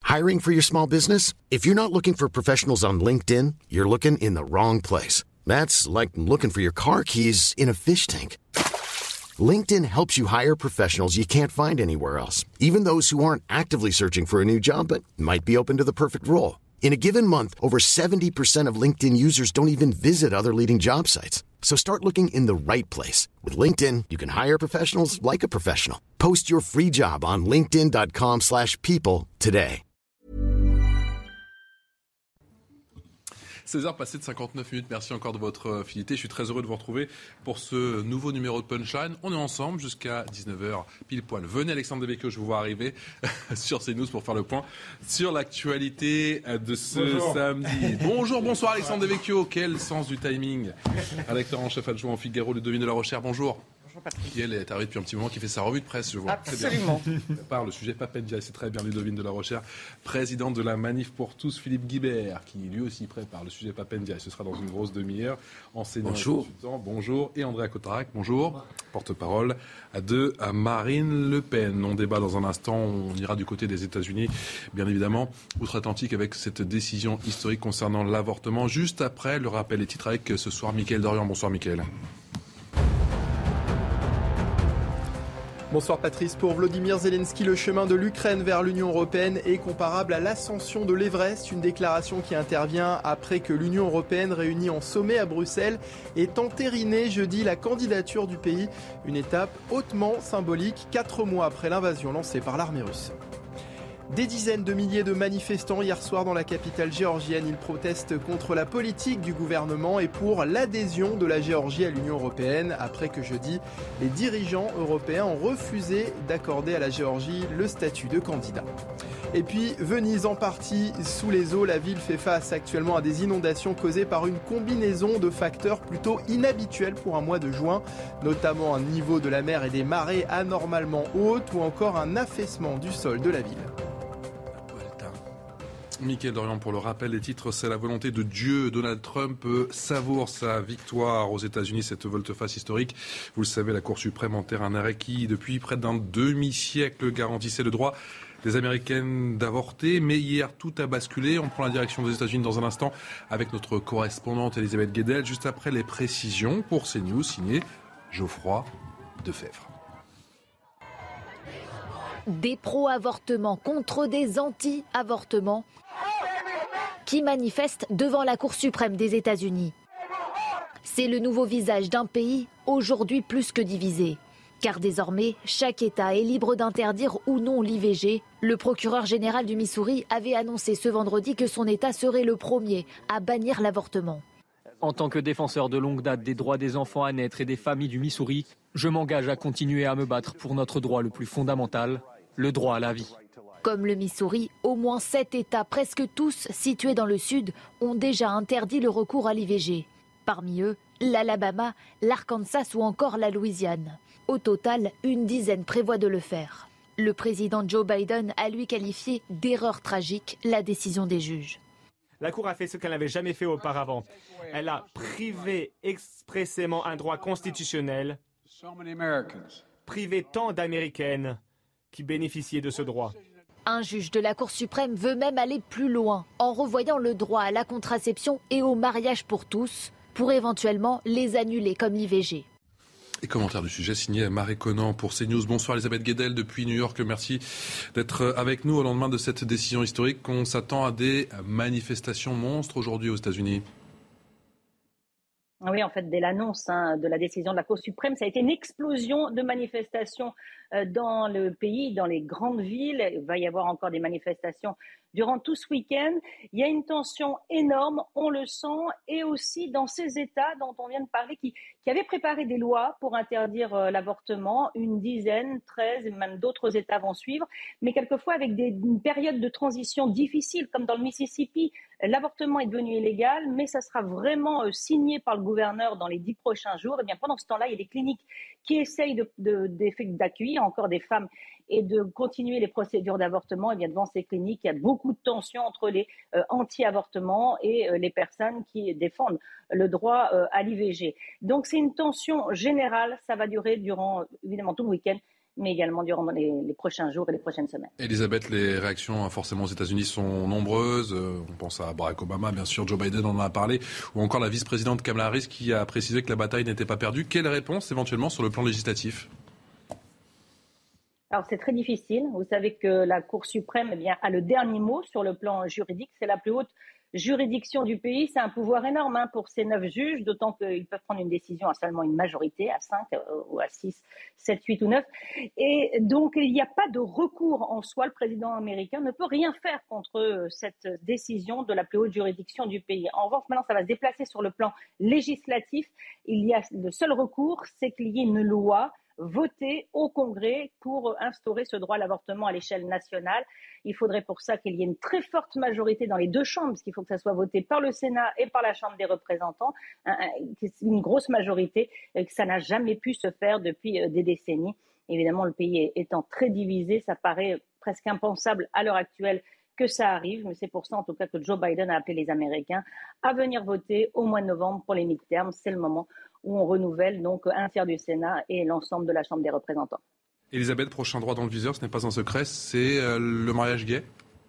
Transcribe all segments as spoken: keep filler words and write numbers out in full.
Hiring for your small business? If you're not looking for professionals on LinkedIn, you're looking in the wrong place. That's like looking for your car keys in a fish tank. LinkedIn helps you hire professionals you can't find anywhere else, even those who aren't actively searching for a new job but might be open to the perfect role. In a given month, over seventy percent of LinkedIn users don't even visit other leading job sites. So start looking in the right place. With LinkedIn, you can hire professionals like a professional. Post your free job on linkedin.com slash people today. seize heures passées de cinquante-neuf minutes, merci encore de votre fidélité. Je suis très heureux de vous retrouver pour ce nouveau numéro de Punchline. On est ensemble jusqu'à dix-neuf heures pile poil. Venez Alexandre Devecchio, je vous vois arriver sur CNews pour faire le point sur l'actualité de ce Bonjour. samedi. Bonjour, bonsoir Alexandre Devecchio, quel sens du timing. Rédacteur en chef adjoint au Figaro, Ludovine de la Rochère, bonjour. Bonjour Patrick. Qui elle est arrivée depuis un petit moment, qui fait sa revue de presse, je vois. Absolument. C'est par le sujet Papendia, c'est très bien, Ludovine de la Rochère, présidente de la Manif pour tous, Philippe Guibert, qui lui aussi prépare le sujet Papendia, et ce sera dans une grosse demi-heure, enseignant et consultant. Bonjour. Et Andréa Cotarac, bonjour, porte-parole de Marine Le Pen. On débat dans un instant, on ira du côté des États-Unis, bien évidemment, outre-Atlantique, avec cette décision historique concernant l'avortement. Juste après, le rappel des titres avec ce soir Mickaël Dorian. Bonsoir Mickaël. Bonsoir Patrice. Pour Volodymyr Zelensky, le chemin de l'Ukraine vers l'Union européenne est comparable à l'ascension de l'Everest, une déclaration qui intervient après que l'Union européenne, réunie en sommet à Bruxelles, ait entériné jeudi la candidature du pays, une étape hautement symbolique, quatre mois après l'invasion lancée par l'armée russe. Des dizaines de milliers de manifestants hier soir dans la capitale géorgienne. Ils protestent contre la politique du gouvernement et pour l'adhésion de la Géorgie à l'Union européenne. Après que jeudi, les dirigeants européens ont refusé d'accorder à la Géorgie le statut de candidat. Et puis Venise en partie sous les eaux. La ville fait face actuellement à des inondations causées par une combinaison de facteurs plutôt inhabituels pour un mois de juin, notamment un niveau de la mer et des marées anormalement hautes ou encore un affaissement du sol de la ville. Mickaël Dorian, pour le rappel des titres, c'est la volonté de Dieu. Donald Trump savoure sa victoire aux États-Unis, cette volte-face historique. Vous le savez, la Cour suprême enterre un arrêt qui, depuis près d'un demi-siècle, garantissait le droit des Américaines d'avorter. Mais hier, tout a basculé. On prend la direction des États-Unis dans un instant avec notre correspondante Elisabeth Guedel, juste après les précisions pour CNews, signé Geoffroy Defebvre. Des pro-avortements contre des anti-avortements qui manifestent devant la Cour suprême des États-Unis. C'est le nouveau visage d'un pays aujourd'hui plus que divisé. Car désormais, chaque État est libre d'interdire ou non l'I V G. Le procureur général du Missouri avait annoncé ce vendredi que son État serait le premier à bannir l'avortement. En tant que défenseur de longue date des droits des enfants à naître et des familles du Missouri, je m'engage à continuer à me battre pour notre droit le plus fondamental, le droit à la vie. Comme le Missouri, au moins sept États, presque tous situés dans le sud, ont déjà interdit le recours à l'I V G. Parmi eux, l'Alabama, l'Arkansas ou encore la Louisiane. Au total, une dizaine prévoit de le faire. Le président Joe Biden a lui qualifié d'erreur tragique la décision des juges. La Cour a fait ce qu'elle n'avait jamais fait auparavant. Elle a privé expressément un droit constitutionnel, privé tant d'Américaines qui bénéficiaient de ce droit. Un juge de la Cour suprême veut même aller plus loin en revoyant le droit à la contraception et au mariage pour tous, pour éventuellement les annuler comme l'I V G. Et commentaire du sujet signé Marie Conan pour CNews. Bonsoir Elisabeth Guedel depuis New York. Merci d'être avec nous au lendemain de cette décision historique. On s'attend à des manifestations monstres aujourd'hui aux États-Unis. Oui, en fait, dès l'annonce hein, de la décision de la Cour suprême, ça a été une explosion de manifestations euh, dans le pays, dans les grandes villes. Il va y avoir encore des manifestations durant tout ce week-end. Il y a une tension énorme, on le sent, et aussi dans ces États dont on vient de parler, qui, qui avaient préparé des lois pour interdire euh, l'avortement, une dizaine, treize, et même d'autres États vont suivre, mais quelquefois avec des, une période de transition difficile, comme dans le Mississippi. L'avortement est devenu illégal, mais ça sera vraiment euh, signé par le gouverneur dans les dix prochains jours. Et bien pendant ce temps-là, il y a des cliniques qui essayent de, de, de, d'accueillir encore des femmes et de continuer les procédures d'avortement. Et bien devant ces cliniques, il y a beaucoup de tensions entre les euh, anti-avortements et euh, les personnes qui défendent le droit euh, à l'I V G. Donc c'est une tension générale, ça va durer durant évidemment tout le week-end mais également durant les, les prochains jours et les prochaines semaines. Elisabeth, les réactions forcément aux États-Unis sont nombreuses. On pense à Barack Obama, bien sûr, Joe Biden en a parlé, ou encore la vice-présidente Kamala Harris qui a précisé que la bataille n'était pas perdue. Quelle réponse éventuellement sur le plan législatif ? Alors c'est très difficile. Vous savez que la Cour suprême eh bien, a le dernier mot sur le plan juridique. C'est la plus haute juridiction du pays. C'est un pouvoir énorme hein, pour ces neuf juges, d'autant qu'ils peuvent prendre une décision à seulement une majorité, à cinq euh, ou à six, sept, huit ou neuf. Et donc il n'y a pas de recours en soi. Le président américain ne peut rien faire contre cette décision de la plus haute juridiction du pays. En revanche, maintenant ça va se déplacer sur le plan législatif. Il y a le seul recours, c'est qu'il y ait une loi voter au Congrès pour instaurer ce droit à l'avortement à l'échelle nationale. Il faudrait pour ça qu'il y ait une très forte majorité dans les deux chambres, parce qu'il faut que ça soit voté par le Sénat et par la Chambre des représentants, une grosse majorité, que ça n'a jamais pu se faire depuis des décennies. Évidemment, le pays étant très divisé, ça paraît presque impensable à l'heure actuelle que ça arrive, mais c'est pour ça en tout cas que Joe Biden a appelé les Américains à venir voter au mois de novembre pour les midterms. C'est le moment où on renouvelle donc un tiers du Sénat et l'ensemble de la Chambre des représentants. Elisabeth, prochain droit dans le viseur, ce n'est pas un secret, c'est euh, le mariage gay.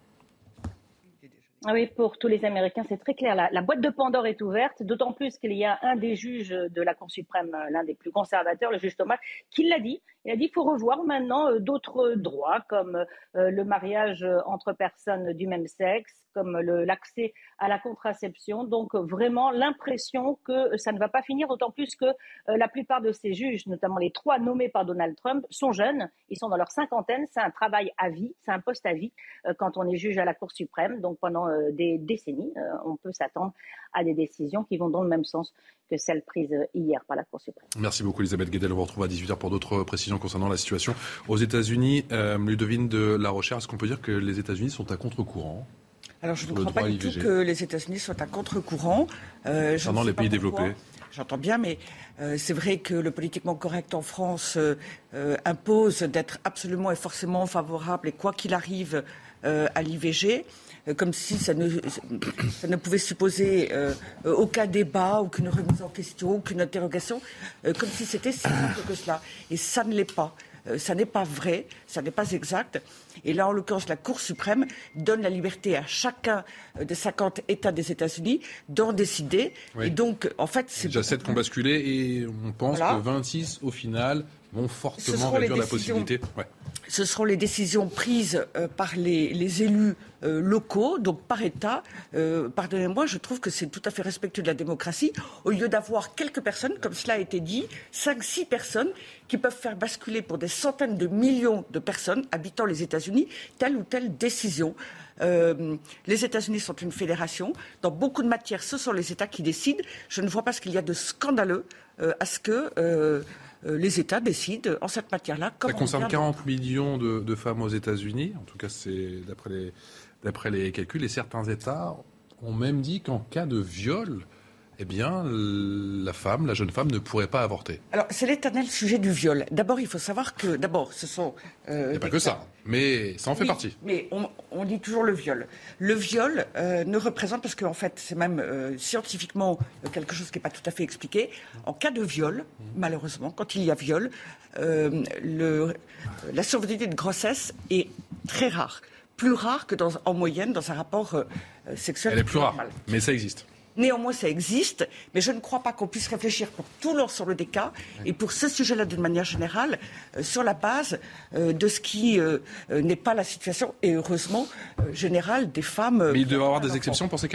Oui, pour tous les Américains, c'est très clair. La, la boîte de Pandore est ouverte, d'autant plus qu'il y a un des juges de la Cour suprême, l'un des plus conservateurs, le juge Thomas, qui l'a dit. Il a dit qu'il faut revoir maintenant euh, d'autres droits, comme euh, le mariage entre personnes du même sexe, comme le, l'accès à la contraception. Donc vraiment l'impression que ça ne va pas finir, d'autant plus que euh, la plupart de ces juges, notamment les trois nommés par Donald Trump, sont jeunes. Ils sont dans leur cinquantaine. C'est un travail à vie, c'est un poste à vie euh, quand on est juge à la Cour suprême. Donc pendant euh, des décennies, euh, on peut s'attendre à des décisions qui vont dans le même sens que celles prises hier par la Cour suprême. Merci beaucoup Elisabeth Guedel. On vous retrouve à dix-huit heures pour d'autres précisions concernant la situation aux États-Unis. Euh, Ludovine de La Rochère, est-ce qu'on peut dire que les États-Unis sont à contre-courant ? Alors je ne crois pas du tout que les États-Unis soient à contre-courant. Euh, Pendant les pays développés. J'entends bien, mais euh, c'est vrai que le politiquement correct en France euh, euh, impose d'être absolument et forcément favorable, et quoi qu'il arrive, euh, à l'I V G. Comme si ça ne, ça ne pouvait supposer euh, aucun débat, aucune remise en question, aucune interrogation, euh, comme si c'était si simple que cela. Et ça ne l'est pas. Euh, ça n'est pas vrai, ça n'est pas exact. Et là, en l'occurrence, la Cour suprême donne la liberté à chacun des cinquante États des États-Unis d'en décider. Oui. Et donc, en fait, c'est déjà sept qui ont basculé et on pense voilà. que vingt-six, au final, vont fortement réduire la possibilité. Ouais. Ce seront les décisions prises euh, par les, les élus euh, locaux, donc par État. Euh, pardonnez-moi, je trouve que c'est tout à fait respectueux de la démocratie. Au lieu d'avoir quelques personnes, comme cela a été dit, cinq, six personnes qui peuvent faire basculer pour des centaines de millions de personnes habitant les États-Unis telle ou telle décision. Euh, les États-Unis sont une fédération. Dans beaucoup de matières, ce sont les États qui décident. Je ne vois pas ce qu'il y a de scandaleux euh, à ce que... Euh, les États décident en cette matière-là. Ça concerne quarante millions de, de femmes aux États-Unis. En tout cas, c'est d'après les, d'après les calculs. Et certains États ont même dit qu'en cas de viol, eh bien, la femme, la jeune femme, ne pourrait pas avorter. Alors, c'est l'éternel sujet du viol. D'abord, il faut savoir que, d'abord, ce sont... Euh, il n'y a pas que ça, mais ça en fait oui, partie. Mais on, on dit toujours le viol. Le viol euh, ne représente, parce qu'en fait, c'est même euh, scientifiquement quelque chose qui n'est pas tout à fait expliqué. En cas de viol, malheureusement, quand il y a viol, euh, le, la survenue de grossesse est très rare. Plus rare que dans, en moyenne dans un rapport euh, sexuel. Elle est plus normal. rare, mais ça existe. Néanmoins, ça existe, mais je ne crois pas qu'on puisse réfléchir pour tout l'ensemble des cas et pour ce sujet-là d'une manière générale euh, sur la base euh, de ce qui euh, euh, n'est pas la situation, et heureusement, euh, générale des femmes. Euh, mais il doit y avoir des exceptions pour ces cas-là ?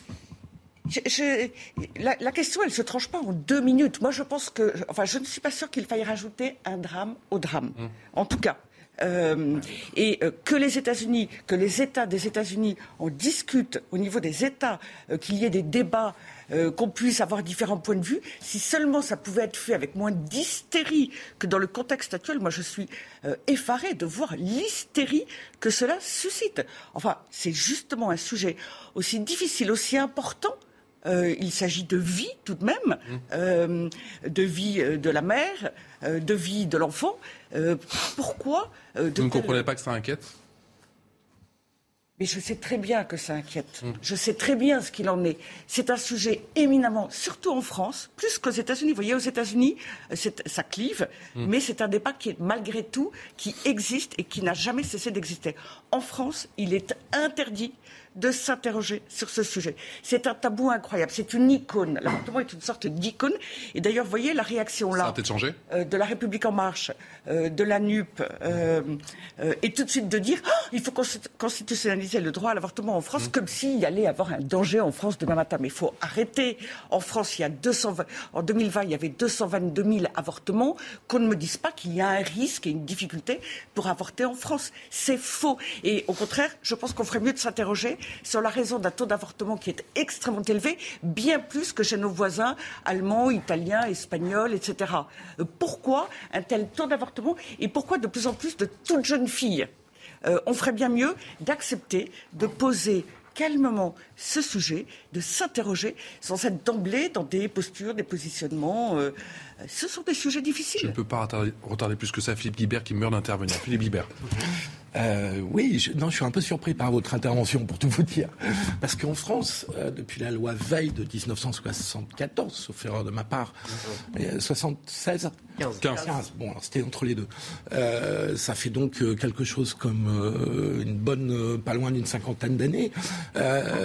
Je, je, la, la question, elle ne se tranche pas en deux minutes. Moi, je pense que... Enfin, je ne suis pas sûre qu'il faille rajouter un drame au drame. Mmh. En tout cas... Euh, et euh, que les États-Unis, que les États des États-Unis en discutent au niveau des États, euh, qu'il y ait des débats, euh, qu'on puisse avoir différents points de vue, si seulement ça pouvait être fait avec moins d'hystérie que dans le contexte actuel. Moi, je suis euh, effarée de voir l'hystérie que cela suscite. Enfin, c'est justement un sujet aussi difficile, aussi important. Euh, il s'agit de vie tout de même, mmh. euh, de vie euh, de la mère, euh, de vie de l'enfant. Euh, pourquoi euh, de Vous ne tel... comprenez pas que ça inquiète ? Mais je sais très bien que ça inquiète. Mmh. Je sais très bien ce qu'il en est. C'est un sujet éminemment, surtout en France, plus qu'aux États-Unis. Vous voyez, aux États-Unis, c'est, ça clive, mmh. mais c'est un débat qui est malgré tout, qui existe et qui n'a jamais cessé d'exister. En France, il est interdit de s'interroger sur ce sujet. C'est un tabou incroyable. C'est une icône. L'avortement est une sorte d'icône. Et d'ailleurs, vous voyez la réaction là ça a peut-être changé. Euh, de la République en marche, euh, de la N U P, euh, euh, et tout de suite de dire oh, il faut constitutionnaliser le droit à l'avortement en France, mmh. comme s'il y allait avoir un danger en France demain matin. Mais il faut arrêter. En France, il y a deux cent vingt, en deux mille vingt, il y avait deux cent vingt-deux mille avortements. Qu'on ne me dise pas qu'il y a un risque et une difficulté pour avorter en France. C'est faux. Et au contraire, je pense qu'on ferait mieux de s'interroger sur la raison d'un taux d'avortement qui est extrêmement élevé, bien plus que chez nos voisins allemands, italiens, espagnols, et cetera. Pourquoi un tel taux d'avortement et pourquoi de plus en plus de toutes jeunes filles ? euh, On ferait bien mieux d'accepter de poser calmement ce sujet, de s'interroger sans être d'emblée dans des postures, des positionnements. Euh, ce sont des sujets difficiles. Je ne peux pas retarder, retarder plus que ça. Philippe Guibert qui meurt d'intervenir. Philippe Guibert. Euh, oui, je, non, je suis un peu surpris par votre intervention, pour tout vous dire. Parce qu'en France, euh, depuis la loi Veil de dix-neuf cent soixante-quatorze, sauf erreur de ma part, euh, soixante-seize quinze. quinze. Bon, alors c'était entre les deux. Euh, ça fait donc euh, quelque chose comme euh, une bonne, euh, pas loin d'une cinquantaine d'années. Il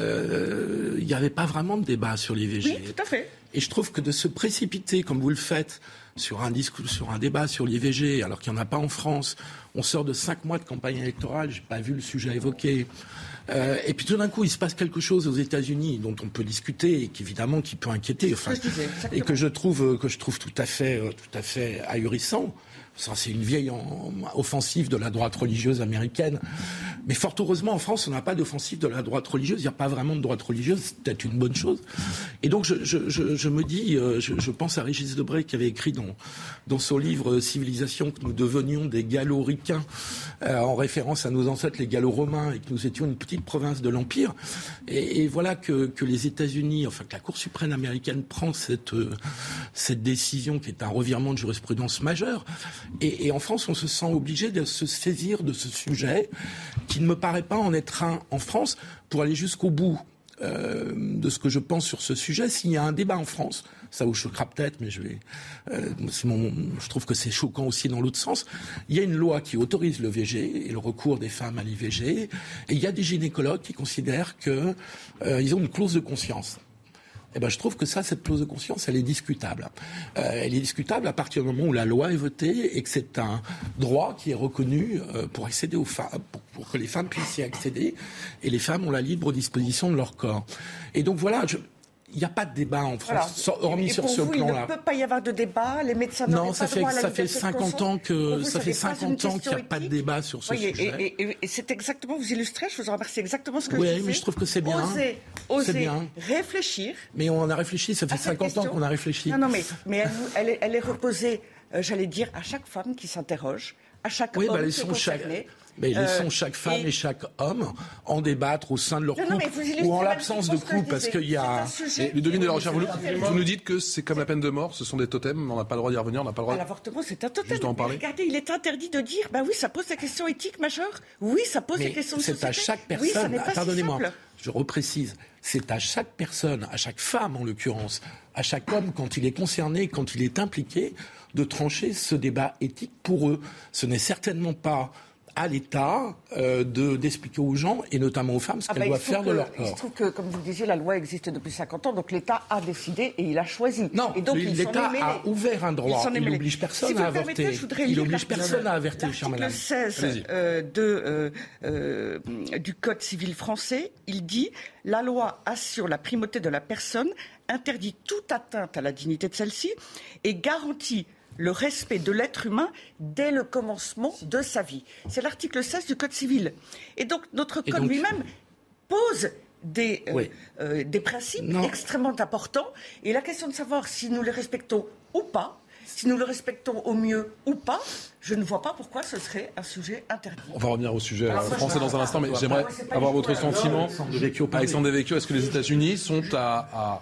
euh, n'y avait pas vraiment de débat sur l'I V G. Oui, tout à fait. Et je trouve que de se précipiter, comme vous le faites, sur un discours, sur un débat sur l'I V G, alors qu'il n'y en a pas en France, on sort de cinq mois de campagne électorale, j'ai pas vu le sujet évoqué. Euh, et puis tout d'un coup, il se passe quelque chose aux États-Unis dont on peut discuter et qui évidemment qui peut inquiéter, enfin, et que je trouve que je trouve tout à fait tout à fait ahurissant. Ça, c'est une vieille en, offensive de la droite religieuse américaine. Mais fort heureusement, en France, on n'a pas d'offensive de la droite religieuse. Il n'y a pas vraiment de droite religieuse. C'est peut-être une bonne chose. Et donc, je, je, je, je me dis, je, je pense à Régis Debray qui avait écrit dans, dans son livre « Civilisation » que nous devenions des Gallo-ricains, euh, en référence à nos ancêtres, les Gallo-romains, et que nous étions une petite province de l'Empire. Et, et voilà que, que les États-Unis, enfin que la Cour suprême américaine prend cette, euh, cette décision qui est un revirement de jurisprudence majeur. Et, et en France, on se sent obligé de se saisir de ce sujet qui ne me paraît pas en être un en France pour aller jusqu'au bout euh, de ce que je pense sur ce sujet. S'il y a un débat en France, ça vous choquera peut-être, mais je vais, euh, c'est mon, je trouve que c'est choquant aussi dans l'autre sens. Il y a une loi qui autorise le V G et le recours des femmes à l'I V G, et il y a des gynécologues qui considèrent que euh, ils ont une clause de conscience. Eh ben, je trouve que ça, cette clause de conscience, elle est discutable. Euh, elle est discutable à partir du moment où la loi est votée et que c'est un droit qui est reconnu euh, pour accéder aux femmes, pour, pour que les femmes puissent y accéder. Et les femmes ont la libre disposition de leur corps. Et donc voilà, je... il n'y a pas de débat en France, alors, hormis sur ce vous, plan-là. Il ne peut pas y avoir de débat. Les médecins non, n'ont ça pas fait droit à la ça fait liberté de cinquante ans que vous, ça fait cinquante ans qu'il n'y a pas de débat sur ce oui, sujet. Et, et, et c'est exactement, vous illustrez, je vous en remercie, exactement ce que oui, je disais. Oui, mais je trouve que c'est bien. Oser, oser c'est bien. réfléchir. Mais on a réfléchi, ça fait cinquante ans qu'on a réfléchi. Non, non, mais, mais elle, elle, est, elle est reposée, euh, j'allais dire, à chaque femme qui s'interroge, à chaque oui, homme bah, qui est concerné. Chaque... Mais laissons euh, chaque femme et... et chaque homme en débattre au sein de leur non, couple non, ou en l'absence de couple, parce qu'il y a... Ludovine de la Rochère, vous, vous nous dites que c'est comme la peine de mort, ce sont des totems, on n'a pas le droit d'y revenir, on n'a pas le droit... À l'avortement, c'est un totem. Juste en parler. Regardez, il est interdit de dire, bah oui, ça pose des questions éthiques majeures, oui, ça pose mais des questions de c'est société. À chaque personne, oui, ça pardonnez-moi, si je reprécise, c'est à chaque personne, à chaque femme en l'occurrence, à chaque homme, quand il est concerné, quand il est impliqué, de trancher ce débat éthique pour eux. Ce n'est certainement pas à l'État euh, de, d'expliquer aux gens, et notamment aux femmes, ce ah qu'elles bah, doivent faire que, de leur corps. Il se trouve que, comme vous le disiez, la loi existe depuis cinquante ans, donc l'État a décidé et il a choisi. Non, et donc, l'État a ouvert un droit. Il n'oblige personne si à avorter. Il n'oblige personne à avorter, chère madame. L'article seize euh, de, euh, euh, du Code civil français, il dit « La loi assure la primauté de la personne, interdit toute atteinte à la dignité de celle-ci et garantit le respect de l'être humain dès le commencement de sa vie. » C'est l'article seize du Code civil. Et donc, notre Code donc... lui-même pose des, euh, oui. euh, des principes non. extrêmement importants. Et la question de savoir si nous les respectons ou pas, si nous le respectons au mieux ou pas, je ne vois pas pourquoi ce serait un sujet interdit. On va revenir au sujet Alors, français dans un instant, mais j'aimerais avoir votre sentiment. Alexandre Devecchio, est-ce que les États-Unis sont à... à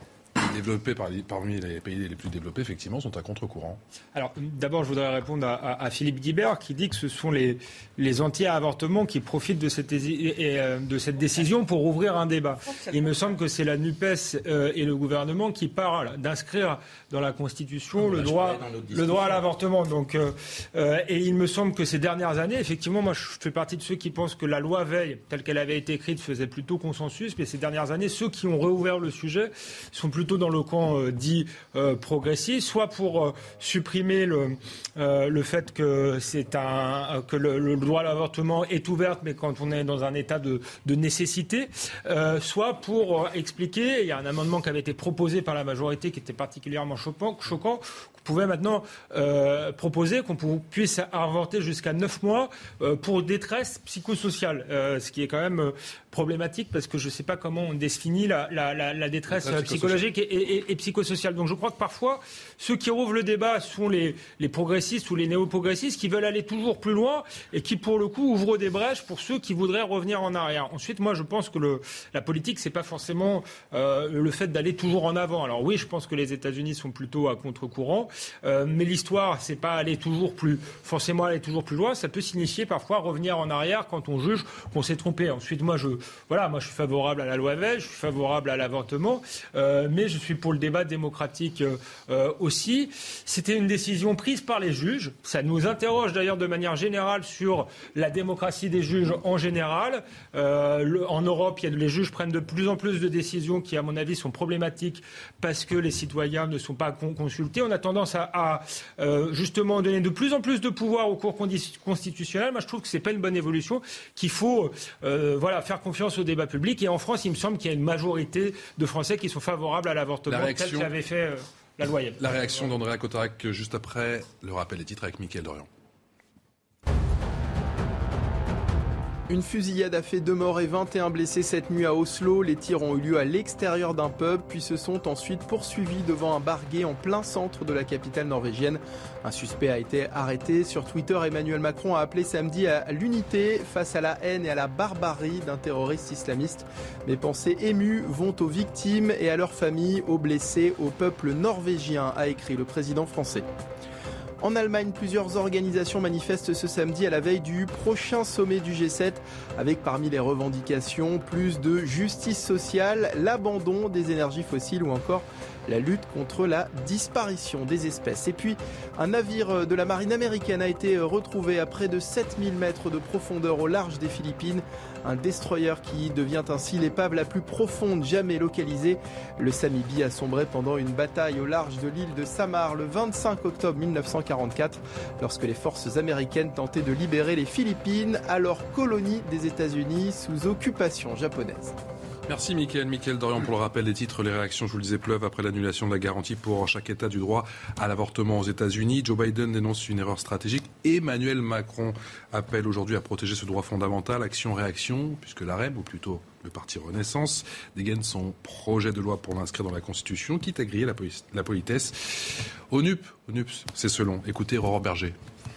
développés, parmi les pays les plus développés, effectivement, sont à contre-courant. Alors, d'abord, je voudrais répondre à, à, à Philippe Guibert, qui dit que ce sont les, les anti-avortements qui profitent de cette, de cette décision pour ouvrir un débat. Il me semble que c'est la NUPES euh, et le gouvernement qui parlent d'inscrire dans la Constitution le droit, le droit à l'avortement. Donc, euh, euh, et il me semble que ces dernières années, effectivement, moi, je fais partie de ceux qui pensent que la loi Veil, telle qu'elle avait été écrite, faisait plutôt consensus. Mais ces dernières années, ceux qui ont réouvert le sujet sont plutôt dans le camp euh, dit euh, progressiste, soit pour euh, supprimer le, euh, le fait que c'est un que le, le droit à l'avortement est ouvert, mais quand on est dans un état de, de nécessité, euh, soit pour euh, expliquer. Il y a un amendement qui avait été proposé par la majorité qui était particulièrement choquant. choquant pouvait maintenant euh, proposer qu'on puisse avorter jusqu'à neuf mois euh, pour détresse psychosociale, euh, ce qui est quand même euh, problématique parce que je ne sais pas comment on définit la, la, la, la détresse, détresse psychologique et, et, et psychosociale. Donc je crois que parfois, ceux qui rouvrent le débat sont les, les progressistes ou les néo-progressistes qui veulent aller toujours plus loin et qui, pour le coup, ouvrent des brèches pour ceux qui voudraient revenir en arrière. Ensuite, moi, je pense que le, la politique, c'est pas forcément euh, le fait d'aller toujours en avant. Alors oui, je pense que les États-Unis sont plutôt à contre-courant. Euh, mais l'histoire, c'est pas aller toujours plus, forcément aller toujours plus loin. Ça peut signifier parfois revenir en arrière quand on juge qu'on s'est trompé. Ensuite, moi, je, voilà, moi, je suis favorable à la loi Veil, je suis favorable à l'avortement, euh, mais je suis pour le débat démocratique euh, aussi. C'était une décision prise par les juges. Ça nous interroge d'ailleurs de manière générale sur la démocratie des juges en général. Euh, le, en Europe, il y a, les juges prennent de plus en plus de décisions qui, à mon avis, sont problématiques parce que les citoyens ne sont pas con- consultés. On a tendance à, à euh, justement donner de plus en plus de pouvoir aux cours constitutionnels. Moi, je trouve que c'est pas une bonne évolution, qu'il faut euh, voilà, faire confiance au débat public. Et en France, il me semble qu'il y a une majorité de Français qui sont favorables à l'avortement, réaction... tel qu'avait fait euh, la loi Veil. La réaction d'Andrea Cotarac juste après le rappel des titres avec Mickaël Dorian. Une fusillade a fait deux morts et vingt et un blessés cette nuit à Oslo. Les tirs ont eu lieu à l'extérieur d'un pub, puis se sont ensuite poursuivis devant un bar gay en plein centre de la capitale norvégienne. Un suspect a été arrêté. Sur Twitter, Emmanuel Macron a appelé samedi à l'unité face à la haine et à la barbarie d'un terroriste islamiste. Mes pensées émues vont aux victimes et à leurs familles, aux blessés, au peuple norvégien, a écrit le président français. En Allemagne, plusieurs organisations manifestent ce samedi à la veille du prochain sommet du G sept, avec parmi les revendications plus de justice sociale, l'abandon des énergies fossiles ou encore la lutte contre la disparition des espèces. Et puis, un navire de la marine américaine a été retrouvé à près de sept mille mètres de profondeur au large des Philippines. Un destroyer qui devient ainsi l'épave la plus profonde jamais localisée. Le Sami B a sombré pendant une bataille au large de l'île de Samar le vingt-cinq octobre mille neuf cent quarante-quatre, lorsque les forces américaines tentaient de libérer les Philippines, alors colonie des États-Unis sous occupation japonaise. Merci Mickaël. Mickaël Dorian pour le rappel des titres. Les réactions, je vous le disais, pleuvent après l'annulation de la garantie pour chaque État du droit à l'avortement aux États-Unis. Joe Biden dénonce une erreur stratégique. Emmanuel Macron appelle aujourd'hui à protéger ce droit fondamental. Action-réaction, puisque l'A R E M, ou plutôt le parti Renaissance, dégaine son projet de loi pour l'inscrire dans la Constitution, quitte à griller la, poli- la politesse. Au N U P, au N U P, c'est selon. Écoutez Aurore Berger.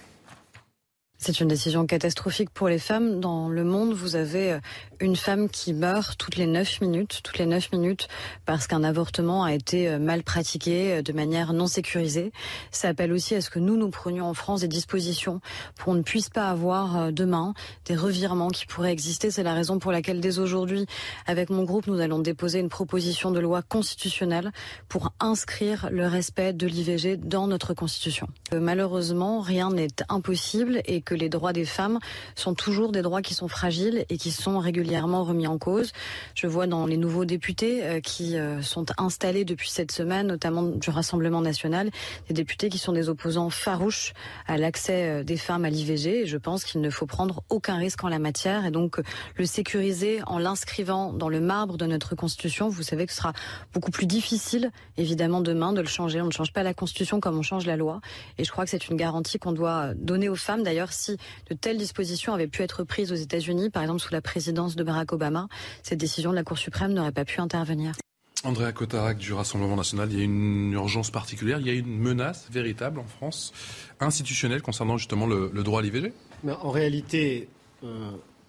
C'est une décision catastrophique pour les femmes. Dans le monde, vous avez une femme qui meurt toutes les neuf minutes, toutes les neuf minutes, parce qu'un avortement a été mal pratiqué de manière non sécurisée. Ça appelle aussi à ce que nous, nous prenions en France des dispositions pour qu'on ne puisse pas avoir demain des revirements qui pourraient exister. C'est la raison pour laquelle, dès aujourd'hui, avec mon groupe, nous allons déposer une proposition de loi constitutionnelle pour inscrire le respect de l'I V G dans notre Constitution. Malheureusement, rien n'est impossible et que les droits des femmes sont toujours des droits qui sont fragiles et qui sont régulièrement remis en cause. Je vois dans les nouveaux députés euh, qui euh, sont installés depuis cette semaine, notamment du Rassemblement national, des députés qui sont des opposants farouches à l'accès euh, des femmes à l'I V G. Et je pense qu'il ne faut prendre aucun risque en la matière et donc euh, le sécuriser en l'inscrivant dans le marbre de notre Constitution. Vous savez que ce sera beaucoup plus difficile, évidemment, demain de le changer. On ne change pas la Constitution comme on change la loi. Et je crois que c'est une garantie qu'on doit donner aux femmes. D'ailleurs, si de telles dispositions avaient pu être prises aux États-Unis, par exemple sous la présidence de Barack Obama, cette décision de la Cour suprême n'aurait pas pu intervenir. Andrea Cotarac du Rassemblement national, il y a une urgence particulière, il y a une menace véritable en France, institutionnelle, concernant justement le, le droit à l'I V G ? Mais en réalité, euh,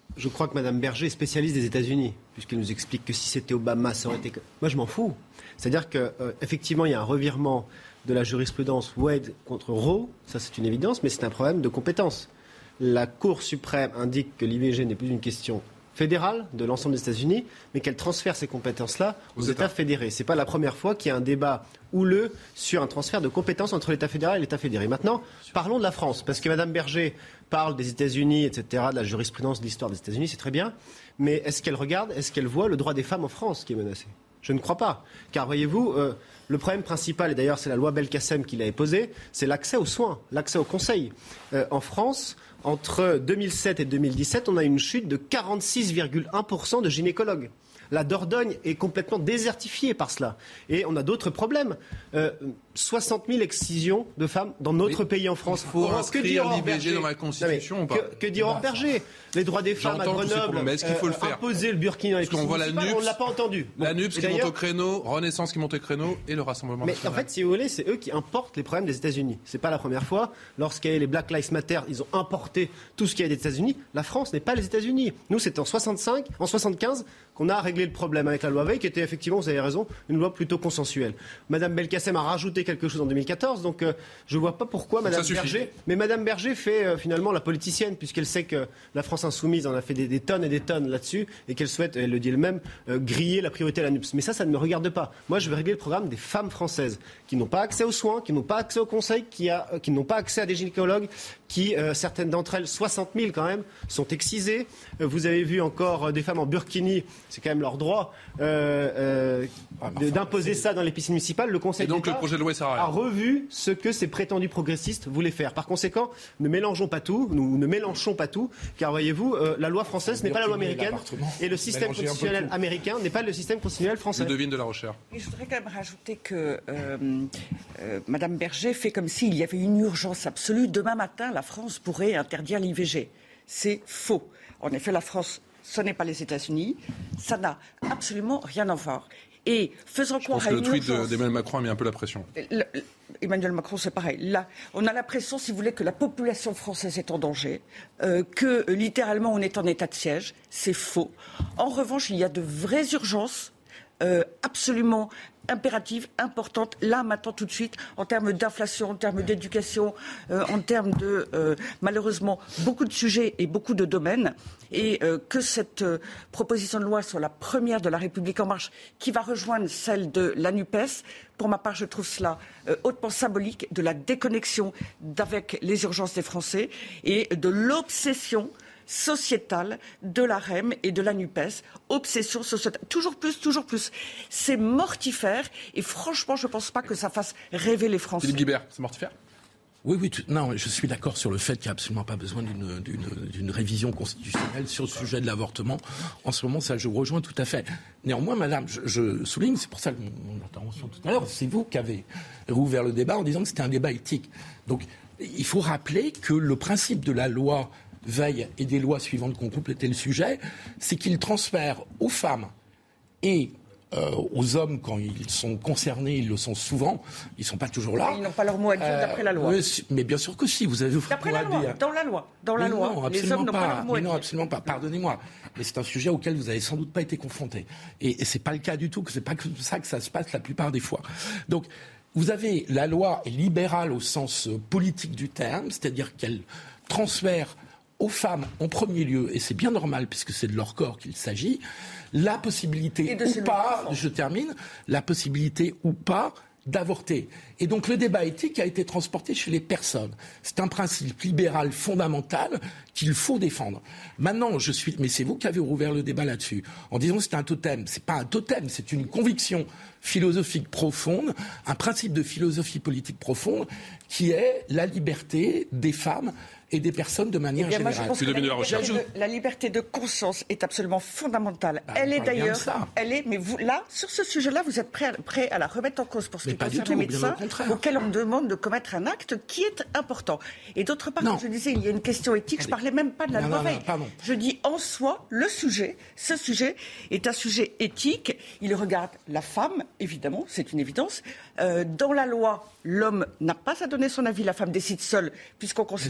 Je crois que Mme Berger est spécialiste des États-Unis, puisqu'elle nous explique que si c'était Obama, ça aurait été... Moi, je m'en fous. C'est-à-dire qu'effectivement, euh, il y a un revirement de la jurisprudence Wade contre Roe, ça c'est une évidence, mais c'est un problème de compétence. La Cour suprême indique que l'I V G n'est plus une question fédérale de l'ensemble des États-Unis, mais qu'elle transfère ces compétences-là aux, aux États. États fédérés. Ce n'est pas la première fois qu'il y a un débat houleux sur un transfert de compétences entre l'État fédéral et l'État fédéré. Maintenant, parlons de la France, parce que Mme Berger parle des États-Unis, et cetera, de la jurisprudence, de l'histoire des États-Unis, c'est très bien, mais est-ce qu'elle regarde, est-ce qu'elle voit le droit des femmes en France qui est menacé ? Je ne crois pas. Car voyez-vous, euh, le problème principal, et d'ailleurs c'est la loi Belkacem qui l'avait posé, c'est l'accès aux soins, l'accès aux conseils. Euh, en France, entre deux mille sept et deux mille dix-sept, on a une chute de quarante-six virgule un pour cent de gynécologues. La Dordogne est complètement désertifiée par cela. Et on a d'autres problèmes. Euh, soixante mille excisions de femmes dans notre oui. pays en France. Il faut oh, inscrire l'I V G dans la Constitution. Non, que, que dit Aurore Berger ? Les droits des femmes J'entends à Grenoble, mais est-ce qu'il faut euh, le faire imposer le burkini dans les piscines municipales, on ne l'a pas entendu. Bon, la N U P S qui monte au créneau, Renaissance qui monte au créneau et le Rassemblement mais national. Mais en fait, si vous voulez, c'est eux qui importent les problèmes des États-Unis. Ce n'est pas la première fois. Lorsqu'il y a eu les Black Lives Matter, ils ont importé tout ce qu'il y a des États-Unis. La France n'est pas les États-Unis. Nous, c'était en soixante-cinq, en soixante-quinze qu'on a réglé le problème avec la loi Veil, qui était effectivement, vous avez raison, une loi plutôt consensuelle. Madame Belkacem a rajouté quelque chose en deux mille quatorze, donc euh, je ne vois pas pourquoi Madame Berger... Mais Madame Berger fait euh, finalement la politicienne, puisqu'elle sait que la France insoumise en a fait des, des tonnes et des tonnes là-dessus, et qu'elle souhaite, elle le dit elle-même, euh, griller la priorité à la N U P S. Mais ça, ça ne me regarde pas. Moi, je vais régler le programme des femmes françaises, qui n'ont pas accès aux soins, qui n'ont pas accès aux conseils, qui, a, euh, qui n'ont pas accès à des gynécologues, qui, euh, certaines d'entre elles, soixante mille quand même, sont excisées. Euh, vous avez vu encore euh, des femmes en burkini, c'est quand même leur droit, euh, euh, ah, enfin, d'imposer c'est... ça dans les piscines municipales. Le Conseil et donc d'État le projet de loi a revu ce que ces prétendus progressistes voulaient faire. Par conséquent, ne mélangeons pas tout, nous ne mélangeons pas tout, car voyez-vous, euh, la loi française n'est pas la loi américaine, et le système constitutionnel américain n'est pas le système constitutionnel français. Le devine de la recherche. Et je voudrais quand même rajouter que euh, euh, Mme Berger fait comme s'il y avait une urgence absolue. Demain matin, la France pourrait interdire l'I V G. C'est faux. En effet, la France, ce n'est pas les États-Unis. Ça n'a absolument rien à voir. Et faisant croire à une urgence... Je pense que le tweet d'Emmanuel Macron a mis un peu la pression. Le, Emmanuel Macron, c'est pareil. Là, on a l'impression, si vous voulez, que la population française est en danger, euh, que littéralement on est en état de siège. C'est faux. En revanche, il y a de vraies urgences euh, absolument impératives, importantes, là, maintenant, tout de suite, en termes d'inflation, en termes d'éducation, euh, en termes de, euh, malheureusement, beaucoup de sujets et beaucoup de domaines. Et euh, que cette euh, proposition de loi soit la première de la République En Marche qui va rejoindre celle de la N U P E S, pour ma part, je trouve cela euh, hautement symbolique de la déconnexion d'avec les urgences des Français et de l'obsession sociétale de la R E M et de la N U P E S. Obsession sociétale. Toujours plus, toujours plus. C'est mortifère et franchement, je ne pense pas que ça fasse rêver les Français. Philippe Guibert, c'est mortifère ? Oui, oui, tu, non, je suis d'accord sur le fait qu'il n'y a absolument pas besoin d'une, d'une, d'une révision constitutionnelle sur le sujet de l'avortement. En ce moment, ça, je vous rejoins tout à fait. Néanmoins, madame, je, je souligne, c'est pour ça que mon, mon intervention tout à l'heure, c'est vous qui avez rouvert le débat en disant que c'était un débat éthique. Donc, il faut rappeler que le principe de la loi Veil et des lois suivantes qui ont complété le sujet, c'est qu'il transfère aux femmes et Euh, aux hommes, quand ils sont concernés, ils le sont souvent, ils ne sont pas toujours là. Ils n'ont pas leur mot à dire euh, d'après la loi. Mais, mais bien sûr que si, vous avez d'après la loi, dans la loi, dans la mais loi, non, les hommes n'ont pas, pas leur mot mais à non, dire. absolument pas, pardonnez-moi. Mais c'est un sujet auquel vous n'avez sans doute pas été confronté. Et, et ce n'est pas le cas du tout, que ce n'est pas comme ça que ça se passe la plupart des fois. Donc, vous avez, la loi est libérale au sens politique du terme, c'est-à-dire qu'elle transfère aux femmes en premier lieu, et c'est bien normal puisque c'est de leur corps qu'il s'agit, la possibilité ou pas, je termine, la possibilité ou pas d'avorter. Et donc le débat éthique a été transporté chez les personnes. C'est un principe libéral fondamental qu'il faut défendre. Maintenant, je suis, mais c'est vous qui avez rouvert le débat là-dessus, en disant que c'est un totem. C'est pas un totem, c'est une conviction philosophique profonde, un principe de philosophie politique profonde, qui est la liberté des femmes et des personnes de manière eh bien, générale. Moi, je pense que la, liberté de, la liberté de conscience est absolument fondamentale. Bah, elle est d'ailleurs, elle est, mais vous, là, sur ce sujet-là, vous êtes prêt à, prêt à la remettre en cause pour ce mais qui concerne tout, les médecins, auxquels on demande de commettre un acte qui est important. Et d'autre part, comme je disais, il y a une question éthique. Allez. Je parlais même pas de la loi Veil. Je dis en soi, le sujet, ce sujet est un sujet éthique. Il regarde la femme, évidemment, c'est une évidence. Euh, dans la loi, l'homme n'a pas à donner son avis, la femme décide seule, puisqu'on considère que c'est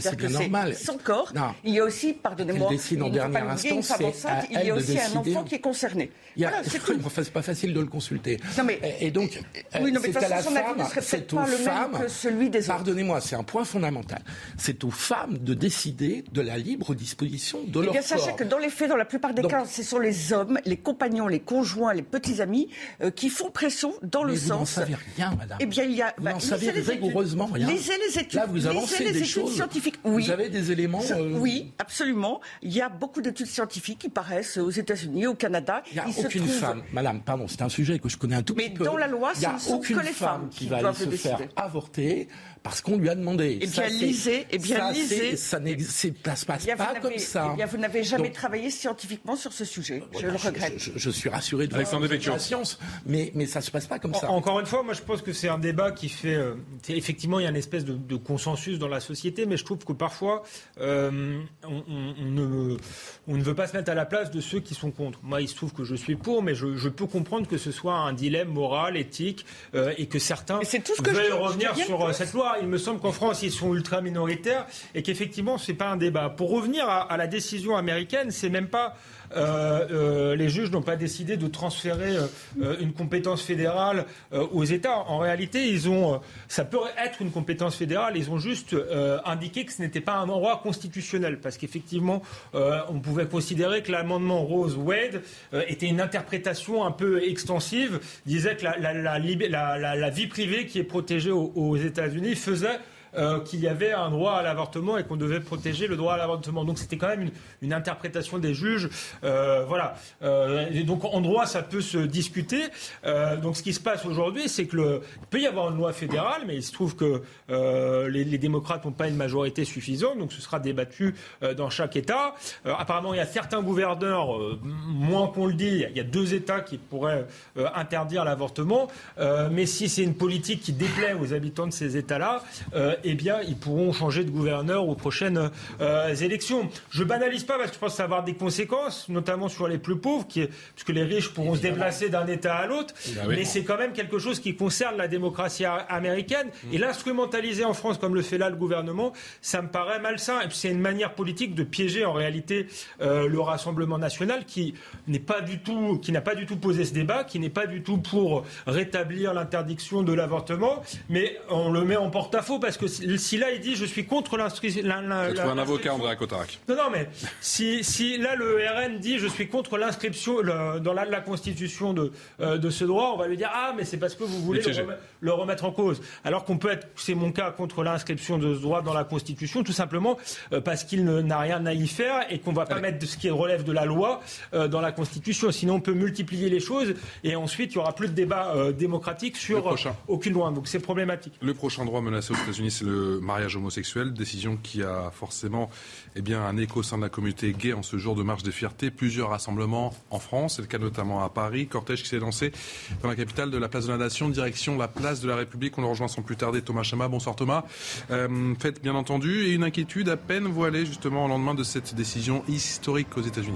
normal. son corps. Non. Il y a aussi, pardonnez-moi, Elle décide en dernière instance, c'est à il y a elle aussi de un décider. enfant qui est concerné. Il y a... Voilà, c'est tout. Enfin, c'est pas facile de le consulter. Non, mais... Et donc, oui, non, mais c'est de toute à la façon, son avis femme, ne serait c'est peut-être aux pas le femmes. même que celui des autres. Pardonnez-moi, c'est un point fondamental. C'est aux femmes de décider de la libre disposition de Eh leur bien, corps. sachez que dans les faits, dans la plupart des Donc... cas, ce sont les hommes, les compagnons, les conjoints, les petits amis euh, qui font pression dans mais le vous sens. Vous n'en savez rien, madame. Eh bien, il y a. Vous bah, n'en savez rigoureusement rien. Lisez les études. Là, vous avancez lisez les des études choses. Scientifiques. Oui. Vous avez des éléments. Euh... Oui, absolument. Il y a beaucoup d'études scientifiques qui paraissent aux États-Unis, au Canada. Il n'y a il aucune se trouve... femme, madame, pardon, c'est un sujet que je connais un tout mais petit peu. Mais dans la loi, ce ne sont que les femmes qui, qui va doivent se le faire décider. avorter parce qu'on lui a demandé. Eh bien, lisez, eh bien, ça, lisez. Ça ne se passe pas comme ça. Eh bien, vous n'avez jamais Donc, travaillé scientifiquement sur ce sujet. Je voilà, le regrette. Je, je, je suis rassuré de Alexandre la science, mais, mais ça ne se passe pas comme ça. Encore une fois, moi je pense que c'est un débat qui fait... Euh, effectivement, il y a une espèce de, de consensus dans la société, mais je trouve que parfois, euh, on, on, on, ne, on ne veut pas se mettre à la place de ceux qui sont contre. Moi, il se trouve que je suis pour, mais je, je peux comprendre que ce soit un dilemme moral, éthique, euh, et que certains que veulent je, revenir je sur euh, cette loi. Il me semble qu'en France, ils sont ultra minoritaires, et qu'effectivement, c'est pas un débat. Pour revenir à, à la décision américaine, c'est même pas... Euh, euh, les juges n'ont pas décidé de transférer euh, une compétence fédérale euh, aux États. En réalité, ils ont, euh, ça peut être une compétence fédérale. Ils ont juste euh, indiqué que ce n'était pas un droit constitutionnel, parce qu'effectivement, euh, on pouvait considérer que l'amendement Rose-Wade euh, était une interprétation un peu extensive, disait que la, la, la, la, la, la vie privée qui est protégée aux, aux États-Unis faisait Euh, qu'il y avait un droit à l'avortement et qu'on devait protéger le droit à l'avortement. Donc c'était quand même une, une interprétation des juges. Euh, voilà. Euh, et donc en droit, ça peut se discuter. Euh, donc ce qui se passe aujourd'hui, c'est que le, il peut y avoir une loi fédérale, mais il se trouve que euh, les, les démocrates n'ont pas une majorité suffisante, donc ce sera débattu euh, dans chaque État. Euh, apparemment, il y a certains gouverneurs, euh, moins qu'on le dit, il y a deux États qui pourraient euh, interdire l'avortement. Euh, mais si c'est une politique qui déplaît aux habitants de ces États-là, euh, eh bien, ils pourront changer de gouverneur aux prochaines euh, élections. Je banalise pas parce que je pense que ça va avoir des conséquences, notamment sur les plus pauvres, qui, puisque les riches pourront Évidemment. se déplacer d'un État à l'autre. Ben oui. Mais c'est quand même quelque chose qui concerne la démocratie américaine. Mmh. Et l'instrumentaliser en France, comme le fait là le gouvernement, ça me paraît malsain. Et puis c'est une manière politique de piéger en réalité euh, le Rassemblement national, qui n'est pas du tout, qui n'a pas du tout posé ce débat, qui n'est pas du tout pour rétablir l'interdiction de l'avortement, mais on le met en porte-à-faux parce que si là il dit je suis contre l'instruction... Il faut un avocat, André Cotarac. Non, non, mais si, si là le R N dit je suis contre l'inscription le, dans la, la Constitution de, euh, de ce droit, on va lui dire ah mais c'est parce que vous voulez le, remet, le remettre en cause. Alors qu'on peut être, c'est mon cas, contre l'inscription de ce droit dans la Constitution, tout simplement euh, parce qu'il ne, n'a rien à y faire et qu'on ne va pas Allez. mettre de ce qui relève de la loi euh, dans la Constitution. Sinon on peut multiplier les choses et ensuite il n'y aura plus de débat euh, démocratique sur euh, aucune loi. Donc c'est problématique. Le prochain droit menacé aux États-Unis, c'est le mariage homosexuel, décision qui a forcément eh bien, un écho au sein de la communauté gay en ce jour de marche des fiertés. Plusieurs rassemblements en France, c'est le cas notamment à Paris. Cortège qui s'est lancé dans la capitale de la place de la Nation, direction la place de la République. On le rejoint sans plus tarder Thomas Chama. Bonsoir Thomas. Euh, fête bien entendu et une inquiétude à peine voilée justement au lendemain de cette décision historique aux États-Unis.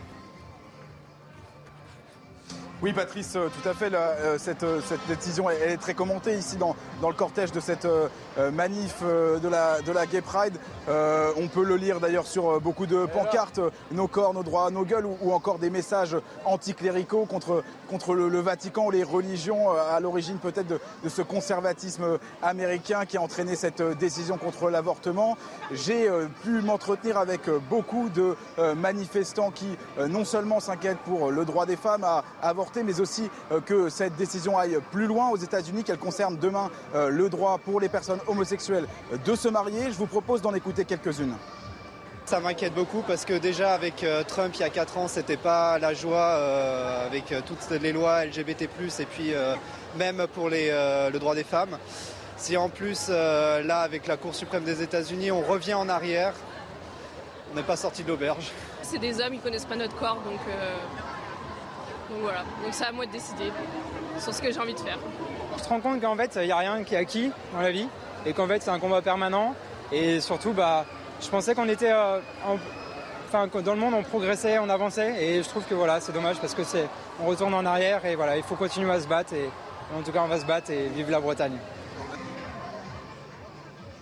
Oui Patrice, tout à fait, la, euh, cette, euh, cette décision elle, elle est très commentée ici dans, dans le cortège de cette euh, manif euh, de, la, de la Gay Pride. Euh, on peut le lire d'ailleurs sur beaucoup de pancartes, nos corps, nos droits, nos gueules, ou, ou encore des messages anticléricaux contre, contre le, le Vatican ou les religions, à l'origine peut-être de, de ce conservatisme américain qui a entraîné cette décision contre l'avortement. J'ai euh, pu m'entretenir avec beaucoup de euh, manifestants qui euh, non seulement s'inquiètent pour le droit des femmes à avorter, mais aussi euh, que cette décision aille plus loin aux États-Unis, qu'elle concerne demain euh, le droit pour les personnes homosexuelles de se marier. Je vous propose d'en écouter quelques-unes. Ça m'inquiète beaucoup parce que déjà avec euh, Trump il y a quatre ans, c'était pas la joie euh, avec euh, toutes les lois L G B T plus, et puis euh, même pour les, euh, le droit des femmes. Si en plus euh, là avec la Cour suprême des États-Unis, on revient en arrière, on n'est pas sorti de l'auberge. C'est des hommes, ils connaissent pas notre corps, donc... Euh... Donc voilà, donc c'est à moi de décider sur ce que j'ai envie de faire. Je te rends compte qu'en fait, il n'y a rien qui est acquis dans la vie et qu'en fait, c'est un combat permanent. Et surtout, bah, je pensais qu'on était... Euh, en... Enfin, dans le monde, on progressait, on avançait. Et je trouve que voilà, c'est dommage parce que c'est... on retourne en arrière et voilà, il faut continuer à se battre. Et en tout cas, on va se battre et vive la Bretagne.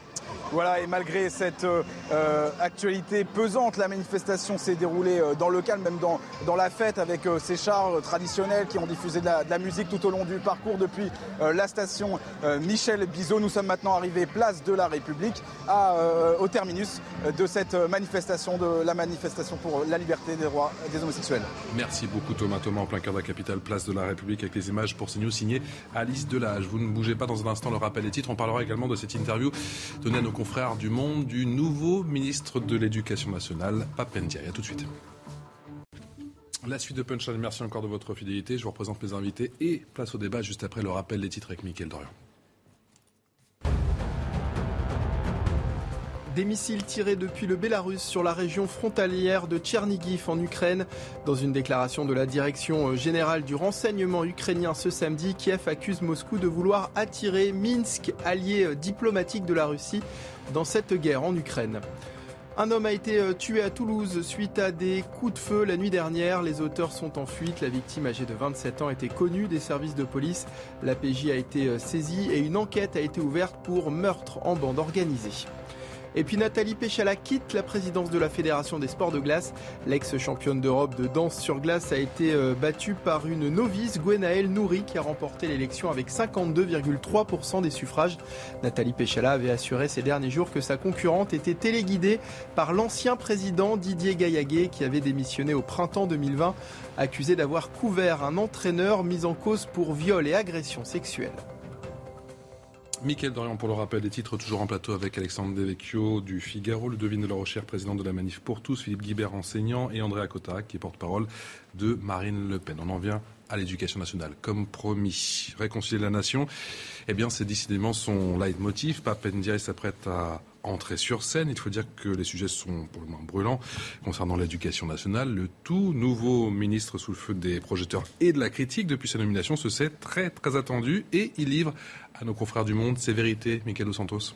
Voilà, et malgré cette euh, actualité pesante, la manifestation s'est déroulée euh, dans le calme, même dans, dans la fête, avec euh, ces chars euh, traditionnels qui ont diffusé de la, de la musique tout au long du parcours depuis euh, la station euh, Michel Bizot. Nous sommes maintenant arrivés place de la République, à, euh, au terminus de cette manifestation, de la manifestation pour la liberté des droits des homosexuels. Merci beaucoup Thomas. Thomas en plein cœur de la capitale, place de la République, avec les images pour CNews signées Alice Delage. Vous ne bougez pas dans un instant, le rappel des titres. On parlera également de cette interview donnée à nos confrères du Monde du nouveau ministre de l'Éducation nationale, Pape Ndiaye. A tout de suite. La suite de Punchline, merci encore de votre fidélité. Je vous représente mes invités et place au débat juste après le rappel des titres avec Mickaël Dorian. Des missiles tirés depuis le Bélarus sur la région frontalière de Tchernigiv en Ukraine. Dans une déclaration de la direction générale du renseignement ukrainien ce samedi, Kiev accuse Moscou de vouloir attirer Minsk, allié diplomatique de la Russie, dans cette guerre en Ukraine. Un homme a été tué à Toulouse suite à des coups de feu la nuit dernière. Les auteurs sont en fuite. La victime, âgée de vingt-sept ans, était connue des services de police. La P J a été saisie et une enquête a été ouverte pour meurtre en bande organisée. Et puis Nathalie Péchala quitte la présidence de la Fédération des sports de glace. L'ex-championne d'Europe de danse sur glace a été battue par une novice, Gwenaëlle Nouri, qui a remporté l'élection avec cinquante-deux virgule trois pour cent des suffrages. Nathalie Péchala avait assuré ces derniers jours que sa concurrente était téléguidée par l'ancien président Didier Gaillaguet, qui avait démissionné au printemps deux mille vingt, accusé d'avoir couvert un entraîneur mis en cause pour viol et agression sexuelle. Mickaël Dorian pour le rappel des titres, toujours en plateau avec Alexandre Devecchio du Figaro, Ludovine de la Rochère, président de la Manif pour tous, Philippe Guibert, enseignant, et Andréa Cotarac, qui est porte-parole de Marine Le Pen. On en vient à l'éducation nationale, comme promis. Réconcilier la nation, eh bien c'est décidément son leitmotiv. Pape Ndiaye s'apprête à entrer sur scène. Il faut dire que les sujets sont pour le moins brûlants concernant l'éducation nationale. Le tout nouveau ministre sous le feu des projecteurs et de la critique depuis sa nomination se sait très très attendu et il livre à nos confrères du Monde ses vérités. Michael Dos Santos.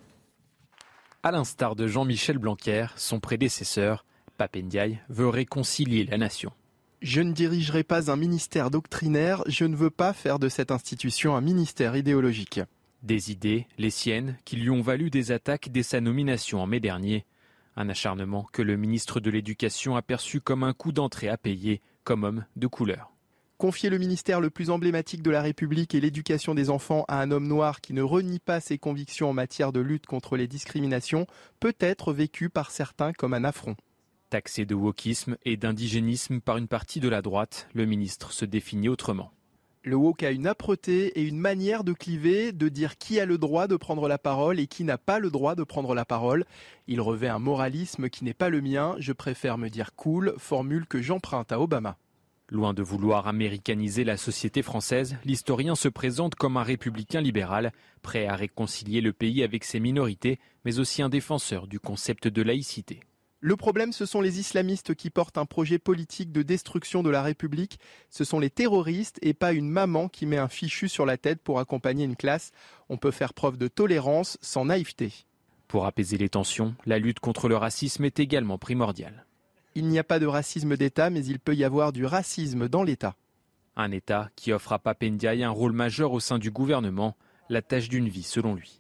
À l'instar de Jean-Michel Blanquer, son prédécesseur, Pape Ndiaye veut réconcilier la nation. Je ne dirigerai pas un ministère doctrinaire, je ne veux pas faire de cette institution un ministère idéologique. Des idées, les siennes, qui lui ont valu des attaques dès sa nomination en mai dernier. Un acharnement que le ministre de l'Éducation a perçu comme un coup d'entrée à payer, comme homme de couleur. Confier le ministère le plus emblématique de la République et l'éducation des enfants à un homme noir qui ne renie pas ses convictions en matière de lutte contre les discriminations peut être vécu par certains comme un affront. Taxé de wokisme et d'indigénisme par une partie de la droite, le ministre se définit autrement. Le woke a une âpreté et une manière de cliver, de dire qui a le droit de prendre la parole et qui n'a pas le droit de prendre la parole. Il revêt un moralisme qui n'est pas le mien, je préfère me dire cool, formule que j'emprunte à Obama. Loin de vouloir américaniser la société française, l'historien se présente comme un républicain libéral, prêt à réconcilier le pays avec ses minorités, mais aussi un défenseur du concept de laïcité. Le problème, ce sont les islamistes qui portent un projet politique de destruction de la République. Ce sont les terroristes et pas une maman qui met un fichu sur la tête pour accompagner une classe. On peut faire preuve de tolérance sans naïveté. Pour apaiser les tensions, la lutte contre le racisme est également primordiale. Il n'y a pas de racisme d'État, mais il peut y avoir du racisme dans l'État. Un État qui offre à Pape Ndiaye un rôle majeur au sein du gouvernement, la tâche d'une vie selon lui.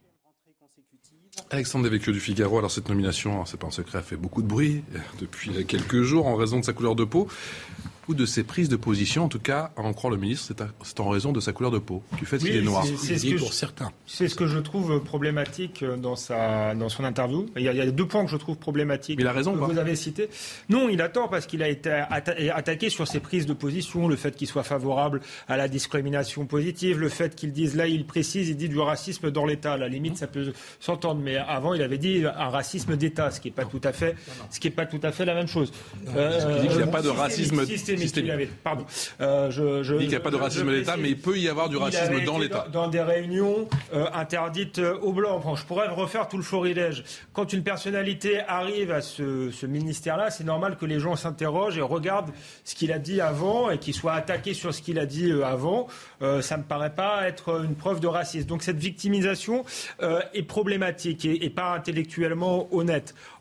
Alexandre Devecchio du Figaro, alors cette nomination, alors c'est pas un secret, a fait beaucoup de bruit depuis quelques jours en raison de sa couleur de peau ou de ses prises de position, en tout cas, à en croire le ministre, c'est en raison de sa couleur de peau, du fait qu'il oui, est noir. C'est, c'est, ce que pour je, certains. C'est ce que je trouve problématique dans, sa, dans son interview. Il y, a, il y a deux points que je trouve problématiques. Mais il a raison, que quoi. Vous avez cité. Non, il a tort parce qu'il a été atta- attaqué sur ses prises de position, le fait qu'il soit favorable à la discrimination positive, le fait qu'il dise, là, il précise, il dit du racisme dans l'État. À la limite, ça peut s'entendre. Mais avant, il avait dit un racisme d'État, ce qui n'est pas tout à fait, ce qui est pas tout à fait la même chose. Non, euh, il dit qu'il n'y a pas de racisme systémique. systémique. Pardon. Euh, je, je, il dit qu'il n'y a pas de racisme d'État, mais il peut y avoir du racisme dans l'État. Dans, dans des réunions euh, interdites euh, aux Blancs. Enfin, je pourrais refaire tout le florilège. Quand une personnalité arrive à ce, ce ministère-là, c'est normal que les gens s'interrogent et regardent ce qu'il a dit avant et qu'il soit attaqué sur ce qu'il a dit euh, avant. Euh, ça ne me paraît pas être une preuve de racisme. Donc cette victimisation euh, est problématique et, et pas intellectuellement honnête.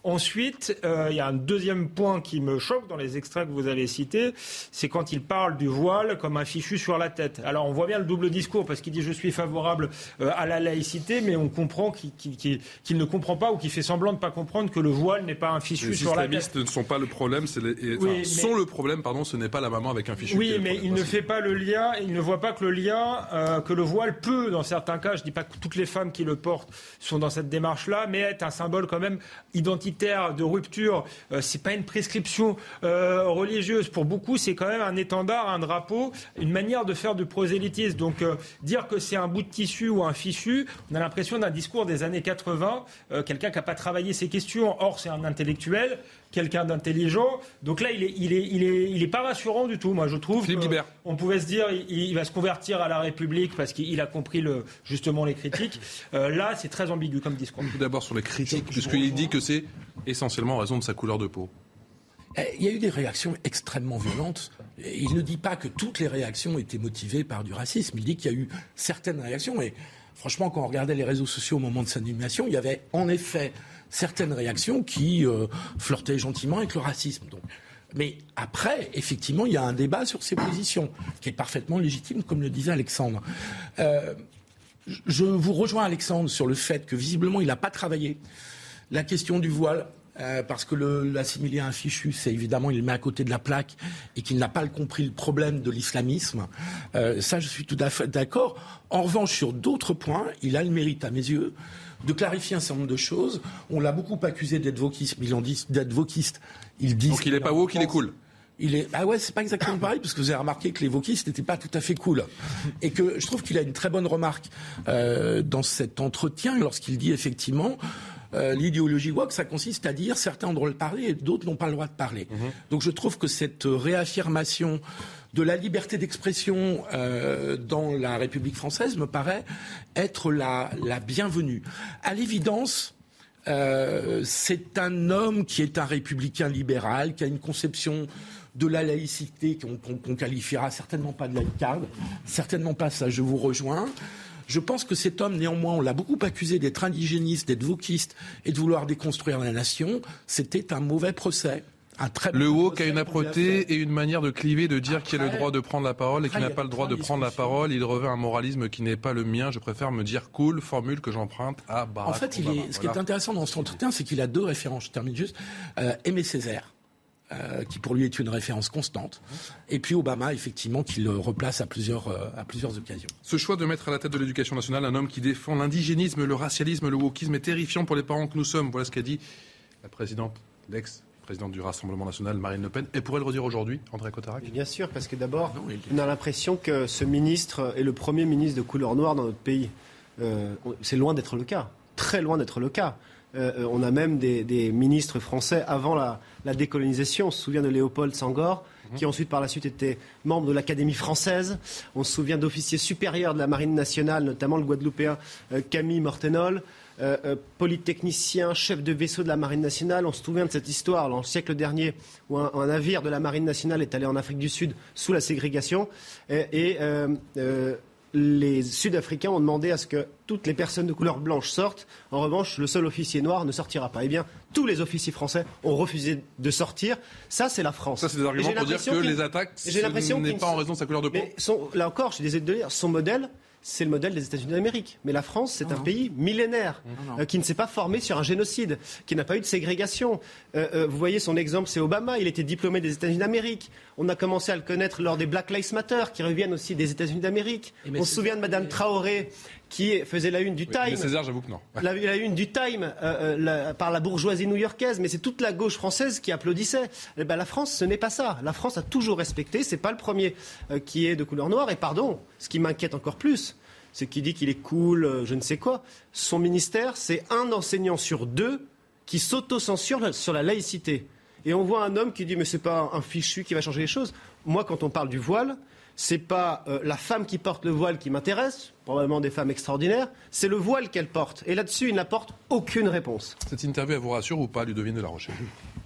Ensuite, euh, il y a un deuxième point qui me choque dans les extraits que vous avez cités, c'est quand il parle du voile comme un fichu sur la tête. Alors on voit bien le double discours, parce qu'il dit je suis favorable euh, à la laïcité, mais on comprend qu'il, qu'il, qu'il, qu'il ne comprend pas ou qu'il fait semblant de ne pas comprendre que le voile n'est pas un fichu les sur la tête. Les islamistes ne sont pas le problème, c'est les, et, oui, enfin, mais, sont le problème, pardon, ce n'est pas la maman avec un fichu. Oui, mais il ne fait pas le lien, il ne voit pas que le lien, euh, que le voile peut, dans certains cas, je ne dis pas que toutes les femmes qui le portent sont dans cette démarche-là, mais est un symbole quand même identitaire de rupture. Euh, c'est pas une prescription euh, religieuse. Pour beaucoup, c'est quand même un étendard, un drapeau, une manière de faire du prosélytisme. Donc euh, dire que c'est un bout de tissu ou un fichu, on a l'impression d'un discours des années quatre-vingts, euh, quelqu'un qui n'a pas travaillé ces questions. Or, c'est un intellectuel, quelqu'un d'intelligent. Donc là, il est, il est, il est, il est pas rassurant du tout. Moi, je trouve. Philippe Guibert. On pouvait se dire, il, il va se convertir à la République parce qu'il a compris le, justement les critiques. Euh, là, c'est très ambigu comme discours. Tout d'abord sur les critiques, puisqu'il dit que c'est essentiellement en raison de sa couleur de peau. Il y a eu des réactions extrêmement violentes. Il ne dit pas que toutes les réactions étaient motivées par du racisme. Il dit qu'il y a eu certaines réactions. Et franchement, quand on regardait les réseaux sociaux au moment de sa nomination, il y avait en effet certaines réactions qui euh, flirtaient gentiment avec le racisme. Donc, mais après, effectivement, il y a un débat sur ses positions, qui est parfaitement légitime, comme le disait Alexandre. Euh, je vous rejoins, Alexandre, sur le fait que visiblement, il n'a pas travaillé la question du voile. Euh, parce que le, l'assimiler à un fichu, c'est évidemment, il le met à côté de la plaque et qu'il n'a pas compris le problème de l'islamisme. Euh, ça, je suis tout à fait d'accord. En revanche, sur d'autres points, il a le mérite, à mes yeux, de clarifier un certain nombre de choses. On l'a beaucoup accusé d'être wokiste, mais il en dit d'être wokiste. Ils disent Donc il n'est pas woke, il est cool. Il est, ah ouais, c'est pas exactement pareil, parce que vous avez remarqué que les wokistes n'étaient pas tout à fait cool. Et que je trouve qu'il a une très bonne remarque euh, dans cet entretien, lorsqu'il dit effectivement... Euh, l'idéologie woke, ça consiste à dire certains ont le droit de parler et d'autres n'ont pas le droit de parler. Mmh. Donc je trouve que cette réaffirmation de la liberté d'expression euh, dans la République française me paraît être la, la bienvenue. À l'évidence, euh, c'est un homme qui est un républicain libéral, qui a une conception de la laïcité qu'on, qu'on, qu'on qualifiera certainement pas de laïcarde, certainement pas ça, je vous rejoins. Je pense que cet homme, néanmoins, on l'a beaucoup accusé d'être indigéniste, d'être wokiste et de vouloir déconstruire la nation. C'était un mauvais procès. Un très le woke a une âpreté et une manière de cliver, de dire qui a le droit de prendre la parole et qui n'a pas le droit de prendre la parole. Il revêt un moralisme qui n'est pas le mien. Je préfère me dire cool, formule que j'emprunte à Barack En fait, il est, ce qui est intéressant dans cet entretien, c'est qu'il a deux références. Je termine juste. Euh, Aimé Césaire. Euh, qui pour lui est une référence constante, et puis Obama, effectivement, qui le replace à plusieurs, euh, à plusieurs occasions. Ce choix de mettre à la tête de l'éducation nationale un homme qui défend l'indigénisme, le racialisme, le wokisme est terrifiant pour les parents que nous sommes. Voilà ce qu'a dit la présidente, l'ex-présidente du Rassemblement national, Marine Le Pen. Et pourrait le redire aujourd'hui, André Cotarac ? Bien sûr, parce que d'abord, non, on a l'impression que ce ministre est le premier ministre de couleur noire dans notre pays. Euh, c'est loin d'être le cas, très loin d'être le cas. Euh, on a même des, des ministres français avant la, la décolonisation. On se souvient de Léopold Senghor, mmh. qui ensuite par la suite était membre de l'Académie française. On se souvient d'officiers supérieurs de la Marine nationale, notamment le Guadeloupéen euh, Camille Mortenol, euh, euh, polytechnicien, chef de vaisseau de la Marine nationale. On se souvient de cette histoire dans le siècle dernier où un, un navire de la Marine nationale est allé en Afrique du Sud sous la ségrégation. Et... et euh, euh, les Sud-Africains ont demandé à ce que toutes les personnes de couleur blanche sortent. En revanche, le seul officier noir ne sortira pas. Eh bien, tous les officiers français ont refusé de sortir. Ça, c'est la France. Ça, c'est des arguments pour dire que les attaques, ce n'est pas en raison de sa couleur de peau. Mais son, là encore, je suis désolé de le dire, son modèle, c'est le modèle des États-Unis d'Amérique. Mais la France, c'est non, un non. pays millénaire, non, non. Euh, qui ne s'est pas formé sur un génocide, qui n'a pas eu de ségrégation. Euh, euh, vous voyez, son exemple, c'est Obama. Il était diplômé des États-Unis d'Amérique. On a commencé à le connaître lors des Black Lives Matter, qui reviennent aussi des États-Unis d'Amérique. On se souvient de Madame Traoré, qui faisait la une du oui, Time. Mais Césaire, j'avoue que non. Ouais. La, la une du Time euh, la, par la bourgeoisie new-yorkaise, mais c'est toute la gauche française qui applaudissait. Eh ben, la France, ce n'est pas ça. La France a toujours respecté. C'est pas le premier euh, qui est de couleur noire. Et pardon, ce qui m'inquiète encore plus, c'est qu'il dit qu'il est cool, euh, je ne sais quoi. Son ministère, c'est un enseignant sur deux qui s'auto-censure sur la laïcité. Et on voit un homme qui dit mais c'est pas un fichu qui va changer les choses. Moi, quand on parle du voile, c'est pas euh, la femme qui porte le voile qui m'intéresse, probablement des femmes extraordinaires, c'est le voile qu'elle porte. Et là-dessus, il n'apporte aucune réponse. Cette interview, elle vous rassure ou pas, Ludovine de La Rochelle ?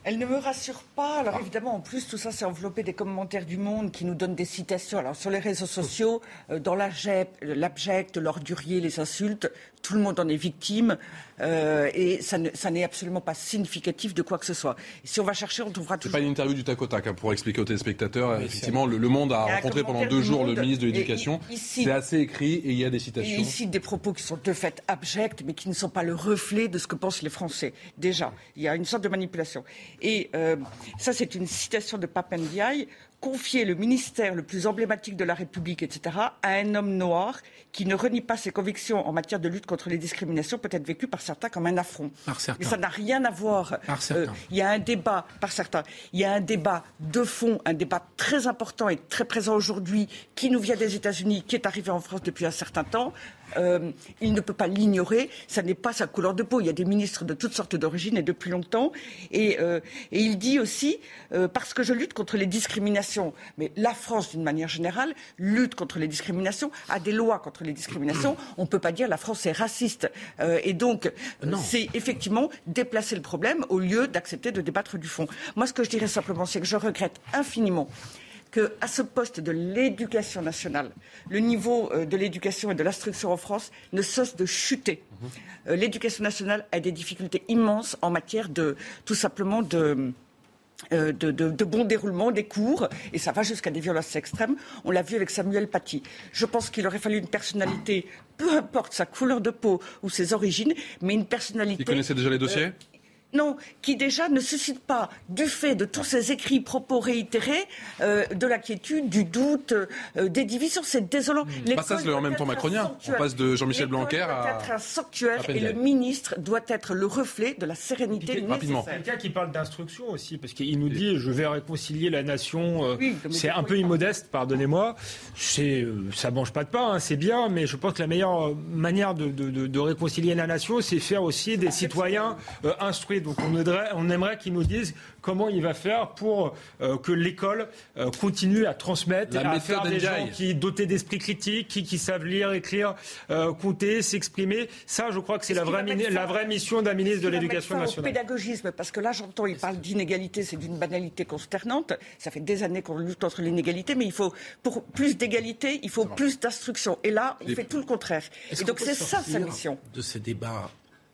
Elle ne me rassure pas. Alors évidemment, en plus, tout ça, c'est enveloppé des commentaires du Monde qui nous donnent des citations. Alors sur les réseaux sociaux, euh, dans l'abject, l'ordurier, les insultes, tout le monde en est victime. Euh, et ça, ne, ça n'est absolument pas significatif de quoi que ce soit. Et si on va chercher, on trouvera toujours... C'est pas une interview du tac au tac, hein, pour expliquer aux téléspectateurs. Oui, effectivement, le, le Monde a rencontré pendant deux jours le ministre de l'Éducation. C'est assez écrit et il y a des citations. Et il cite des propos qui sont de fait abjects, mais qui ne sont pas le reflet de ce que pensent les Français. Déjà, il y a une sorte de manipulation. Et euh, ça, c'est une citation de Pape Ndiaye. Confier le ministère le plus emblématique de la République, et cetera, à un homme noir qui ne renie pas ses convictions en matière de lutte contre les discriminations peut être vécu par certains comme un affront. Par certains. Mais ça n'a rien à voir. Par certains. Euh, il y a un débat, par certains, il y a un débat de fond, un débat très important et très présent aujourd'hui, qui nous vient des États-Unis, qui est arrivé en France depuis un certain temps. Euh, il ne peut pas l'ignorer, ça n'est pas sa couleur de peau. Il y a des ministres de toutes sortes d'origines et depuis longtemps. Et, euh, et il dit aussi, euh, parce que je lutte contre les discriminations, mais la France, d'une manière générale, lutte contre les discriminations, a des lois contre les discriminations. On ne peut pas dire la France est raciste. Euh, et donc, non. C'est effectivement déplacer le problème au lieu d'accepter de débattre du fond. Moi, ce que je dirais simplement, c'est que je regrette infiniment qu'à ce poste de l'éducation nationale, le niveau de l'éducation et de l'instruction en France ne cesse de chuter. Mmh. L'éducation nationale a des difficultés immenses en matière de, tout simplement, de... Euh, de, de, de bon déroulement des cours, et ça va jusqu'à des violences extrêmes. On l'a vu avec Samuel Paty. Je pense qu'il aurait fallu une personnalité, peu importe sa couleur de peau ou ses origines, mais une personnalité... Il connaissait déjà les dossiers euh, Non, qui déjà ne suscite pas, du fait de tous ces écrits, propos réitérés, euh, de l'inquiétude, du doute, euh, des divisions. C'est désolant. Mmh. Bah ça, c'est en même temps macronien. On passe de Jean-Michel Blanquer à... doit être un sanctuaire et le ministre doit être le reflet de la sérénité nécessaire. Quelqu'un qui parle d'instruction aussi, parce qu'il nous dit « je vais réconcilier la nation euh, oui, ». C'est un peu immodeste, pardonnez-moi. C'est, euh, ça mange pas de pain, hein, c'est bien, mais je pense que la meilleure manière de, de, de, de réconcilier la nation, c'est faire aussi des citoyens euh, instruits. Donc on aimerait, on aimerait qu'ils nous disent comment il va faire pour euh, que l'école euh, continue à transmettre, la à faire des gens qui dotés d'esprit critique, qui, qui savent lire, écrire, euh, compter, s'exprimer. Ça, je crois que c'est la vraie, mini- la vraie mission d'un ministre de l'Éducation nationale. Au pédagogisme, parce que là, j'entends, il parle d'inégalité, c'est d'une banalité consternante. Ça fait des années qu'on lutte contre l'inégalité, mais il faut, pour plus d'égalité, il faut plus d'instruction. Et là, on fait tout le contraire. Et donc c'est ça sa mission. De ces débats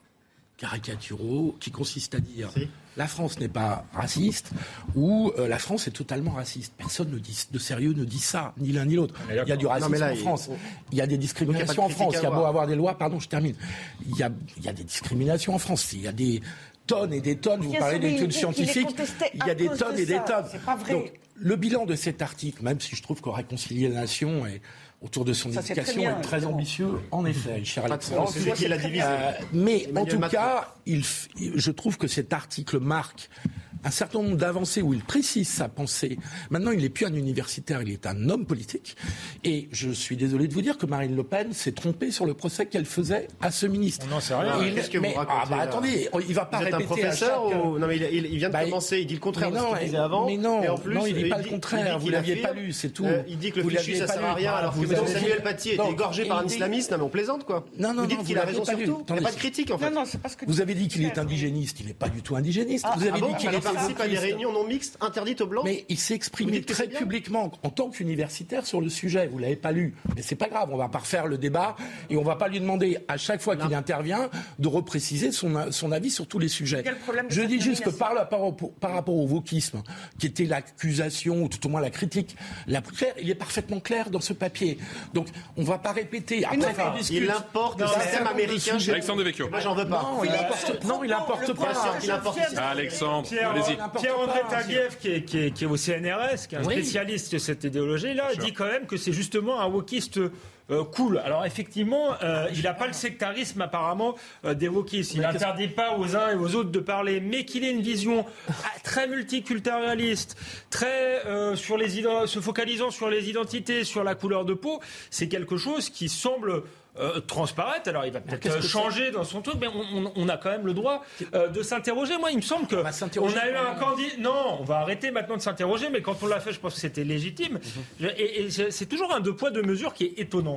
caricaturaux qui consistent à dire si. La France n'est pas raciste ou euh, la France est totalement raciste. Personne ne dit, de sérieux ne dit ça, ni l'un ni l'autre. Il y a du racisme non, là, en France, il, faut... il y a des discriminations en France, il y a beau avoir des lois, pardon, je termine. Il y a, il y a des discriminations en France, il y a des tonnes et des tonnes, vous parlez d'études scientifiques, il y a des tonnes et des tonnes. C'est pas vrai. Donc, le bilan de cet article, même si je trouve qu'on réconcilie la nation et autour de son ça, éducation, très bien, est très évidemment. ambitieux, en effet, cher Alexandre. C'est qui l'a divisé. Euh, mais Emmanuel en tout Macron. cas, il, je trouve que cet article marque un certain nombre d'avancées où il précise sa pensée. Maintenant, il n'est plus un universitaire, il est un homme politique. Et je suis désolé de vous dire que Marine Le Pen s'est trompée sur le procès qu'elle faisait à ce ministre. On n'en sait rien. Il, Qu'est-ce que mais, vous racontez, ah bah attendez, il ne va pas vous êtes répéter un professeur à chaque... ou... Non, mais il, il vient de bah, commencer, il dit le contraire de ce qu'il disait avant. Mais non, et en plus, non il ne dit pas il le dit, contraire, vous ne l'aviez pas lu, c'est tout. Euh, il dit que le fichu, ça ne sert à rien, alors que Samuel Paty était égorgé par un islamiste. Non, mais on plaisante, quoi. Non, non, vous dites qu'il a raison sur tout. Il n'y a pas de critique, en fait. Vous avez dit qu'il est indigéniste, il n'est pas du tout indigéniste. Vous avez dit qu'il participe à des réunions non mixtes interdites aux Blancs. Mais il s'est exprimé très publiquement en tant qu'universitaire sur le sujet. Vous ne l'avez pas lu. Mais c'est pas grave, on ne va pas refaire le débat et on ne va pas lui demander à chaque fois qu'il intervient de repréciser son, son avis sur tous les sujets. Je dis juste que par, la, par, par rapport au wokisme, qui était l'accusation, ou tout au moins la critique, la, il est parfaitement clair dans ce papier. Donc on ne va pas répéter. Après, enfin, il importe le système américain. Alexandre Devecchio. Moi, j'en veux pas. Non, il importe, non, il importe pas. Alexandre, allez-y. Pierre-André Taguieff, qui est, qui, est, qui est au C N R S, qui est un oui. spécialiste de cette idéologie-là, sure. dit quand même que c'est justement un wokiste euh, cool. Alors effectivement, euh, il n'a pas le sectarisme appararement euh, des wokistes. Il n'interdit pas aux uns et aux autres de parler, mais qu'il ait une vision très multiculturaliste, très euh, sur les ident- se focalisant sur les identités, sur la couleur de peau, c'est quelque chose qui semble Euh, transparaître. Alors il va peut-être euh, changer dans son truc, mais on, on, on a quand même le droit euh, de s'interroger. Moi, il me semble que on, on a eu un candidat. Non, on va arrêter maintenant de s'interroger, mais quand on l'a fait, je pense que c'était légitime. Mm-hmm. Et, et c'est toujours un deux poids deux mesures qui est étonnant.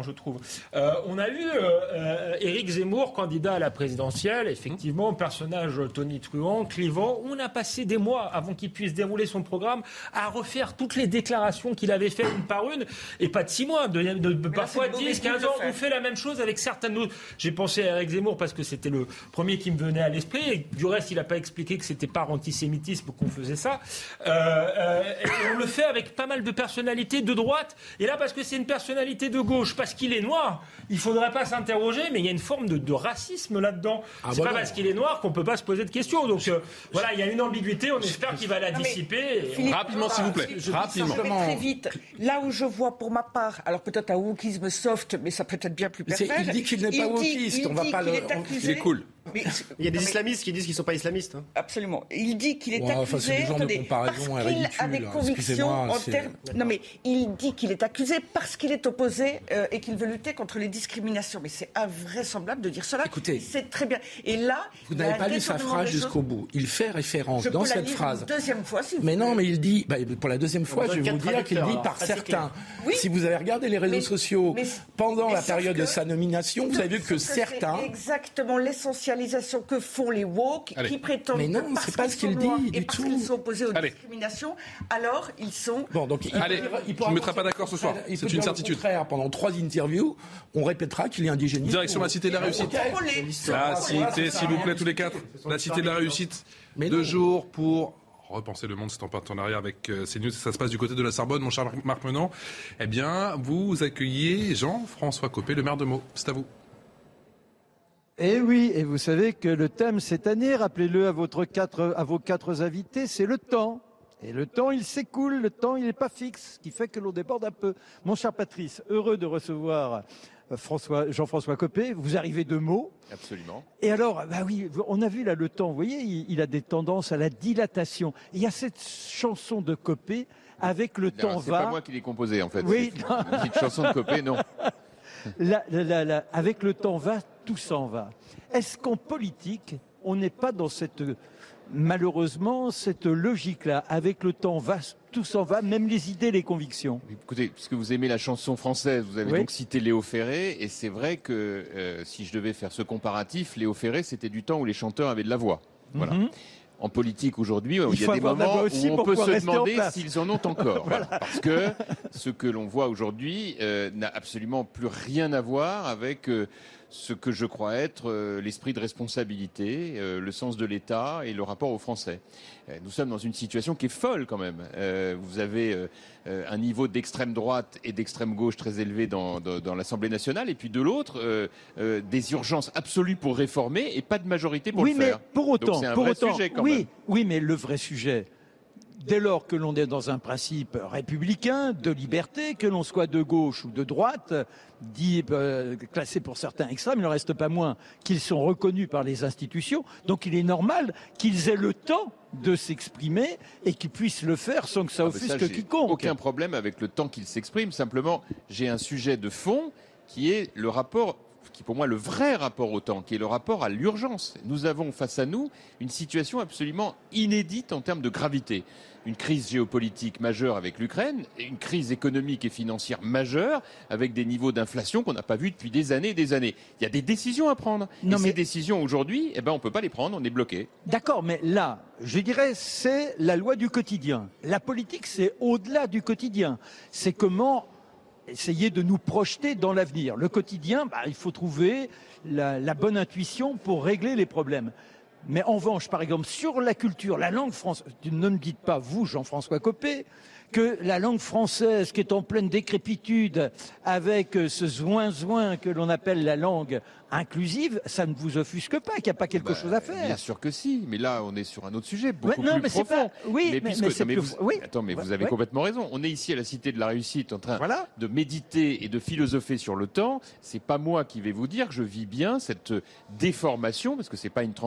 je trouve. Euh, on a eu euh, Éric Zemmour, candidat à la présidentielle, effectivement, personnage tonitruant, clivant. On a passé des mois avant qu'il puisse dérouler son programme à refaire toutes les déclarations qu'il avait faites une par une, et pas de six mois, de, de, de parfois dix, quinze ans. On fait la même chose avec certaines autres. J'ai pensé à Éric Zemmour parce que c'était le premier qui me venait à l'esprit, et du reste, il n'a pas expliqué que c'était par antisémitisme qu'on faisait ça. Euh, euh, et on le fait avec pas mal de personnalités de droite, et là, parce que c'est une personnalité de gauche, parce qu'il est noir, il ne faudrait pas s'interroger, mais il y a une forme de, de racisme là-dedans. Ah, c'est voilà. Pas parce qu'il est noir qu'on ne peut pas se poser de questions. Donc euh, voilà, il y a une ambiguïté, on espère qu'il va la dissiper. Philippe, rapidement, s'il vous plaît. Je, je rapidement. Très vite. Là où je vois, pour ma part, alors peut-être un wokisme soft, mais ça peut être bien plus pervers. Il dit qu'il n'est pas wokiste, on va pas le... Il est cool. Mais, il y a des islamistes qui disent qu'ils ne sont pas islamistes. Hein. Absolument. Il dit qu'il est ouais, accusé enfin, c'est des genres de comparaison parce qu'il a des convictions en termes... Non mais il dit qu'il est accusé parce qu'il est opposé euh, et qu'il veut lutter contre les discriminations. Mais c'est invraisemblable de dire cela. Écoutez, c'est très bien. Et là, vous n'avez pas lu sa phrase jusqu'au bout. Il fait référence je dans cette cette phrase. Une deuxième fois, si vous mais voulez. non, mais il dit, bah, pour la deuxième fois, je vais vous dire qu'il dit par certains. Oui. Si vous avez regardé les réseaux mais, sociaux mais, pendant mais la période que, de sa nomination, vous avez vu que, que certains. C'est exactement l'essentialisation que font les woke Allez. Qui prétendent mais non, que parce c'est pas ce qu'il dit et du parce tout. qu'ils sont opposés aux Allez. discriminations, alors ils sont. Bon, donc il, Allez, il ne mettra pas d'accord ce soir. C'est une certitude. Pendant trois interviews, on répétera qu'il est indigéniste. Direction la Cité de la Réussite. La Cité, s'il vous plaît, tous les quatre. La Cité de la Réussite. Deux jours pour repenser le monde, c'est en partenariat avec CNews. Ça se passe du côté de la Sorbonne, mon cher Marc Menant. Eh bien, vous accueillez Jean-François Copé, le maire de Meaux. C'est à vous. Eh oui, et vous savez que le thème cette année, rappelez-le à, votre quatre, à vos quatre invités, c'est le temps. Et le temps, il s'écoule, le temps, il n'est pas fixe, ce qui fait que l'on déborde un peu. Mon cher Patrice, heureux de recevoir François, Jean-François Copé. Vous arrivez de Meaux. Absolument. Et alors, bah oui, on a vu là le temps, vous voyez, il, il a des tendances à la dilatation. Il y a cette chanson de Copé, avec le temps va... C'est pas moi qui l'ai composée, en fait. Oui. C'est une petite chanson de Copé, non. La, la, la, la, avec le temps va, tout s'en va. Est-ce qu'en politique, on n'est pas dans cette, malheureusement, cette logique-là? Avec le temps va, tout s'en va, même les idées, les convictions. Écoutez, puisque vous aimez la chanson française, vous avez oui. donc cité Léo Ferré, et c'est vrai que euh, si je devais faire ce comparatif, Léo Ferré, c'était du temps où les chanteurs avaient de la voix. Voilà. Mm-hmm. En politique aujourd'hui, il, il y a des moments où on peut se demander s'ils en ont encore. Voilà. Voilà. Parce que ce que l'on voit aujourd'hui euh, n'a absolument plus rien à voir avec euh, ce que je crois être euh, l'esprit de responsabilité, euh, le sens de l'État et le rapport aux Français. Euh, nous sommes dans une situation qui est folle quand même. Euh, vous avez euh, un niveau d'extrême droite et d'extrême gauche très élevé dans, dans, dans l'Assemblée nationale, et puis de l'autre, euh, euh, des urgences absolues pour réformer et pas de majorité pour oui, le mais faire. Pour autant, Donc c'est un pour vrai autant, sujet quand oui, même. Oui, mais le vrai sujet, dès lors que l'on est dans un principe républicain, de liberté, que l'on soit de gauche ou de droite, dit, euh, classé pour certains extrêmes, il n'en reste pas moins qu'ils sont reconnus par les institutions. Donc il est normal qu'ils aient le temps de s'exprimer et qu'ils puissent le faire sans que ça offusque ah ça, quiconque. Aucun problème avec le temps qu'ils s'expriment. Simplement, j'ai un sujet de fond qui est le rapport, qui pour moi le vrai rapport au temps, qui est le rapport à l'urgence. Nous avons face à nous une situation absolument inédite en termes de gravité. Une crise géopolitique majeure avec l'Ukraine, et une crise économique et financière majeure avec des niveaux d'inflation qu'on n'a pas vus depuis des années et des années. Il y a des décisions à prendre. Non, et mais... ces décisions aujourd'hui, eh ben, on ne peut pas les prendre, on est bloqué. D'accord, mais là, je dirais, c'est la loi du quotidien. La politique, c'est au-delà du quotidien. C'est comment essayer de nous projeter dans l'avenir. Le quotidien, bah, il faut trouver la, la bonne intuition pour régler les problèmes. Mais en revanche, par exemple, sur la culture, la langue française, ne me dites pas, vous, Jean-François Copé, que la langue française, qui est en pleine décrépitude, avec ce zoin-zoin que l'on appelle la langue inclusive, ça ne vous offusque pas, qu'il n'y a pas quelque bah, chose à faire. Bien sûr que si, mais là, on est sur un autre sujet, beaucoup ouais, non, plus mais profond. Pas... Oui, mais, puisque... mais c'est non, mais plus... vous... oui. Attends, mais ouais, vous avez ouais. complètement raison. On est ici à la Cité de la Réussite en train voilà. de méditer et de philosopher sur le temps. C'est pas moi qui vais vous dire que je vis bien cette déformation, parce que c'est pas une transformation, c'est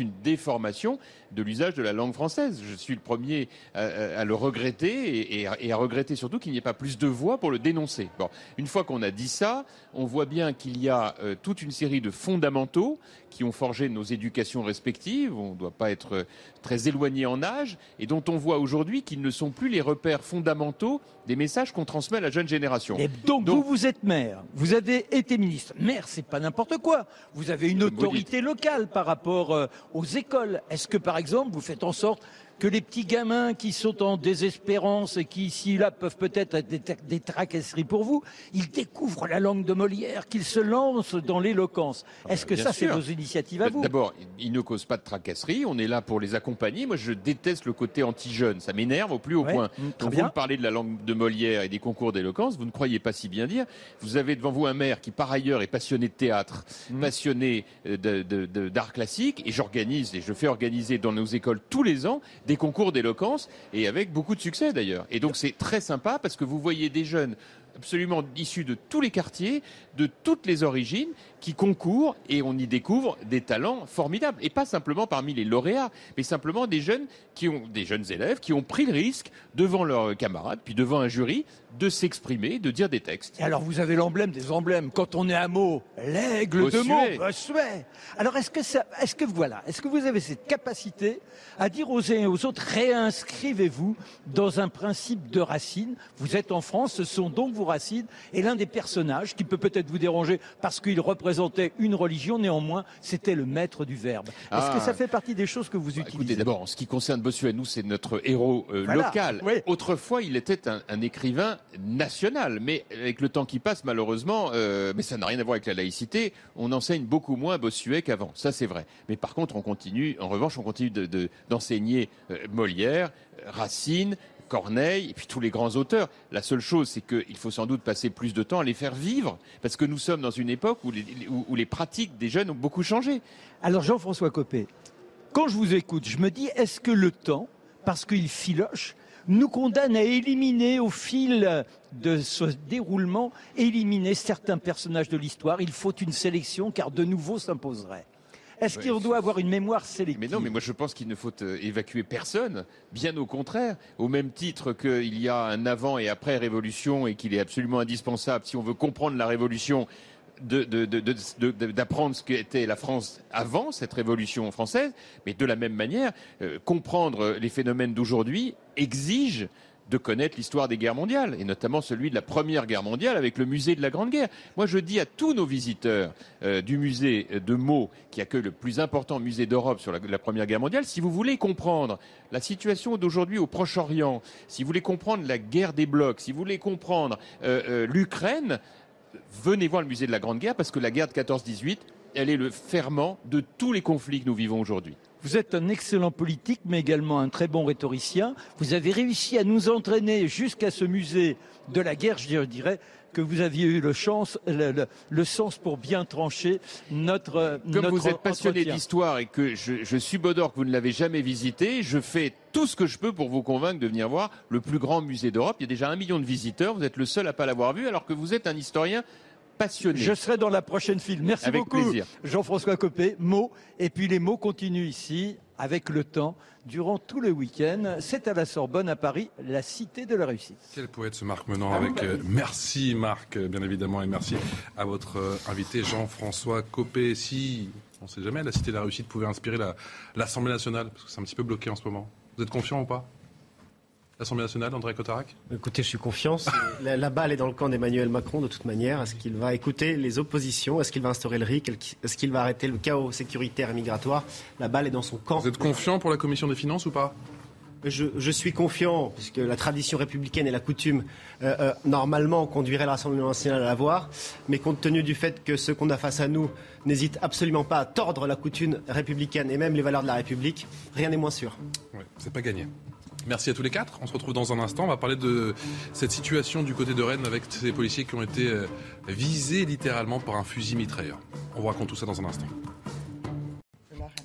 une déformation de l'usage de la langue française. Je suis le premier à, à le regretter et, et à regretter surtout qu'il n'y ait pas plus de voix pour le dénoncer. Bon, une fois qu'on a dit ça, on voit bien qu'il y a euh, toute une série de fondamentaux qui ont forgé nos éducations respectives. On ne doit pas être euh, très éloigné en âge et dont on voit aujourd'hui qu'ils ne sont plus les repères fondamentaux des messages qu'on transmet à la jeune génération. Et donc, donc vous, vous êtes maire, vous avez été ministre. Maire, c'est pas n'importe quoi. Vous avez une autorité locale par rapport euh, aux écoles. Est-ce que, par exemple, vous faites en sorte que les petits gamins qui sont en désespérance et qui, ici là, peuvent peut-être être des, des tracasseries pour vous, ils découvrent la langue de Molière, qu'ils se lancent dans l'éloquence. Est-ce que Bien ça, sûr. c'est vos initiatives à vous? D'abord, ils ne causent pas de tracasseries. On est là pour les accompagner. Moi, je déteste le côté anti-jeune. Ça m'énerve au plus haut Ouais, point. mmh, très Quand bien. vous me parlez de la langue de Molière et des concours d'éloquence, vous ne croyez pas si bien dire. Vous avez devant vous un maire qui, par ailleurs, est passionné de théâtre, Mmh. passionné de, de- de- d'art classique. Et j'organise, et je fais organiser dans nos écoles tous les ans des concours d'éloquence, et avec beaucoup de succès d'ailleurs. Et donc c'est très sympa parce que vous voyez des jeunes absolument issus de tous les quartiers, de toutes les origines, qui concourent et on y découvre des talents formidables. Et pas simplement parmi les lauréats, mais simplement des jeunes qui ont, des jeunes élèves qui ont pris le risque devant leurs camarades, puis devant un jury, de s'exprimer, de dire des textes. Et alors, vous avez l'emblème des emblèmes. Quand on est à Meaux, l'aigle de Meaux, Bossuet. Bossuet. Alors, est-ce que ça, est-ce que voilà, est-ce que vous avez cette capacité à dire aux uns et aux autres, réinscrivez-vous dans un principe de racine? Vous êtes en France, ce sont donc vos racines. Et l'un des personnages qui peut peut-être vous déranger parce qu'il représentait une religion, néanmoins, c'était le maître du verbe. Est-ce Ah. que ça fait partie des choses que vous Bah, utilisez? écoutez, d'abord, en ce qui concerne Bossuet, nous, c'est notre héros euh, Voilà, local. oui. Autrefois, il était un, un écrivain national, mais avec le temps qui passe, malheureusement, euh, mais ça n'a rien à voir avec la laïcité, on enseigne beaucoup moins Bossuet qu'avant. Ça, c'est vrai. Mais par contre, on continue, en revanche, on continue de, de- d'enseigner euh, Molière, euh, Racine, Corneille, et puis tous les grands auteurs. La seule chose, c'est qu'il faut sans doute passer plus de temps à les faire vivre, parce que nous sommes dans une époque où les, où- où les pratiques des jeunes ont beaucoup changé. Alors, Jean-François Copé, quand je vous écoute, je me dis, est-ce que le temps, parce qu'il filoche, nous condamne à éliminer au fil de ce déroulement, éliminer certains personnages de l'histoire? Il faut une sélection, car de nouveau s'imposerait. Est-ce Ouais, qu'on doit avoir une mémoire sélective? Mais non, mais moi je pense qu'il ne faut euh, évacuer personne, bien au contraire. Au même titre qu'il y a un avant et après Révolution et qu'il est absolument indispensable, si on veut comprendre la Révolution, de, de, de, de, de, de, d'apprendre ce qu'était la France avant cette Révolution française. Mais de la même manière, euh, comprendre les phénomènes d'aujourd'hui exige de connaître l'histoire des guerres mondiales, et notamment celui de la Première Guerre mondiale avec le musée de la Grande Guerre. Moi, je dis à tous nos visiteurs euh, du musée de Meaux, qui accueille le plus important musée d'Europe sur la, la Première Guerre mondiale, si vous voulez comprendre la situation d'aujourd'hui au Proche-Orient, si vous voulez comprendre la guerre des blocs, si vous voulez comprendre euh, euh, l'Ukraine, venez voir le musée de la Grande Guerre, parce que la guerre de quatorze dix-huit, elle est le ferment de tous les conflits que nous vivons aujourd'hui. Vous êtes un excellent politique, mais également un très bon rhétoricien. Vous avez réussi à nous entraîner jusqu'à ce musée de la guerre, je dirais, que vous aviez eu le, chance, le, le, le sens pour bien trancher notre Comme notre vous êtes passionné entretien. d'histoire et que je, je subodore que vous ne l'avez jamais visité, je fais tout ce que je peux pour vous convaincre de venir voir le plus grand musée d'Europe. Il y a déjà un million de visiteurs, vous êtes le seul à ne pas l'avoir vu, alors que vous êtes un historien passionné. Je serai dans la prochaine file. Merci Avec beaucoup, plaisir. Jean-François Copé. Mots. Et puis les mots continuent ici, avec le temps, durant tout le week-end. C'est à la Sorbonne, à Paris, la cité de la réussite. Quel poète ce Marc Menant avec euh, merci Marc, euh, bien évidemment, et merci à votre euh, invité Jean-François Copé. Si, on ne sait jamais, la cité de la réussite pouvait inspirer la, l'Assemblée nationale, parce que c'est un petit peu bloqué en ce moment. Vous êtes confiant ou pas? L'Assemblée nationale, André Cotarac? Écoutez, je suis confiant. La, la balle est dans le camp d'Emmanuel Macron, de toute manière. Est-ce qu'il va écouter les oppositions? Est-ce qu'il va instaurer le R I C? Est-ce qu'il va arrêter le chaos sécuritaire et migratoire? La balle est dans son camp. Vous êtes confiant pour la Commission des finances ou pas? Je, je suis confiant, puisque la tradition républicaine et la coutume, euh, euh, normalement, conduiraient l'Assemblée nationale à l'avoir. Mais compte tenu du fait que ceux qu'on a face à nous n'hésitent absolument pas à tordre la coutume républicaine et même les valeurs de la République, rien n'est moins sûr. Oui, c'est pas gagné. Merci à tous les quatre. On se retrouve dans un instant. On va parler de cette situation du côté de Rennes avec ces policiers qui ont été visés littéralement par un fusil mitrailleur. On vous raconte tout ça dans un instant.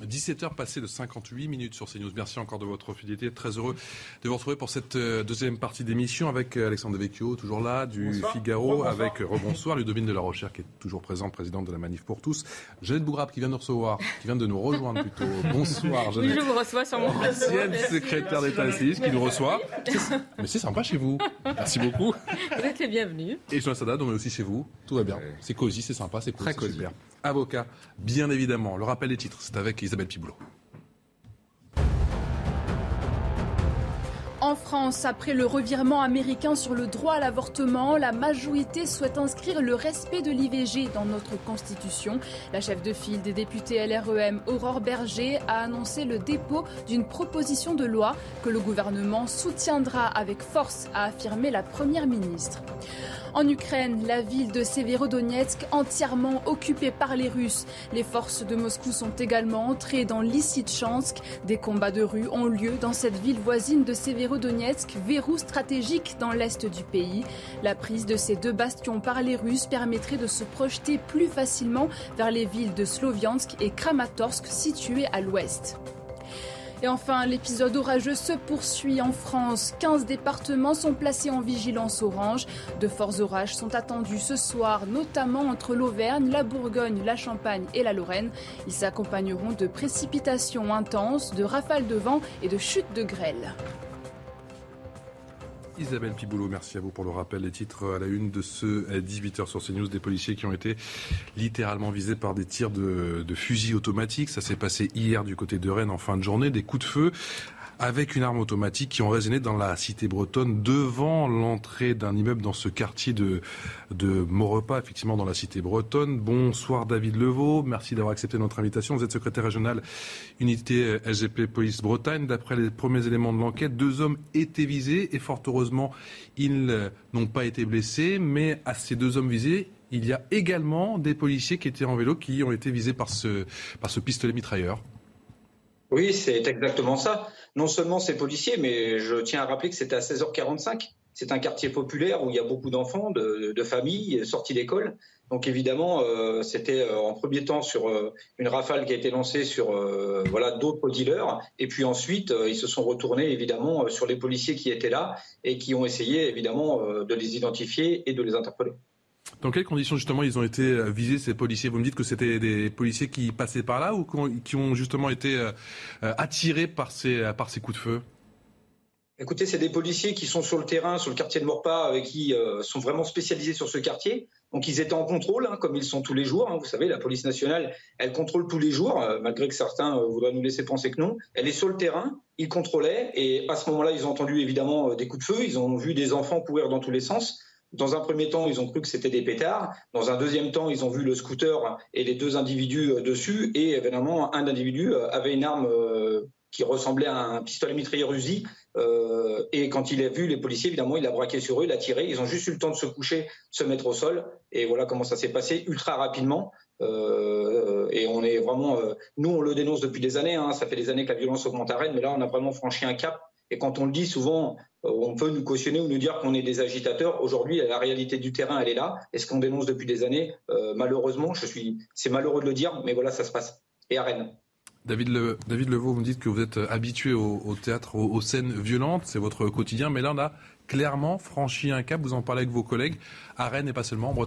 dix-sept heures passées de cinquante-huit minutes sur CNews. Merci encore de votre fidélité. Très heureux de vous retrouver pour cette deuxième partie d'émission avec Alexandre Devecchio, toujours là, du Bonsoir. Figaro, Rebonsoir. Avec Rebonsoir, Ludovine de la Rochère, qui est toujours présente, présidente de la Manif pour tous. Jeannette Bougrab, qui vient de nous recevoir, qui vient de nous rejoindre plutôt. Bonsoir, Jeannette. Oui, je vous reçois sur mon plateau. Ancienne secrétaire d'État essayiste qui nous reçoit. Mais c'est sympa chez vous. Merci beaucoup. Vous êtes les bienvenus. Et Jean Sada, on est aussi chez vous. Tout va bien. C'est cosy, c'est sympa, c'est cool, très cosy. Super. Avocat, bien évidemment. Le rappel des titres, c'est avec Isabelle Piboulot. En France, après le revirement américain sur le droit à l'avortement, la majorité souhaite inscrire le respect de l'I V G dans notre Constitution. La chef de file des députés L R E M, Aurore Berger, a annoncé le dépôt d'une proposition de loi que le gouvernement soutiendra avec force, a affirmé la première ministre. En Ukraine, la ville de Severodonetsk entièrement occupée par les Russes. Les forces de Moscou sont également entrées dans Lysychansk. Des combats de rue ont lieu dans cette ville voisine de Severodonetsk, verrou stratégique dans l'est du pays. La prise de ces deux bastions par les Russes permettrait de se projeter plus facilement vers les villes de Sloviansk et Kramatorsk situées à l'ouest. Et enfin, l'épisode orageux se poursuit en France. quinze départements sont placés en vigilance orange. De forts orages sont attendus ce soir, notamment entre l'Auvergne, la Bourgogne, la Champagne et la Lorraine. Ils s'accompagneront de précipitations intenses, de rafales de vent et de chutes de grêle. Isabelle Piboulot, merci à vous pour le rappel des titres à la une de ce dix-huit heures sur CNews. Des policiers qui ont été littéralement visés par des tirs de, de fusils automatiques. Ça s'est passé hier du côté de Rennes en fin de journée. Des coups de feu avec une arme automatique qui ont résonné dans la cité bretonne devant l'entrée d'un immeuble dans ce quartier de, de Maurepas, effectivement dans la cité bretonne. Bonsoir David Levaux, merci d'avoir accepté notre invitation. Vous êtes secrétaire régional unité S G P Police Bretagne. D'après les premiers éléments de l'enquête, deux hommes étaient visés et fort heureusement ils n'ont pas été blessés, mais à ces deux hommes visés, il y a également des policiers qui étaient en vélo qui ont été visés par ce, par ce pistolet mitrailleur. Oui, c'est exactement ça. Non seulement ces policiers, mais je tiens à rappeler que c'était à seize heures quarante-cinq. C'est un quartier populaire où il y a beaucoup d'enfants, de, de familles sortis d'école. Donc évidemment, euh, c'était euh, en premier temps sur euh, une rafale qui a été lancée sur euh, voilà, d'autres dealers. Et puis ensuite, euh, ils se sont retournés évidemment euh, sur les policiers qui étaient là et qui ont essayé évidemment euh, de les identifier et de les interpeller. Dans quelles conditions justement ils ont été visés ces policiers ? Vous me dites que c'était des policiers qui passaient par là ou qui ont justement été euh, attirés par ces, par ces coups de feu ? Écoutez, c'est des policiers qui sont sur le terrain, sur le quartier de Maurepas, euh, qui euh, sont vraiment spécialisés sur ce quartier. Donc ils étaient en contrôle, hein, comme ils sont tous les jours. Hein. Vous savez, la police nationale, elle contrôle tous les jours, euh, malgré que certains euh, voudraient nous laisser penser que non. Elle est sur le terrain, ils contrôlaient, et à ce moment-là, ils ont entendu évidemment euh, des coups de feu, ils ont vu des enfants courir dans tous les sens. Dans un premier temps, ils ont cru que c'était des pétards. Dans un deuxième temps, ils ont vu le scooter et les deux individus euh, dessus, et évidemment, un individu euh, avait une arme euh, qui ressemblait à un pistolet mitrailleur Uzi. Euh, et quand il a vu les policiers, évidemment, il a braqué sur eux, il a tiré. Ils ont juste eu le temps de se coucher, se mettre au sol. Et voilà comment ça s'est passé, ultra rapidement. Euh, et on est vraiment... Euh, nous, on le dénonce depuis des années. Hein, ça fait des années que la violence augmente à Rennes, mais là, on a vraiment franchi un cap. Et quand on le dit, souvent, euh, on peut nous cautionner ou nous dire qu'on est des agitateurs. Aujourd'hui, la réalité du terrain, elle est là. Et ce qu'on dénonce depuis des années, euh, malheureusement, je suis, c'est malheureux de le dire, mais voilà, ça se passe. Et à Rennes. David, Le, David Levaux, vous me dites que vous êtes habitué au, au théâtre, aux, aux scènes violentes, c'est votre quotidien, mais là on a clairement franchi un cap, vous en parlez avec vos collègues, à Rennes et pas seulement en Bretagne ?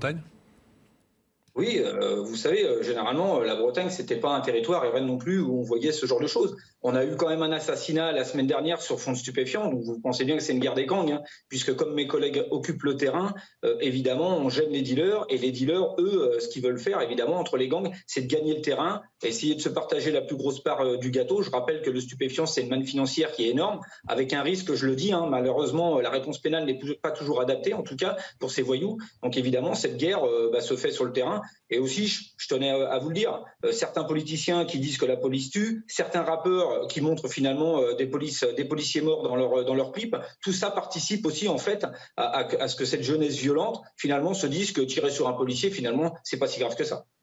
Oui, euh, vous savez, euh, généralement, euh, la Bretagne, c'était pas un territoire, et Rennes non plus, où on voyait ce genre de choses. On a eu quand même un assassinat la semaine dernière sur fond de stupéfiants, donc vous pensez bien que c'est une guerre des gangs, hein, puisque comme mes collègues occupent le terrain, euh, évidemment, on gêne les dealers, et les dealers, eux, euh, ce qu'ils veulent faire, évidemment, entre les gangs, c'est de gagner le terrain, essayer de se partager la plus grosse part euh, du gâteau. Je rappelle que le stupéfiant, c'est une manne financière qui est énorme, avec un risque, je le dis, hein, malheureusement, la réponse pénale n'est pas toujours adaptée, en tout cas, pour ces voyous. Donc évidemment, cette guerre euh, bah, se fait sur le terrain. Et aussi, je tenais à vous le dire, euh, certains politiciens qui disent que la police tue, certains rappeurs qui montrent finalement euh, des, polices, des policiers morts dans leur, dans leur clip, tout ça participe aussi en fait à, à, à ce que cette jeunesse violente finalement se dise que tirer sur un policier finalement c'est pas si grave que ça.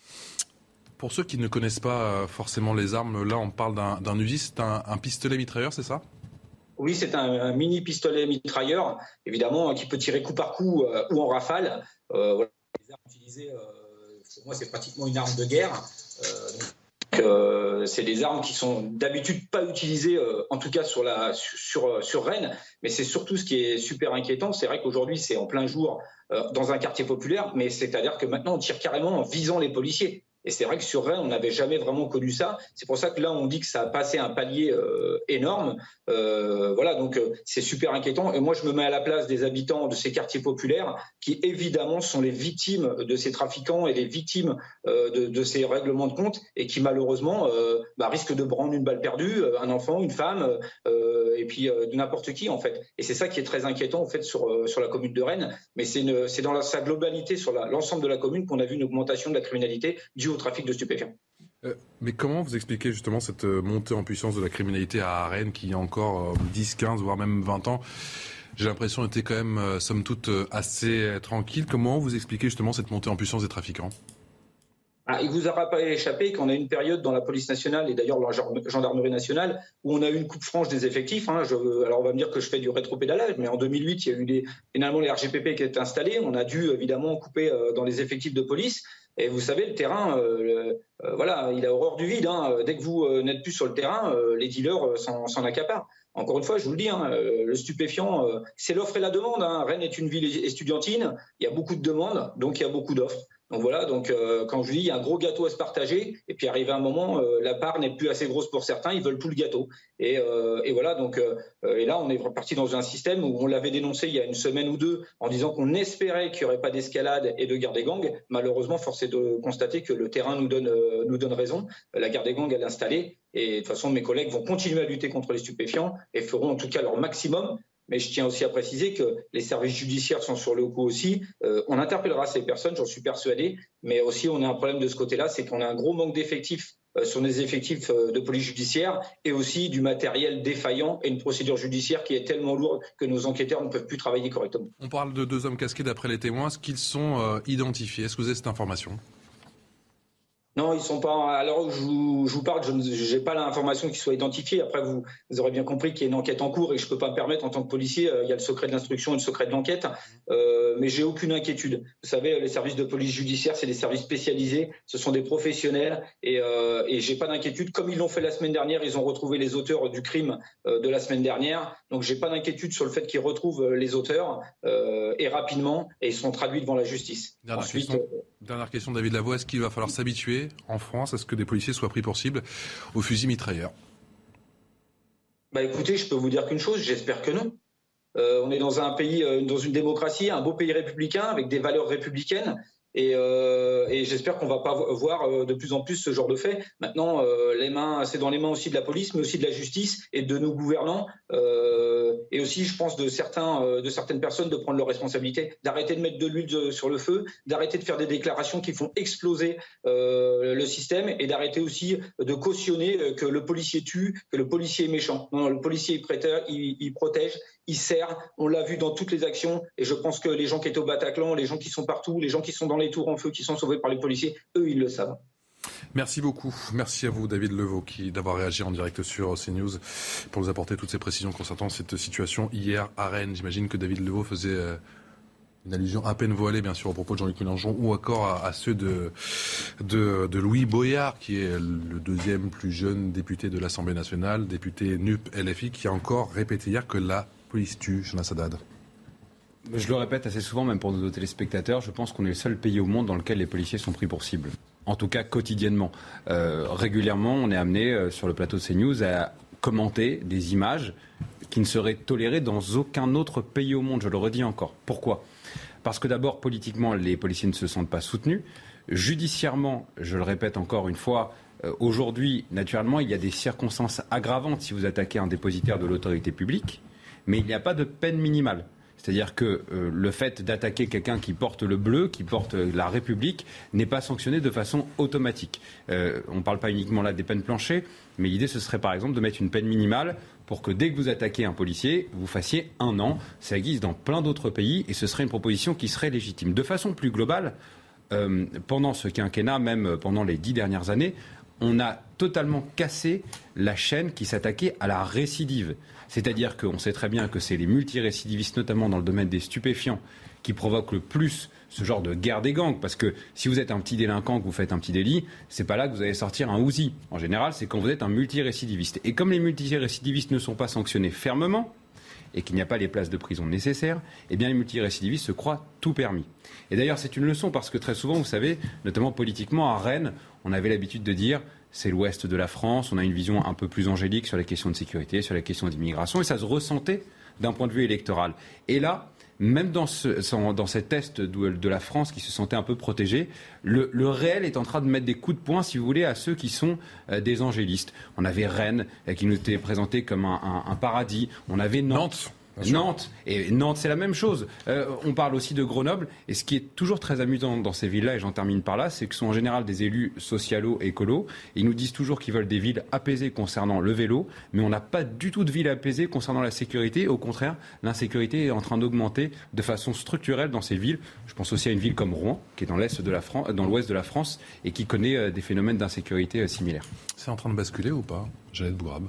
Pour ceux qui ne connaissent pas forcément les armes, là on parle d'un, d'un Uzi, c'est un, un pistolet mitrailleur, c'est ça ? Oui, c'est un, un mini pistolet mitrailleur, évidemment, qui peut tirer coup par coup euh, ou en rafale. Euh, voilà. Les armes utilisées, euh, pour moi, c'est pratiquement une arme de guerre. Euh, donc, Donc euh, c'est des armes qui sont d'habitude pas utilisées, euh, en tout cas sur, la, sur, sur Rennes, mais c'est surtout ce qui est super inquiétant. C'est vrai qu'aujourd'hui c'est en plein jour euh, dans un quartier populaire, mais c'est-à-dire que maintenant on tire carrément en visant les policiers. Et c'est vrai que sur Rennes, on n'avait jamais vraiment connu ça. C'est pour ça que là, on dit que ça a passé un palier euh, énorme. Euh, voilà, donc euh, c'est super inquiétant. Et moi, je me mets à la place des habitants de ces quartiers populaires qui, évidemment, sont les victimes de ces trafiquants et les victimes euh, de, de ces règlements de compte et qui, malheureusement, euh, bah, risquent de prendre une balle perdue, un enfant, une femme, euh, et puis euh, de n'importe qui, en fait. Et c'est ça qui est très inquiétant, en fait, sur, euh, sur la commune de Rennes. Mais c'est, une, c'est dans la, sa globalité, sur la, l'ensemble de la commune, qu'on a vu une augmentation de la criminalité due au trafic de stupéfiants. Euh, mais comment vous expliquez justement cette montée en puissance de la criminalité à Rennes qui il y a encore euh, dix, quinze, voire même vingt ans, j'ai l'impression était quand même, euh, somme toute, euh, assez euh, tranquille. Comment vous expliquez justement cette montée en puissance des trafiquants ? Ah, il vous aura pas échappé qu'on a une période dans la police nationale et d'ailleurs la gendarmerie nationale où on a eu une coupe franche des effectifs. Hein. Je, alors on va me dire que je fais du rétropédalage, mais en deux mille huit, il y a eu des, finalement les R G P P qui étaient installés. On a dû évidemment couper euh, dans les effectifs de police. Et vous savez, le terrain, euh, euh, voilà, il a horreur du vide. Hein. Dès que vous euh, n'êtes plus sur le terrain, euh, les dealers euh, s'en, s'en accaparent. Encore une fois, je vous le dis, hein, euh, le stupéfiant, euh, c'est l'offre et la demande. Hein. Rennes est une ville estudiantine, il y a beaucoup de demandes, donc il y a beaucoup d'offres. Donc voilà, donc euh, quand je dis il y a un gros gâteau à se partager, et puis arrivé un moment, euh, la part n'est plus assez grosse pour certains, ils veulent tout le gâteau. Et, euh, et voilà, donc euh, et là on est reparti dans un système où on l'avait dénoncé il y a une semaine ou deux en disant qu'on espérait qu'il n'y aurait pas d'escalade et de guerre des gangs. Malheureusement, force est de constater que le terrain nous donne euh, nous donne raison. La guerre des gangs elle est installée, et de toute façon mes collègues vont continuer à lutter contre les stupéfiants et feront en tout cas leur maximum. Mais je tiens aussi à préciser que les services judiciaires sont sur le coup aussi. Euh, on interpellera ces personnes, j'en suis persuadé. Mais aussi, on a un problème de ce côté-là, c'est qu'on a un gros manque d'effectifs euh, sur les effectifs euh, de police judiciaire et aussi du matériel défaillant et une procédure judiciaire qui est tellement lourde que nos enquêteurs ne peuvent plus travailler correctement. On parle de deux hommes casqués d'après les témoins. Est-ce qu'ils sont euh, identifiés ? Est-ce que vous avez cette information ? Non, ils sont pas. Alors, je vous, je vous parle, je n'ai pas l'information qu'ils soient identifiés. Après, vous, vous aurez bien compris qu'il y a une enquête en cours et je ne peux pas me permettre, en tant que policier, euh, il y a le secret de l'instruction et le secret de l'enquête. Euh, mais j'ai aucune inquiétude. Vous savez, les services de police judiciaire, c'est des services spécialisés. Ce sont des professionnels et, euh, et j'ai pas d'inquiétude. Comme ils l'ont fait la semaine dernière, ils ont retrouvé les auteurs du crime euh, de la semaine dernière. Donc, j'ai pas d'inquiétude sur le fait qu'ils retrouvent les auteurs euh, et rapidement et ils seront traduits devant la justice. Dernière Ensuite, question, euh, dernière question, David Lavoie. Est-ce qu'il va falloir s'habituer en France à ce que des policiers soient pris pour cible au fusil mitrailleur ? Bah écoutez, je peux vous dire qu'une chose, j'espère que non. Euh, on est dans un pays, euh, dans une démocratie, un beau pays républicain avec des valeurs républicaines. Et, euh, et j'espère qu'on va pas voir euh, de plus en plus ce genre de fait. Maintenant, euh, les mains, c'est dans les mains aussi de la police, mais aussi de la justice et de nos gouvernants, euh, et aussi, je pense, de certains, euh, de certaines personnes de prendre leurs responsabilités, d'arrêter de mettre de l'huile de, sur le feu, d'arrêter de faire des déclarations qui font exploser euh, le système, et d'arrêter aussi de cautionner que le policier tue, que le policier est méchant. Non, non, le policier il, prêteur, il, il protège, il sert. On l'a vu dans toutes les actions, et je pense que les gens qui étaient au Bataclan, les gens qui sont partout, les gens qui sont dans les tours en feu, qui sont sauvés par les policiers, eux, ils le savent. Merci beaucoup. Merci à vous, David Levaux, qui, d'avoir réagi en direct sur CNews pour nous apporter toutes ces précisions concernant cette situation hier à Rennes. J'imagine que David Levaux faisait euh, une allusion à peine voilée, bien sûr, au propos de Jean-Luc Mélenchon ou encore à, à ceux de, de, de Louis Boyard, qui est le deuxième plus jeune député de l'Assemblée nationale, député N U P L F I, qui a encore répété hier que la police tue. Jonas Haddad. Je le répète assez souvent, même pour nos téléspectateurs, je pense qu'on est le seul pays au monde dans lequel les policiers sont pris pour cible. En tout cas, quotidiennement. Euh, régulièrement, on est amené euh, sur le plateau de CNews à commenter des images qui ne seraient tolérées dans aucun autre pays au monde. Je le redis encore. Pourquoi ? Parce que d'abord, politiquement, les policiers ne se sentent pas soutenus. Judiciairement, je le répète encore une fois, euh, aujourd'hui, naturellement, il y a des circonstances aggravantes si vous attaquez un dépositaire de l'autorité publique, mais il n'y a pas de peine minimale. C'est-à-dire que euh, le fait d'attaquer quelqu'un qui porte le bleu, qui porte euh, la République, n'est pas sanctionné de façon automatique. Euh, on ne parle pas uniquement là des peines planchées, mais l'idée ce serait par exemple de mettre une peine minimale pour que dès que vous attaquez un policier, vous fassiez un an. Ça existe dans plein d'autres pays et ce serait une proposition qui serait légitime. De façon plus globale, euh, pendant ce quinquennat, même pendant les dix dernières années, on a totalement cassé la chaîne qui s'attaquait à la récidive. C'est-à-dire qu'on sait très bien que c'est les multirécidivistes, notamment dans le domaine des stupéfiants, qui provoquent le plus ce genre de guerre des gangs. Parce que si vous êtes un petit délinquant, que vous faites un petit délit, c'est pas là que vous allez sortir un Uzi. En général, c'est quand vous êtes un multirécidiviste. Et comme les multirécidivistes ne sont pas sanctionnés fermement, et qu'il n'y a pas les places de prison nécessaires, eh bien les multirécidivistes se croient tout permis. Et d'ailleurs, c'est une leçon parce que très souvent, vous savez, notamment politiquement, à Rennes, on avait l'habitude de dire c'est l'ouest de la France, on a une vision un peu plus angélique sur les questions de sécurité, sur les questions d'immigration, et ça se ressentait d'un point de vue électoral. Et là, même dans, ce, dans cet est de, de la France qui se sentait un peu protégé, le, le réel est en train de mettre des coups de poing, si vous voulez, à ceux qui sont euh, des angélistes. On avait Rennes, euh, qui nous était présenté comme un, un, un paradis. On avait Nantes. Nantes. Nantes, et Nantes c'est la même chose. Euh, on parle aussi de Grenoble, et ce qui est toujours très amusant dans ces villes-là, et j'en termine par là, c'est que ce sont en général des élus socialos et écolos. Ils nous disent toujours qu'ils veulent des villes apaisées concernant le vélo, mais on n'a pas du tout de villes apaisées concernant la sécurité. Au contraire, l'insécurité est en train d'augmenter de façon structurelle dans ces villes. Je pense aussi à une ville comme Rouen, qui est dans l'est de la France, dans l'ouest de la France, et qui connaît des phénomènes d'insécurité similaires. C'est en train de basculer ou pas, Jeannette Bougrab?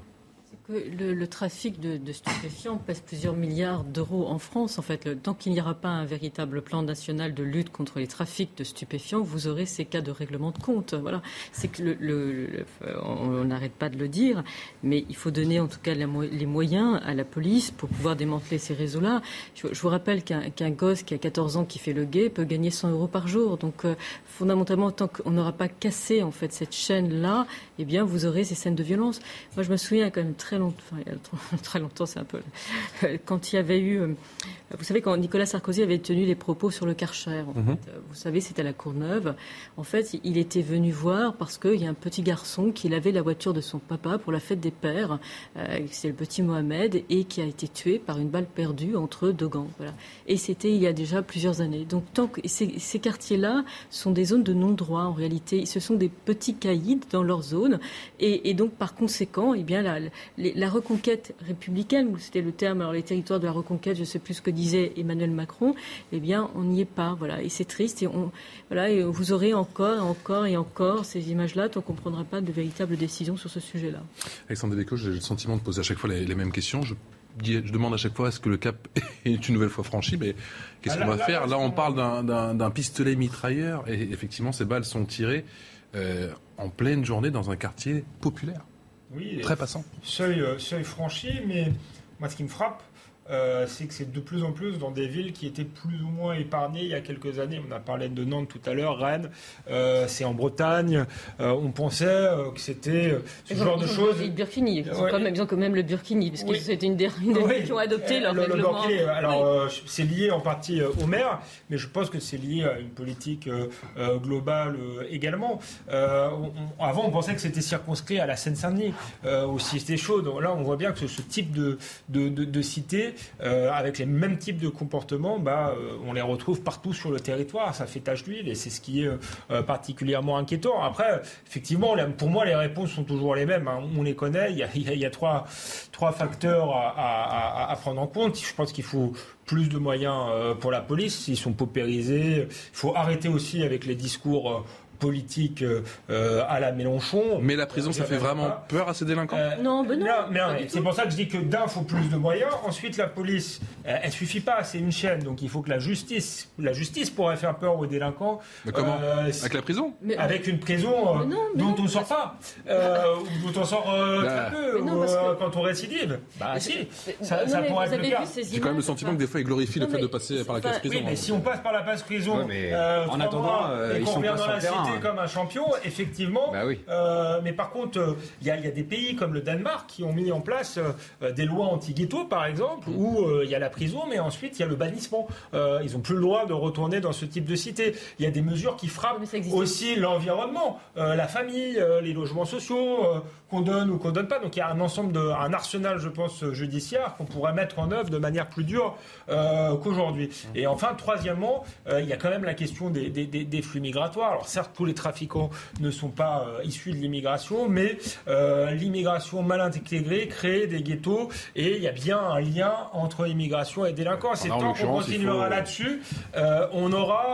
Le, le trafic de, de stupéfiants pèse plusieurs milliards d'euros en France. En fait, le, tant qu'il n'y aura pas un véritable plan national de lutte contre les trafics de stupéfiants, vous aurez ces cas de règlement de compte. Voilà, c'est que le, le, le, on n'arrête pas de le dire, mais il faut donner en tout cas la, les moyens à la police pour pouvoir démanteler ces réseaux-là. Je, je vous rappelle qu'un, qu'un gosse qui a quatorze ans qui fait le guet peut gagner cent euros par jour. Donc, euh, fondamentalement, tant qu'on n'aura pas cassé en fait cette chaîne-là, eh bien, vous aurez ces scènes de violence. Moi, je me souviens quand même très longtemps, enfin, il y a très longtemps, c'est un peu... Quand il y avait eu... Vous savez, quand Nicolas Sarkozy avait tenu les propos sur le Karcher, en mm-hmm. fait, vous savez, c'était à la Courneuve. En fait, il était venu voir parce qu'il y a un petit garçon qui lavait la voiture de son papa pour la fête des pères. Euh, c'est le petit Mohamed, et qui a été tué par une balle perdue entre deux gangs. Voilà. Et c'était il y a déjà plusieurs années. Donc, tant que ces, ces quartiers-là sont des zones de non-droit, en réalité. Ce sont des petits caïds dans leur zone. Et, et donc, par conséquent, eh bien, la, la, la reconquête républicaine, c'était le terme, alors les territoires de la reconquête, je ne sais plus ce que disait Emmanuel Macron, eh bien, on n'y est pas, voilà, et c'est triste, et, on, voilà, et vous aurez encore et encore et encore ces images-là tant qu'on ne prendra pas de véritables décisions sur ce sujet-là. Alexandre Devecchio, j'ai le sentiment de poser à chaque fois les, les mêmes questions. Je, je demande à chaque fois est-ce que le cap est une nouvelle fois franchi, mais qu'est-ce ah, qu'on là, va là, faire Là, on parle d'un, d'un, d'un pistolet mitrailleur, et effectivement, ces balles sont tirées euh, en pleine journée dans un quartier populaire. Oui, très passant. Seuil, seuil franchi, mais moi, ce qui me frappe, Euh, c'est que c'est de plus en plus dans des villes qui étaient plus ou moins épargnées il y a quelques années. On a parlé de Nantes tout à l'heure, Rennes, euh, c'est en Bretagne. Euh, on pensait euh, que c'était euh, ce ils genre ont, de ils choses. Ils ont le Burkini, ils, ont ouais. quand même, ils ont quand même le Burkini, parce que oui. c'était une des, une des oui. qui ont adopté euh, leur le, règlement. Le Burkini, alors oui. euh, c'est lié en partie euh, au maire, mais je pense que c'est lié à une politique euh, euh, globale euh, également. Euh, on, avant, on pensait que c'était circonscrit à la Seine-Saint-Denis, euh, aux cités chaudes. Là, on voit bien que ce, ce type de, de, de, de cité, euh, avec les mêmes types de comportements, bah, euh, on les retrouve partout sur le territoire. Ça fait tache d'huile, et c'est ce qui est euh, particulièrement inquiétant. Après, effectivement, pour moi, les réponses sont toujours les mêmes. Hein. On les connaît. Il y a, il y a, il y a trois, trois facteurs à, à, à prendre en compte. Je pense qu'il faut plus de moyens euh, pour la police. Ils sont paupérisés. Il faut arrêter aussi avec les discours euh, politique euh, à la Mélenchon. Mais la prison, euh, ça fait vraiment pas. peur à ces délinquants euh, Non, ben non. non, mais non c'est pour ça que je dis que d'un, il faut plus de moyens. Ensuite, la police, euh, elle ne suffit pas, c'est une chaîne. Donc il faut que la justice, la justice pourrait faire peur aux délinquants. Mais comment euh, Avec la prison mais, Avec une prison euh, mais non, mais dont non, on ne sort pas. Euh, ou dont on sort euh, très peu. Non, ou, euh, que... quand on récidive. Bah mais si, ça, ça pourrait être le cas. J'ai quand même le sentiment que des fois, ils glorifient le fait de passer par la case prison. Oui, mais si on passe par la case prison, en attendant, ils sont pas sur le terrain. Comme un champion, effectivement. Bah oui. euh, mais par contre, il euh, y, y a des pays comme le Danemark qui ont mis en place euh, des lois anti-ghetto, par exemple, mmh. où il euh, y a la prison, mais ensuite il y a le bannissement. Euh, ils n'ont plus le droit de retourner dans ce type de cité. Il y a des mesures qui frappent aussi l'environnement, euh, la famille, euh, les logements sociaux, euh, qu'on donne ou qu'on donne pas. Donc il y a un ensemble de, un arsenal, je pense, judiciaire qu'on pourrait mettre en œuvre de manière plus dure euh, qu'aujourd'hui. Mmh. Et enfin, troisièmement, il euh, y a quand même la question des, des, des, des flux migratoires. Alors certes, tous les trafiquants ne sont pas euh, issus de l'immigration, mais euh, l'immigration mal intégrée crée des ghettos, et il y a bien un lien entre immigration et délinquance. Et tant qu'on continuera faut... là-dessus, euh, on aura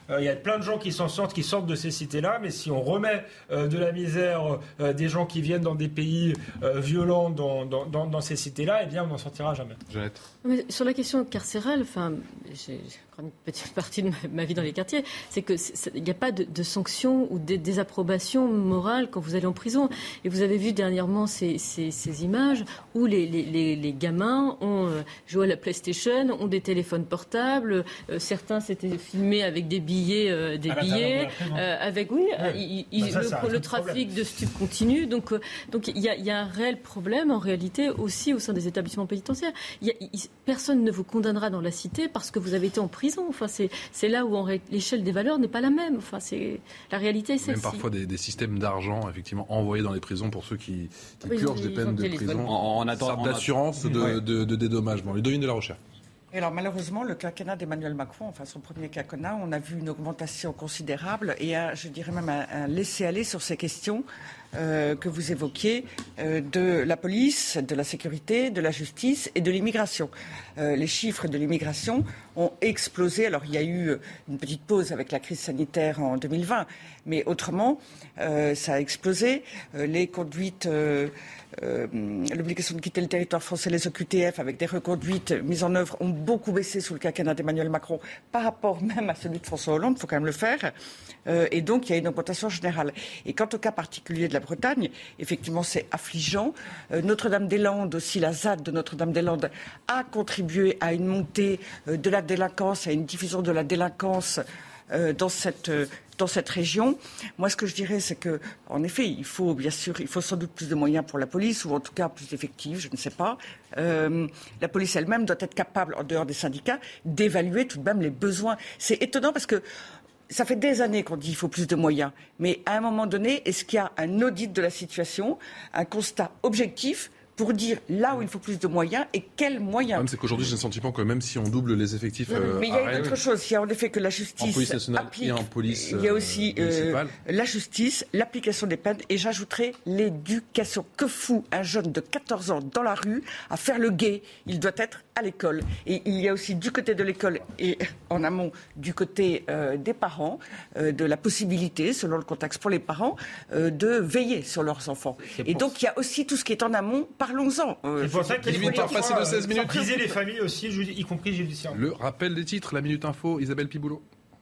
Il euh, y a plein de gens qui s'en sortent, qui sortent de ces cités-là, mais si on remet euh, de la misère euh, des gens qui viennent dans des pays euh, violents dans, dans, dans, dans ces cités-là, eh bien on n'en sortira jamais. Jeannette. Mais sur la question carcérale, enfin, j'ai une petite partie de ma, ma vie dans les quartiers, c'est que il n'y a pas de, de sanctions ou de désapprobation morale quand vous allez en prison. Et vous avez vu dernièrement ces, ces, ces images où les, les, les, les gamins ont euh, joué à la PlayStation, ont des téléphones portables, euh, certains s'étaient filmés avec des billets, euh, des billets, euh, avec oui, ouais. il, il, bah ça, le, le trafic problème. de stupes continue. Donc, euh, donc il y a, y a un réel problème en réalité aussi au sein des établissements pénitentiaires. Il y a, il, personne ne vous condamnera dans la cité parce que vous avez été en prison. Enfin, c'est, c'est là où ré... l'échelle des valeurs n'est pas la même. Enfin, c'est... La réalité, c'est même parfois des, des systèmes d'argent effectivement envoyés dans les prisons pour ceux qui, qui oui, purgent des peines de prison en, en attendant d'assurance de, ouais. de, de, de dédommagement. Ludovine de la Rochère. Et alors malheureusement, le quinquennat d'Emmanuel Macron, enfin son premier quinquennat, on a vu une augmentation considérable et un, je dirais même un, un laisser-aller sur ces questions euh, que vous évoquiez euh, de la police, de la sécurité, de la justice et de l'immigration. Euh, les chiffres de l'immigration ont explosé. Alors il y a eu une petite pause avec la crise sanitaire en deux mille vingt, mais autrement, euh, ça a explosé. Euh, les conduites... Euh, Euh, l'obligation de quitter le territoire français, les O Q T F, avec des reconduites mises en œuvre, ont beaucoup baissé sous le quinquennat d'Emmanuel Macron par rapport même à celui de François Hollande, il faut quand même le faire. Euh, et donc, il y a une augmentation générale. Et quant au cas particulier de la Bretagne, effectivement, c'est affligeant. Euh, Notre-Dame-des-Landes, aussi la Z A D de Notre-Dame-des-Landes, a contribué à une montée euh, de la délinquance, à une diffusion de la délinquance euh, dans cette... Euh, dans cette région. Moi, ce que je dirais, c'est que, en effet, il faut bien sûr, il faut sans doute plus de moyens pour la police, ou en tout cas plus d'effectifs, je ne sais pas. Euh, la police elle-même doit être capable, en dehors des syndicats, d'évaluer tout de même les besoins. C'est étonnant parce que ça fait des années qu'on dit qu'il faut plus de moyens. Mais à un moment donné, est-ce qu'il y a un audit de la situation, un constat objectif pour dire là où il faut plus de moyens et quels moyens. Le problème, c'est qu'aujourd'hui, j'ai le sentiment que même si on double les effectifs... Euh, mais il y a une autre chose. Il y a en effet que la justice... En police nationale applique, et en police Il y a aussi euh, la justice, l'application des peines et j'ajouterai l'éducation. Que fout un jeune de quatorze ans dans la rue à faire le guet? Il doit être à l'école. Et il y a aussi du côté de l'école et en amont du côté euh, des parents, euh, de la possibilité, selon le contexte pour les parents, euh, de veiller sur leurs enfants. Et donc il y a aussi tout ce qui est en amont. Parlons-en. Euh, c'est pour ça qu'il faut passer de seize minutes. Sensibiliser les familles aussi, y compris judiciaires. Le rappel des titres, la Minute Info, Isabelle Piboulot.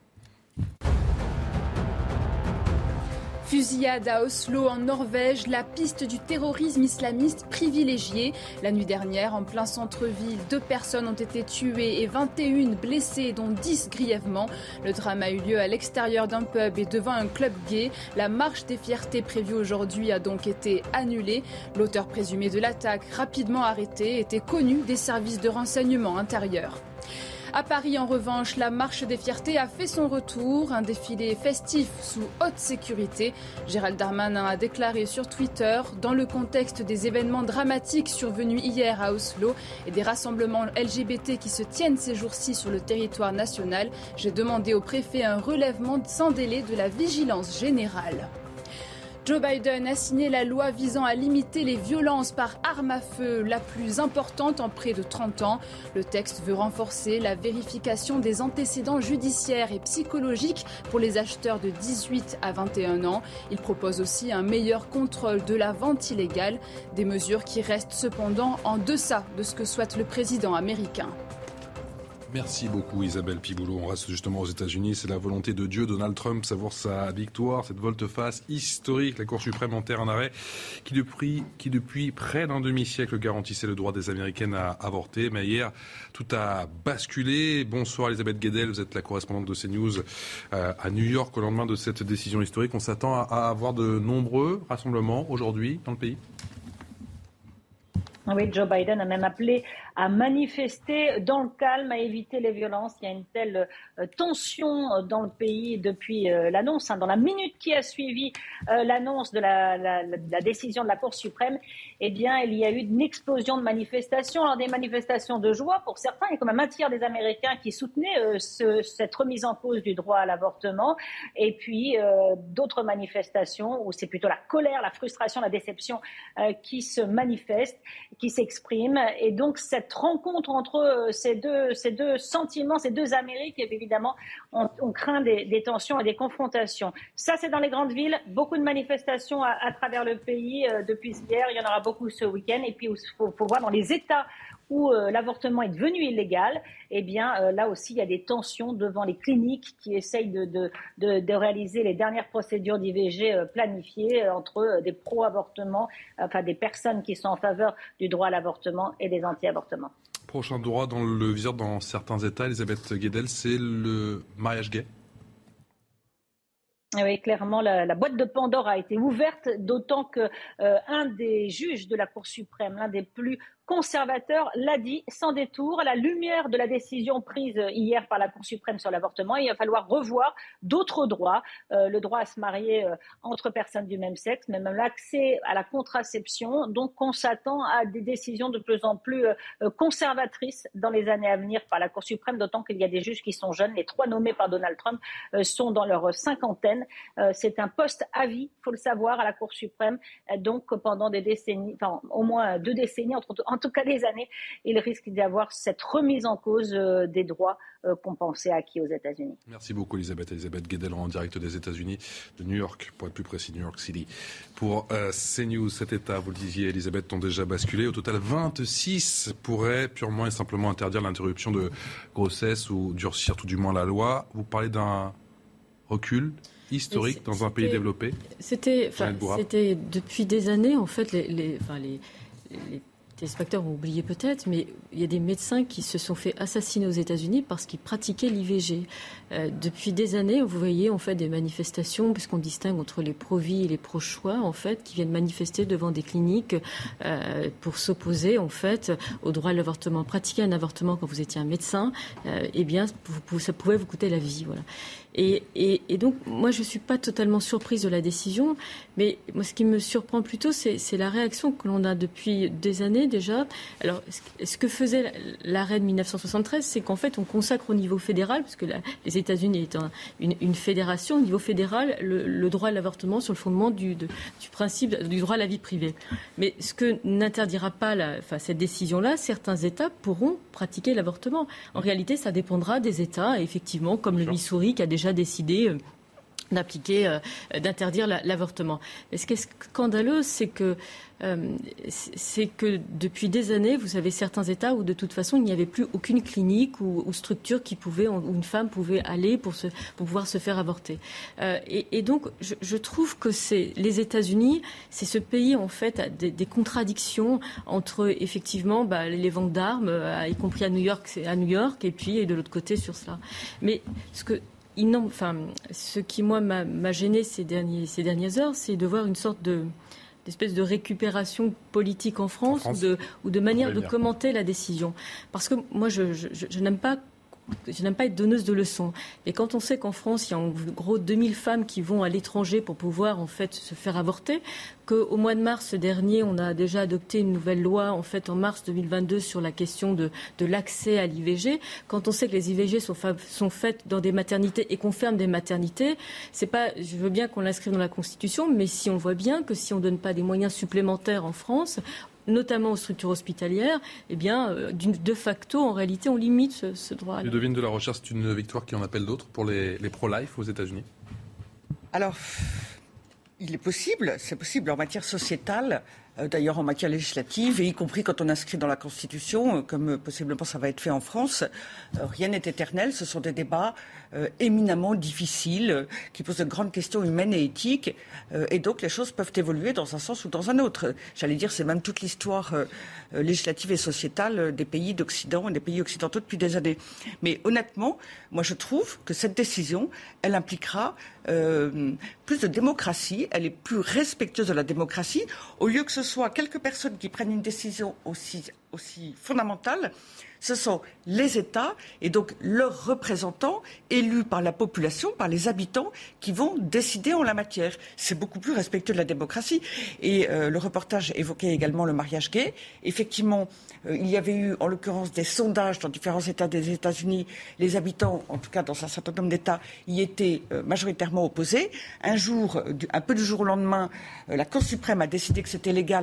Fusillade à Oslo en Norvège, la piste du terrorisme islamiste privilégiée. La nuit dernière, en plein centre-ville, deux personnes ont été tuées et vingt et une blessées, dont dix grièvement. Le drame a eu lieu à l'extérieur d'un pub et devant un club gay. La marche des fiertés prévue aujourd'hui a donc été annulée. L'auteur présumé de l'attaque, rapidement arrêté, était connu des services de renseignement intérieurs. À Paris, en revanche, la marche des fiertés a fait son retour. Un défilé festif sous haute sécurité. Gérald Darmanin a déclaré sur Twitter, dans le contexte des événements dramatiques survenus hier à Oslo et des rassemblements L G B T qui se tiennent ces jours-ci sur le territoire national, j'ai demandé au préfet un relèvement sans délai de la vigilance générale. Joe Biden a signé la loi visant à limiter les violences par arme à feu, la plus importante en près de trente ans. Le texte veut renforcer la vérification des antécédents judiciaires et psychologiques pour les acheteurs de dix-huit à vingt et un ans. Il propose aussi un meilleur contrôle de la vente illégale, des mesures qui restent cependant en deçà de ce que souhaite le président américain. Merci beaucoup Isabelle Piboulot. On reste justement aux États-Unis. C'est la volonté de Dieu, Donald Trump, savoir sa victoire, cette volte-face historique. La Cour suprême enterre un arrêt qui depuis, qui depuis près d'un demi-siècle garantissait le droit des Américaines à avorter. Mais hier, tout a basculé. Bonsoir Elisabeth Guedel, vous êtes la correspondante de CNews euh, à New York au lendemain de cette décision historique. On s'attend à, à avoir de nombreux rassemblements aujourd'hui dans le pays. Oui, Joe Biden a même appelé à manifester dans le calme, à éviter les violences. Il y a une telle euh, tension dans le pays depuis euh, l'annonce, hein, dans la minute qui a suivi euh, l'annonce de la, la, la décision de la Cour suprême, eh bien, il y a eu une explosion de manifestations. Alors, des manifestations de joie pour certains. Il y a quand même un tiers des Américains qui soutenaient euh, ce, cette remise en cause du droit à l'avortement. Et puis, euh, d'autres manifestations où c'est plutôt la colère, la frustration, la déception euh, qui se manifestent, qui s'expriment. Et donc, cette rencontre entre ces deux, ces deux sentiments, ces deux Amériques, évidemment, on, on craint des, des tensions et des confrontations. Ça, c'est dans les grandes villes. Beaucoup de manifestations à, à travers le pays euh, depuis hier. Il y en aura beaucoup ce week-end. Et puis, il faut, faut voir dans les États où euh, l'avortement est devenu illégal, eh bien, euh, là aussi, il y a des tensions devant les cliniques qui essayent de, de, de, de réaliser les dernières procédures d'I V G euh, planifiées euh, entre euh, des pro-avortements, enfin des personnes qui sont en faveur du droit à l'avortement et des anti-avortements. Prochain droit dans le viseur dans certains États, Elisabeth Guedel, c'est le mariage gay. Oui, clairement, la, la boîte de Pandore a été ouverte, d'autant que euh, un des juges de la Cour suprême, l'un des plus conservateur l'a dit sans détour, à la lumière de la décision prise hier par la Cour suprême sur l'avortement, il va falloir revoir d'autres droits, euh, le droit à se marier euh, entre personnes du même sexe, mais même l'accès à la contraception. Donc on s'attend à des décisions de plus en plus euh, conservatrices dans les années à venir par la Cour suprême, d'autant qu'il y a des juges qui sont jeunes. Les trois nommés par Donald Trump euh, sont dans leur cinquantaine. Euh, c'est un poste à vie, il faut le savoir, à la Cour suprême. Euh, donc pendant des décennies, enfin au moins deux décennies, entre en tout cas des années, il risque d'y avoir cette remise en cause euh, des droits euh, qu'on pensait acquis aux États-Unis. Merci beaucoup Elisabeth. Elisabeth Guedel en direct des États-Unis, de New York, pour être plus précis, New York City. Pour euh, CNews, cet État, vous le disiez, Elisabeth, ont déjà basculé. Au total, vingt-six pourraient purement et simplement interdire l'interruption de grossesse ou durcir tout du moins la loi. Vous parlez d'un recul historique dans un pays développé. C'était, enfin, c'était depuis des années, en fait, les, les, enfin, les, les téléspectateurs ont oublié peut-être, mais il y a des médecins qui se sont fait assassiner aux États-Unis parce qu'ils pratiquaient l'I V G. Euh, depuis des années, vous voyez, on fait des manifestations, puisqu'on distingue entre les pro-vie et les pro-choix, en fait, qui viennent manifester devant des cliniques euh, pour s'opposer, en fait, au droit à l'avortement. Pratiquer un avortement quand vous étiez un médecin, euh, eh bien, vous, ça pouvait vous coûter la vie, voilà. Et, et, et donc, moi, je ne suis pas totalement surprise de la décision, mais moi, ce qui me surprend plutôt, c'est, c'est la réaction que l'on a depuis des années déjà. Alors, ce que faisait l'arrêt de dix-neuf cent soixante-treize, c'est qu'en fait, on consacre au niveau fédéral, puisque la, les États-Unis étant une, une fédération, au niveau fédéral, le, le droit à l'avortement sur le fondement du, de, du principe du droit à la vie privée. Mais ce que n'interdira pas la, enfin, cette décision-là, certains États pourront pratiquer l'avortement. En réalité, ça dépendra des États, et effectivement, comme le Missouri, qui a déjà décidé euh, d'appliquer, euh, d'interdire la, l'avortement. Mais ce qui est scandaleux, c'est que, euh, c'est que depuis des années, vous avez certains États où de toute façon il n'y avait plus aucune clinique ou, ou structure qui pouvait, où une femme pouvait aller pour, se, pour pouvoir se faire avorter. Euh, et, et donc, je, je trouve que c'est les États-Unis, c'est ce pays en fait a des, des contradictions entre effectivement bah, les ventes d'armes, euh, y compris à New York, c'est à New York, et puis et de l'autre côté sur cela. Mais ce que Il enfin, ce qui, moi, m'a, m'a gêné ces, derniers, ces dernières heures, c'est de voir une sorte de, d'espèce de récupération politique en France, en France. Ou, de, ou de manière de commenter la décision. Parce que moi, je, je, je, je n'aime pas... Je n'aime pas être donneuse de leçons, mais quand on sait qu'en France, il y a en gros deux mille femmes qui vont à l'étranger pour pouvoir en fait se faire avorter, qu'au mois de mars dernier, on a déjà adopté une nouvelle loi en fait en mars deux mille vingt-deux sur la question de, de l'accès à l'I V G, quand on sait que les I V G sont, fa- sont faites dans des maternités et qu'on ferme des maternités, c'est pas, je veux bien qu'on l'inscrive dans la Constitution, mais si on voit bien que si on ne donne pas des moyens supplémentaires en France, notamment aux structures hospitalières, eh bien, euh, de facto, en réalité, on limite ce, ce droit. Ludovine de la Recherche, c'est une victoire qui en appelle d'autres pour les, les pro-life aux États-Unis. Alors, il est possible, c'est possible en matière sociétale, euh, d'ailleurs en matière législative, et y compris quand on inscrit dans la Constitution, euh, comme euh, possiblement ça va être fait en France. Euh, rien n'est éternel, ce sont des débats euh, éminemment difficiles, euh, qui posent de grandes questions humaines et éthiques, euh, et donc les choses peuvent évoluer dans un sens ou dans un autre. J'allais dire, c'est même toute l'histoire euh, législative et sociétale euh, des pays d'Occident et des pays occidentaux depuis des années. Mais honnêtement, moi je trouve que cette décision, elle impliquera euh, plus de démocratie, elle est plus respectueuse de la démocratie, au lieu que ce soit quelques personnes qui prennent une décision aussi, aussi fondamentale. Ce sont les États et donc leurs représentants élus par la population, par les habitants, qui vont décider en la matière. C'est beaucoup plus respectueux de la démocratie. Et euh, le reportage évoquait également le mariage gay. Effectivement, euh, il y avait eu en l'occurrence des sondages dans différents États des États-Unis. Les habitants, en tout cas dans un certain nombre d'États, y étaient euh, majoritairement opposés. Un jour, un peu du jour au lendemain, euh, la Cour suprême a décidé que c'était légal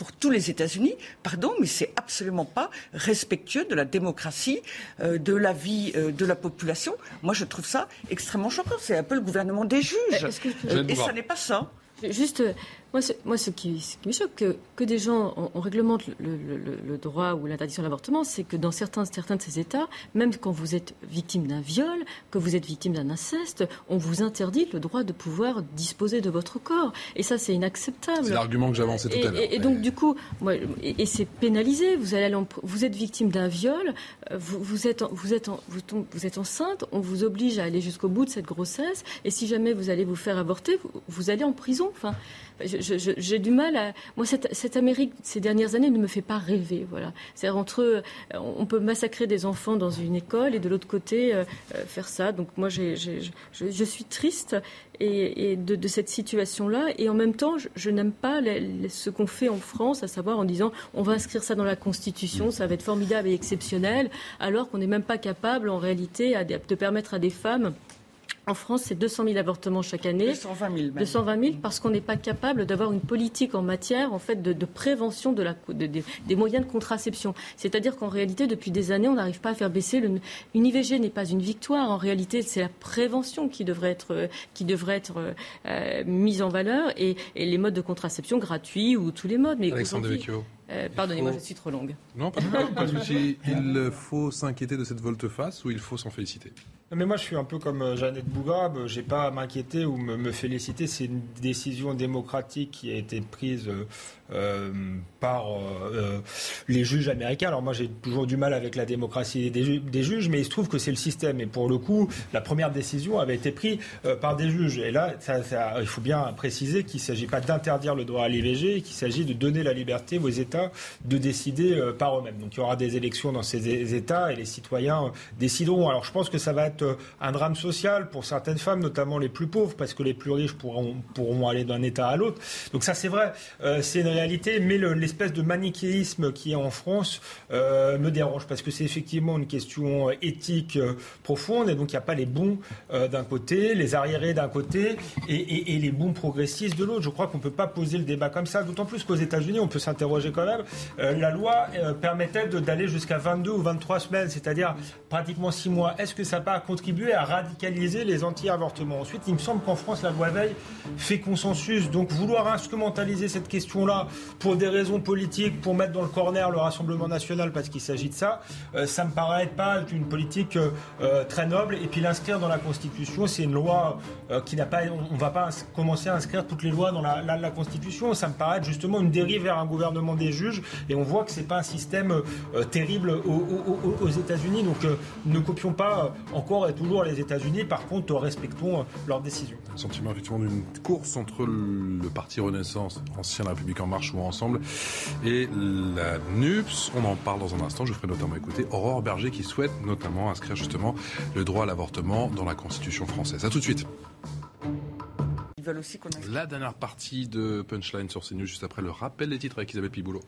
pour tous les États-Unis. Pardon, mais c'est absolument pas respectueux de la démocratie, euh, de la vie euh, de la population. Moi, je trouve ça extrêmement choquant. C'est un peu le gouvernement des juges. Que... Euh, et ça n'est pas ça. Juste, moi, ce, moi, ce, qui, ce qui me choque, que, que des gens, on, on réglemente le, le, le droit ou l'interdiction de l'avortement, c'est que dans certains, certains de ces États, même quand vous êtes victime d'un viol, que vous êtes victime d'un inceste, on vous interdit le droit de pouvoir disposer de votre corps. Et ça, c'est inacceptable. C'est l'argument que j'avançais tout et, à l'heure. Et, et donc, du coup, moi, et, et c'est pénalisé. Vous, allez en, vous êtes victime d'un viol, vous, vous, êtes, vous, êtes en, vous, tombez, vous êtes enceinte, on vous oblige à aller jusqu'au bout de cette grossesse, et si jamais vous allez vous faire avorter, vous, vous allez en prison. Enfin, je, je, j'ai du mal à... Moi, cette, cette Amérique, ces dernières années, ne me fait pas rêver. Voilà. C'est-à-dire, entre... On peut massacrer des enfants dans une école et de l'autre côté, euh, faire ça. Donc, moi, j'ai, j'ai, je, je suis triste et, et de, de cette situation-là. Et en même temps, je, je n'aime pas les, les, ce qu'on fait en France, à savoir en disant on va inscrire ça dans la Constitution, ça va être formidable et exceptionnel, alors qu'on n'est même pas capable, en réalité, à, de permettre à des femmes... En France, c'est deux cent mille avortements chaque année. deux cent vingt mille. Même. deux cent vingt mille parce qu'on n'est pas capable d'avoir une politique en matière en fait, de, de prévention de la, de, de, des moyens de contraception. C'est-à-dire qu'en réalité, depuis des années, on n'arrive pas à faire baisser... Le, une I V G n'est pas une victoire. En réalité, c'est la prévention qui devrait être, qui devrait être euh, mise en valeur et, et les modes de contraception gratuits ou tous les modes. Mais Alexandre Devecchio. Euh, pardonnez-moi, faut... je suis trop longue. Non, pas de, pas de souci. Il faut s'inquiéter de cette volte-face ou il faut s'en féliciter? Non, mais moi, je suis un peu comme Jeannette Bougrabe. Je n'ai pas à m'inquiéter ou me, me féliciter. C'est une décision démocratique qui a été prise euh, par euh, les juges américains. Alors moi, j'ai toujours du mal avec la démocratie des, ju- des juges, mais il se trouve que c'est le système. Et pour le coup, la première décision avait été prise euh, par des juges. Et là, ça, ça, il faut bien préciser qu'il ne s'agit pas d'interdire le droit à l'I V G, qu'il s'agit de donner la liberté aux États de décider euh, par eux-mêmes. Donc il y aura des élections dans ces États et les citoyens euh, décideront. Alors je pense que ça va être euh, un drame social pour certaines femmes, notamment les plus pauvres, parce que les plus riches pourront, pourront aller d'un État à l'autre. Donc ça c'est vrai, euh, c'est une réalité, mais le, l'espèce de manichéisme qui est en France euh, me dérange, parce que c'est effectivement une question éthique euh, profonde, et donc il n'y a pas les bons euh, d'un côté, les arriérés d'un côté, et, et, et les bons progressistes de l'autre. Je crois qu'on ne peut pas poser le débat comme ça, d'autant plus qu'aux États-Unis, on peut s'interroger quand même. Euh, la loi euh, permettait de, d'aller jusqu'à vingt-deux ou vingt-trois semaines, c'est-à-dire pratiquement six mois. Est-ce que ça n'a pas contribué à radicaliser les anti-avortements? Ensuite, il me semble qu'en France, la loi Veil fait consensus. Donc vouloir instrumentaliser cette question-là pour des raisons politiques, pour mettre dans le corner le Rassemblement national parce qu'il s'agit de ça, euh, ça me paraît pas une politique euh, très noble. Et puis l'inscrire dans la Constitution, c'est une loi euh, qui n'a pas... On ne va pas ins- commencer à inscrire toutes les lois dans la, la, la Constitution. Ça me paraît être justement une dérive vers un gouvernement des juges. Et on voit que c'est pas un système euh, terrible aux, aux, aux États-Unis. Donc euh, ne copions pas euh, encore et toujours les États-Unis. Par contre, respectons euh, leurs décisions. Le sentiment effectivement d'une course entre le, le parti Renaissance, ancien République en marche ou ensemble, et la N U P S. On en parle dans un instant. Je ferai notamment écouter Aurore Berger qui souhaite notamment inscrire justement le droit à l'avortement dans la Constitution française. A tout de suite. Ils veulent aussi qu'on inscrive. La dernière partie de Punchline sur CNews juste après le rappel des titres avec Isabelle Piboulot.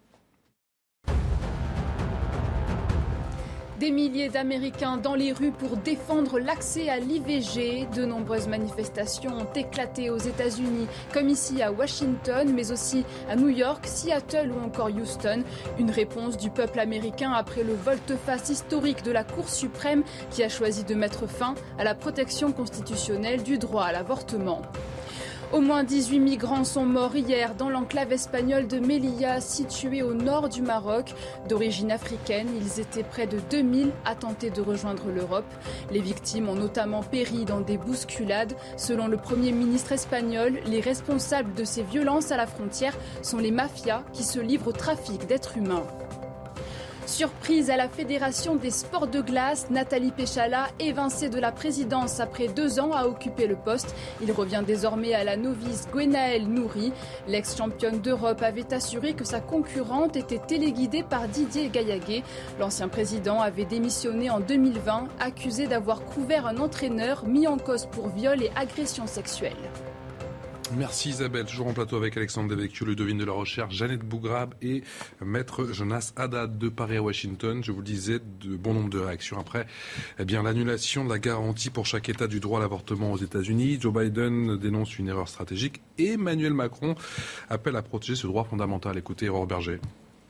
Des milliers d'Américains dans les rues pour défendre l'accès à l'I V G. De nombreuses manifestations ont éclaté aux États-Unis, comme ici à Washington, mais aussi à New York, Seattle ou encore Houston. Une réponse du peuple américain après le volte-face historique de la Cour suprême qui a choisi de mettre fin à la protection constitutionnelle du droit à l'avortement. Au moins dix-huit migrants sont morts hier dans l'enclave espagnole de Melilla, située au nord du Maroc. D'origine africaine, ils étaient près de deux mille à tenter de rejoindre l'Europe. Les victimes ont notamment péri dans des bousculades. Selon le Premier ministre espagnol, les responsables de ces violences à la frontière sont les mafias qui se livrent au trafic d'êtres humains. Surprise à la Fédération des sports de glace, Nathalie Péchala, évincée de la présidence après deux ans à occuper le poste. Il revient désormais à la novice Gwenaëlle Nouri. L'ex-championne d'Europe avait assuré que sa concurrente était téléguidée par Didier Gaillaguet. L'ancien président avait démissionné en deux mille vingt, accusé d'avoir couvert un entraîneur mis en cause pour viol et agression sexuelle. Merci Isabelle, toujours en plateau avec Alexandre Devecchio, Ludovine de la Rochère, Jeannette Bougrab et Maître Jonas Haddad de Paris à Washington. Je vous le disais, de bon nombre de réactions après eh bien, l'annulation de la garantie pour chaque État du droit à l'avortement aux États-Unis. Joe Biden dénonce une erreur stratégique et Emmanuel Macron appelle à protéger ce droit fondamental. Écoutez, Aurore Berger.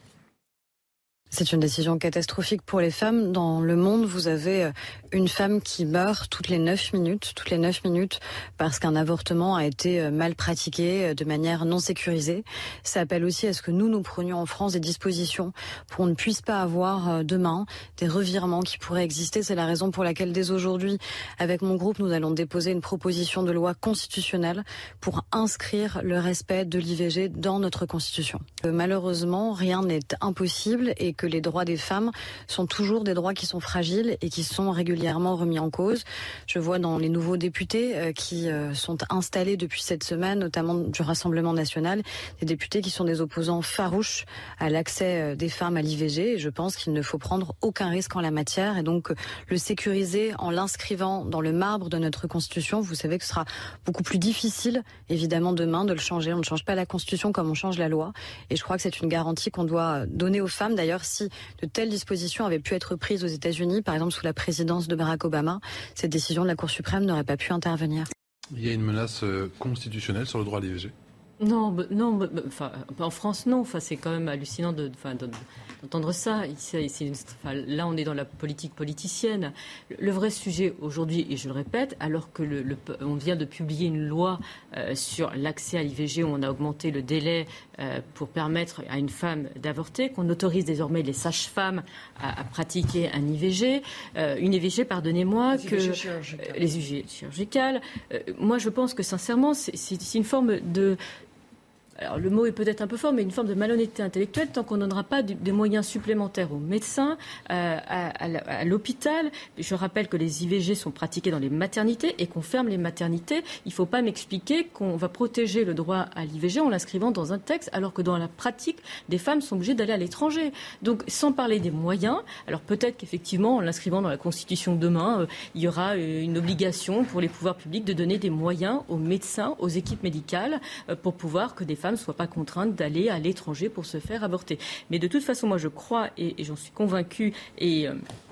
C'est une décision catastrophique pour les femmes. Dans le monde, vous avez une femme qui meurt toutes les neuf minutes, toutes les neuf minutes, parce qu'un avortement a été mal pratiqué de manière non sécurisée. Ça appelle aussi à ce que nous, nous prenions en France des dispositions pour qu'on ne puisse pas avoir demain des revirements qui pourraient exister. C'est la raison pour laquelle, dès aujourd'hui, avec mon groupe, nous allons déposer une proposition de loi constitutionnelle pour inscrire le respect de l'I V G dans notre Constitution. Malheureusement, rien n'est impossible et que les droits des femmes sont toujours des droits qui sont fragiles et qui sont régulièrement remis en cause. Je vois dans les nouveaux députés euh, qui euh, sont installés depuis cette semaine, notamment du Rassemblement national, des députés qui sont des opposants farouches à l'accès euh, des femmes à l'I V G. Et je pense qu'il ne faut prendre aucun risque en la matière et donc euh, le sécuriser en l'inscrivant dans le marbre de notre Constitution. Vous savez que ce sera beaucoup plus difficile, évidemment, demain de le changer. On ne change pas la Constitution comme on change la loi. Et je crois que c'est une garantie qu'on doit donner aux femmes. D'ailleurs, si de telles dispositions avaient pu être prises aux États-Unis, par exemple sous la présidence de Barack Obama, cette décision de la Cour suprême n'aurait pas pu intervenir. Il y a une menace constitutionnelle sur le droit à l'I V G ? Non, bah, non bah, enfin, en France, non. Enfin, c'est quand même hallucinant de, enfin, de, d'entendre ça. Ici, ici, enfin, là, on est dans la politique politicienne. Le, le vrai sujet aujourd'hui, et je le répète, alors que le, le, on vient de publier une loi euh, sur l'accès à l'I V G où on a augmenté le délai euh, pour permettre à une femme d'avorter, qu'on autorise désormais les sages-femmes à, à pratiquer un I V G, euh, une I V G, pardonnez-moi, les que I V G chirurgicales. Euh, les I V G chirurgicales. Euh, moi, je pense que sincèrement, c'est, c'est, c'est une forme de Alors le mot est peut-être un peu fort, mais une forme de malhonnêteté intellectuelle tant qu'on ne donnera pas des moyens supplémentaires aux médecins, euh, à, à, à l'hôpital. Je rappelle que les I V G sont pratiqués dans les maternités et qu'on ferme les maternités. Il ne faut pas m'expliquer qu'on va protéger le droit à l'I V G en l'inscrivant dans un texte, alors que dans la pratique, des femmes sont obligées d'aller à l'étranger. Donc sans parler des moyens, alors peut-être qu'effectivement, en l'inscrivant dans la Constitution demain, euh, il y aura une obligation pour les pouvoirs publics de donner des moyens aux médecins, aux équipes médicales, euh, pour pouvoir que des femmes ne soient pas contraintes d'aller à l'étranger pour se faire avorter. Mais de toute façon, moi je crois, et, et j'en suis convaincue, et euh,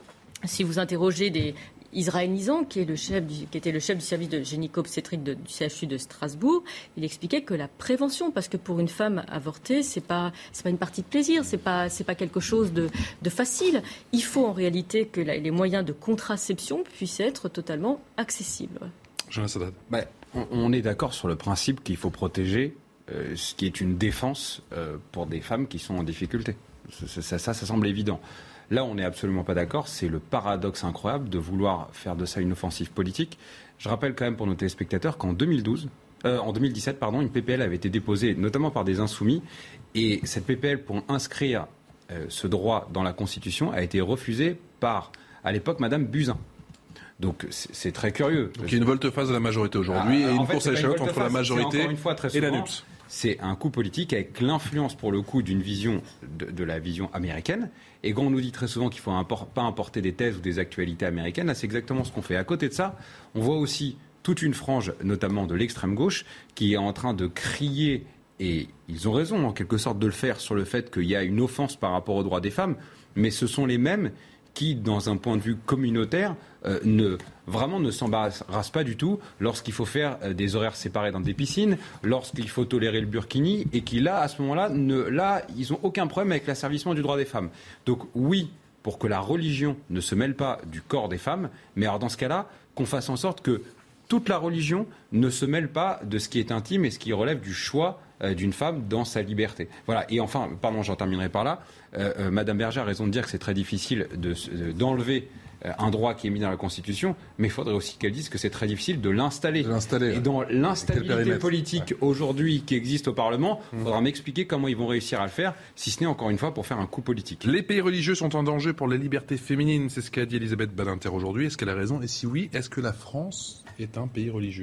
si vous interrogez des Israël Nizan, qui, est le chef du, qui était le chef du service de gynéco-obstétrique de, du C H U de Strasbourg, il expliquait que la prévention, parce que pour une femme avorter, c'est pas c'est pas une partie de plaisir, c'est pas c'est pas quelque chose de, de facile. Il faut en réalité que la, les moyens de contraception puissent être totalement accessibles. Jonas Haddad. Bah, on, on est d'accord sur le principe qu'il faut protéger euh, ce qui est une défense euh, pour des femmes qui sont en difficulté. Ça, ça, ça, ça semble évident. Là, on n'est absolument pas d'accord. C'est le paradoxe incroyable de vouloir faire de ça une offensive politique. Je rappelle quand même pour nos téléspectateurs qu'en deux mille douze, euh, en deux mille dix-sept, pardon, une P P L avait été déposée, notamment par des insoumis. Et cette P P L, pour inscrire euh, ce droit dans la Constitution, a été refusée par, à l'époque, Madame Buzyn. Donc c'est, c'est très curieux. Donc il y a une volte-face de la majorité aujourd'hui ah, et une course à l'échalote entre la majorité une fois, très souvent, et la N U P S. C'est un coup politique avec l'influence, pour le coup, d'une vision de, de la vision américaine. Et quand on nous dit très souvent qu'il ne faut impor- pas importer des thèses ou des actualités américaines, là, c'est exactement ce qu'on fait. À côté de ça, on voit aussi toute une frange, notamment de l'extrême gauche, qui est en train de crier, et ils ont raison en quelque sorte de le faire, sur le fait qu'il y a une offense par rapport aux droits des femmes, mais ce sont les mêmes qui, dans un point de vue communautaire, euh, ne, vraiment ne s'embarrassent pas du tout lorsqu'il faut faire euh, des horaires séparés dans des piscines, lorsqu'il faut tolérer le burkini, et qui, là, à ce moment-là, ne, là ils n'ont aucun problème avec l'asservissement du droit des femmes. Donc oui, pour que la religion ne se mêle pas du corps des femmes, mais alors dans ce cas-là, qu'on fasse en sorte que toute la religion ne se mêle pas de ce qui est intime et ce qui relève du choix euh, d'une femme dans sa liberté. Voilà. Et enfin, pardon, j'en terminerai par là. Euh, euh, Madame Berger a raison de dire que c'est très difficile de, de, d'enlever euh, un droit qui est mis dans la Constitution, mais il faudrait aussi qu'elle dise que c'est très difficile de l'installer. De l'installer et dans l'instabilité politique ouais. aujourd'hui qui existe au Parlement, il mmh. faudra m'expliquer comment ils vont réussir à le faire, si ce n'est encore une fois pour faire un coup politique. Les pays religieux sont en danger pour les libertés féminines, c'est ce qu'a dit Elisabeth Badinter aujourd'hui. Est-ce qu'elle a raison ? Et si oui, est-ce que la France est un pays religieux ?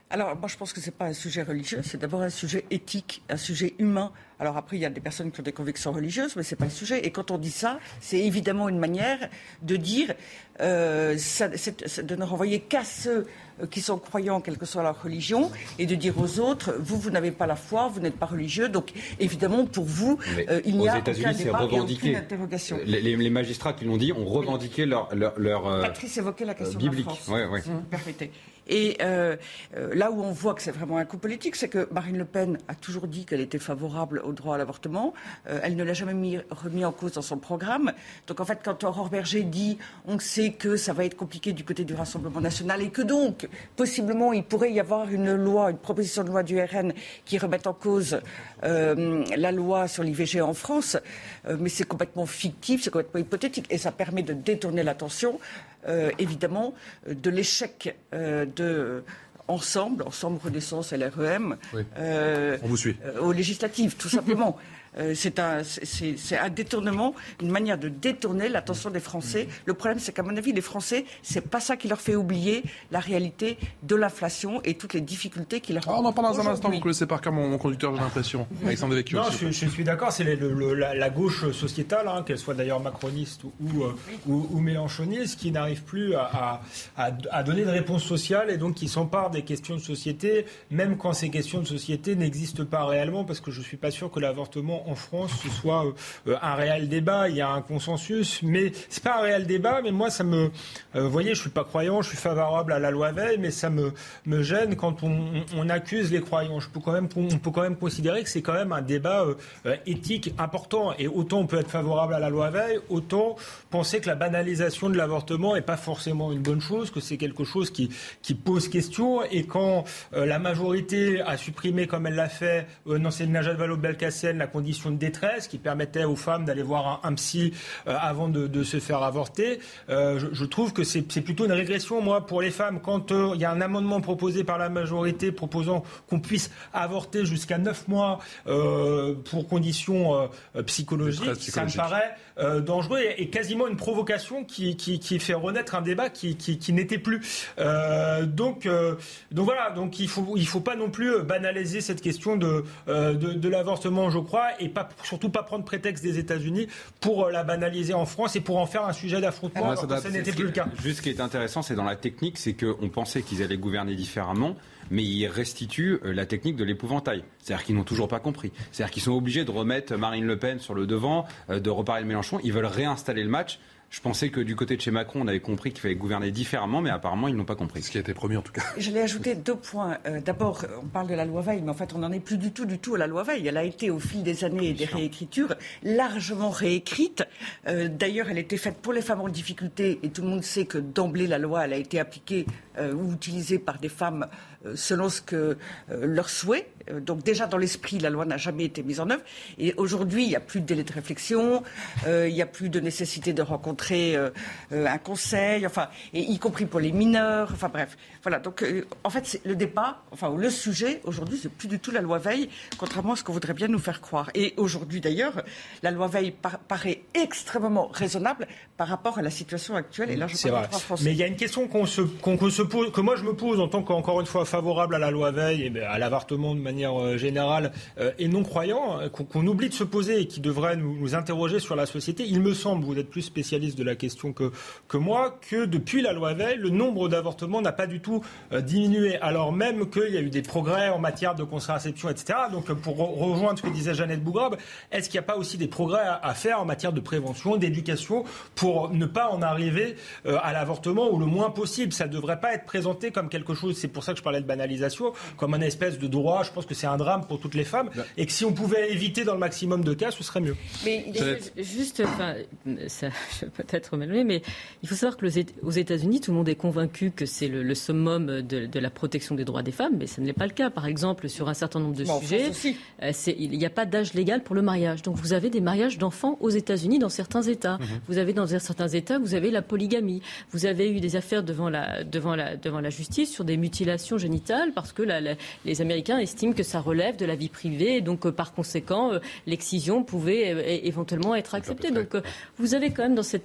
Alors, moi, je pense que ce n'est pas un sujet religieux, c'est d'abord un sujet éthique, un sujet humain. Alors après, il y a des personnes qui ont des convictions religieuses, mais ce n'est pas le sujet. Et quand on dit ça, c'est évidemment une manière de dire, euh, ça, c'est, c'est de ne renvoyer qu'à ceux qui sont croyants, quelle que soit leur religion, et de dire aux autres, vous, vous n'avez pas la foi, vous n'êtes pas religieux, donc évidemment, pour vous, euh, il n'y a aucun débat et aucune interrogation. Les, les, les magistrats qui l'ont dit ont revendiqué leur, leur, leur euh, Patrice évoquait la question biblique. de la France. Ouais, ouais. Mmh, permettez. Et euh, euh, là où on voit que c'est vraiment un coup politique, c'est que Marine Le Pen a toujours dit qu'elle était favorable au droit à l'avortement. Euh, elle ne l'a jamais mis, remis en cause dans son programme. Donc en fait, quand Aurore Berger dit on sait que ça va être compliqué du côté du Rassemblement national et que donc, possiblement, il pourrait y avoir une loi, une proposition de loi du R N qui remette en cause euh, la loi sur l'I V G en France. Euh, mais c'est complètement fictif, c'est complètement hypothétique. Et ça permet de détourner l'attention, euh, évidemment, de l'échec euh, de... Ensemble, Ensemble Renaissance L R E M, oui. euh, On vous suit. Euh, aux législatives, tout simplement. euh, c'est, un, c'est, c'est un détournement, une manière de détourner l'attention des Français. Le problème, c'est qu'à mon avis, les Français, c'est pas ça qui leur fait oublier la réalité de l'inflation et toutes les difficultés qui leur. Ah, on en parle dans un instant. Vous connaissez par cœur mon, mon conducteur, j'ai l'impression. Alexandre Devecchio. Non, je, je suis d'accord. C'est le, le, la, la gauche sociétale, hein, qu'elle soit d'ailleurs macroniste ou, ou, ou, ou mélenchoniste, qui n'arrive plus à, à, à donner de réponses sociales et donc qui s'empare des questions de société, même quand ces questions de société n'existent pas réellement, parce que je ne suis pas sûr que l'avortement en France ce soit euh, un réel débat. Il y a un consensus, mais c'est pas un réel débat. Mais moi, ça me, euh, vous voyez, je suis pas croyant, je suis favorable à la loi Veil, mais ça me me gêne quand on, on, on accuse les croyants. Je peux quand même, on peut quand même considérer que c'est quand même un débat euh, éthique important. Et autant on peut être favorable à la loi Veil, autant penser que la banalisation de l'avortement est pas forcément une bonne chose, que c'est quelque chose qui qui pose question. Et quand euh, la majorité a supprimé, comme elle l'a fait, euh, dans c'est Najat Vallaud-Belkacem, la condition de détresse qui permettait aux femmes d'aller voir un, un psy euh, avant de, de se faire avorter, euh, je, je trouve que c'est, c'est plutôt une régression, moi, pour les femmes. Quand il euh, y a un amendement proposé par la majorité proposant qu'on puisse avorter jusqu'à neuf mois euh, pour conditions euh, psychologiques, ça me paraît euh, dangereux et, et quasiment une provocation qui, qui, qui fait renaître un débat qui, qui, qui n'était plus. Euh, donc, euh, donc voilà, donc il faut, il faut pas non plus banaliser cette question de, euh, de, de l'avortement, je crois, et pas, surtout pas prendre prétexte des États-Unis pour la banaliser en France et pour en faire un sujet d'affrontement, alors, alors que ça n'était plus le cas. Juste ce qui est intéressant, c'est dans la technique, c'est qu'on pensait qu'ils allaient gouverner différemment, mais ils restituent la technique de l'épouvantail. C'est-à-dire qu'ils n'ont toujours pas compris. C'est-à-dire qu'ils sont obligés de remettre Marine Le Pen sur le devant, de reparler de Mélenchon. Ils veulent réinstaller le match. Je pensais que du côté de chez Macron, on avait compris qu'il fallait gouverner différemment, mais apparemment, ils n'ont pas compris. Ce qui a été promis, en tout cas. J'allais ajouter deux points. Euh, d'abord, on parle de la loi Veil, mais en fait, on n'en est plus du tout, du tout à la loi Veil. Elle a été, au fil des années et des réécritures, largement réécrite. Euh, d'ailleurs, elle était faite pour les femmes en difficulté, et tout le monde sait que d'emblée, la loi, elle a été appliquée euh, ou utilisée par des femmes euh, selon ce que euh, leur souhait. Euh, donc déjà, dans l'esprit, la loi n'a jamais été mise en œuvre. Et aujourd'hui, il n'y a plus de délai de réflexion, euh, il n'y a plus de nécessité de rencontrer Euh, euh, un conseil, enfin, et y compris pour les mineurs, enfin bref. Voilà, donc euh, en fait, c'est le débat, enfin, le sujet aujourd'hui, c'est plus du tout la loi Veil, contrairement à ce qu'on voudrait bien nous faire croire. Et aujourd'hui, d'ailleurs, la loi Veil par- paraît extrêmement raisonnable par rapport à la situation actuelle. Et là, je c'est vrai. Français. Mais il y a une question qu'on se, qu'on, qu'on se pose, que moi je me pose en tant qu'encore une fois favorable à la loi Veil et à l'avortement de manière euh, générale euh, et non croyant, euh, qu'on, qu'on oublie de se poser et qui devrait nous, nous interroger sur la société. Il me semble, vous êtes plus spécialiste de la question que, que moi, que depuis la loi Veil, le nombre d'avortements n'a pas du tout euh, diminué, alors même qu'il y a eu des progrès en matière de contraception, et cetera. Donc pour re- rejoindre ce que disait Jeannette Bougrabe, est-ce qu'il n'y a pas aussi des progrès à, à faire en matière de prévention, d'éducation, pour ne pas en arriver euh, à l'avortement ou le moins possible? Ça ne devrait pas être présenté comme quelque chose, c'est pour ça que je parlais de banalisation, comme un espèce de droit. Je pense que c'est un drame pour toutes les femmes et que si on pouvait éviter dans le maximum de cas, ce serait mieux. Mais juste, enfin, ça, je peux peut-être m'éloigner, mais il faut savoir que aux États-Unis, tout le monde est convaincu que c'est le, le summum de, de la protection des droits des femmes, mais ce n'est pas le cas. Par exemple, sur un certain nombre de bon, sujets, euh, c'est, il n'y a pas d'âge légal pour le mariage. Donc vous avez des mariages d'enfants aux États-Unis dans certains États. Mm-hmm. Vous avez dans certains États, vous avez la polygamie. Vous avez eu des affaires devant la, devant la, devant la justice sur des mutilations génitales parce que la, la, les Américains estiment que ça relève de la vie privée et donc euh, par conséquent, euh, l'excision pouvait euh, éventuellement être acceptée. Donc euh, vous avez quand même dans cette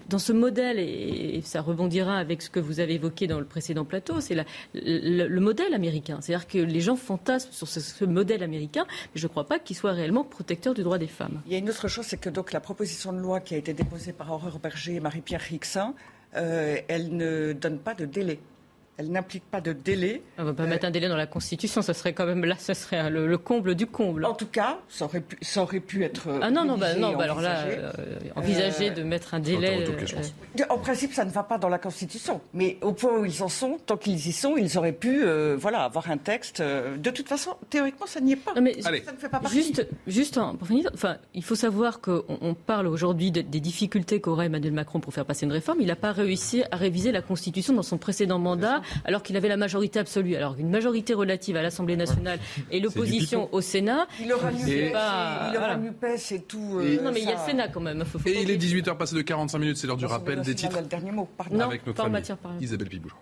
dans ce modèle, et ça rebondira avec ce que vous avez évoqué dans le précédent plateau, c'est la, le, le modèle américain. C'est-à-dire que les gens fantasment sur ce, ce modèle américain, mais je ne crois pas qu'il soit réellement protecteur du droit des femmes. Il y a une autre chose, c'est que donc, la proposition de loi qui a été déposée par Aurore Berger et Marie-Pierre Rixain, euh, elle ne donne pas de délai. Elle n'implique pas de délai. On ne va pas euh, mettre un délai dans la Constitution, ça serait quand même là, ça serait le, le comble du comble. En tout cas, ça aurait pu, ça aurait pu être. Ah non, non, bah, non bah, alors là, euh, envisager euh, de mettre un délai. Euh, en principe, ça ne va pas dans la Constitution. Mais au point où ils en sont, tant qu'ils y sont, ils auraient pu euh, voilà, avoir un texte. Euh, de toute façon, théoriquement, ça n'y est pas. Non, mais ça ne fait pas partie. Juste, juste hein, pour finir, enfin, il faut savoir qu'on on parle aujourd'hui de, des difficultés qu'aurait Emmanuel Macron pour faire passer une réforme. Il n'a pas réussi à réviser la Constitution dans son précédent mandat, alors qu'il avait la majorité absolue. Alors une majorité relative à l'Assemblée nationale et l'opposition au Sénat. Il aura NUPES pas... voilà. et tout. Euh, et non, mais ça... il y a le Sénat quand même. Faut, faut et il est dix-huit heures passées de quarante-cinq minutes, c'est l'heure du rappel des titres. Le dernier mot, pardon. Non, avec notre pas en amie matière, par exemple. Isabelle Pibougeon.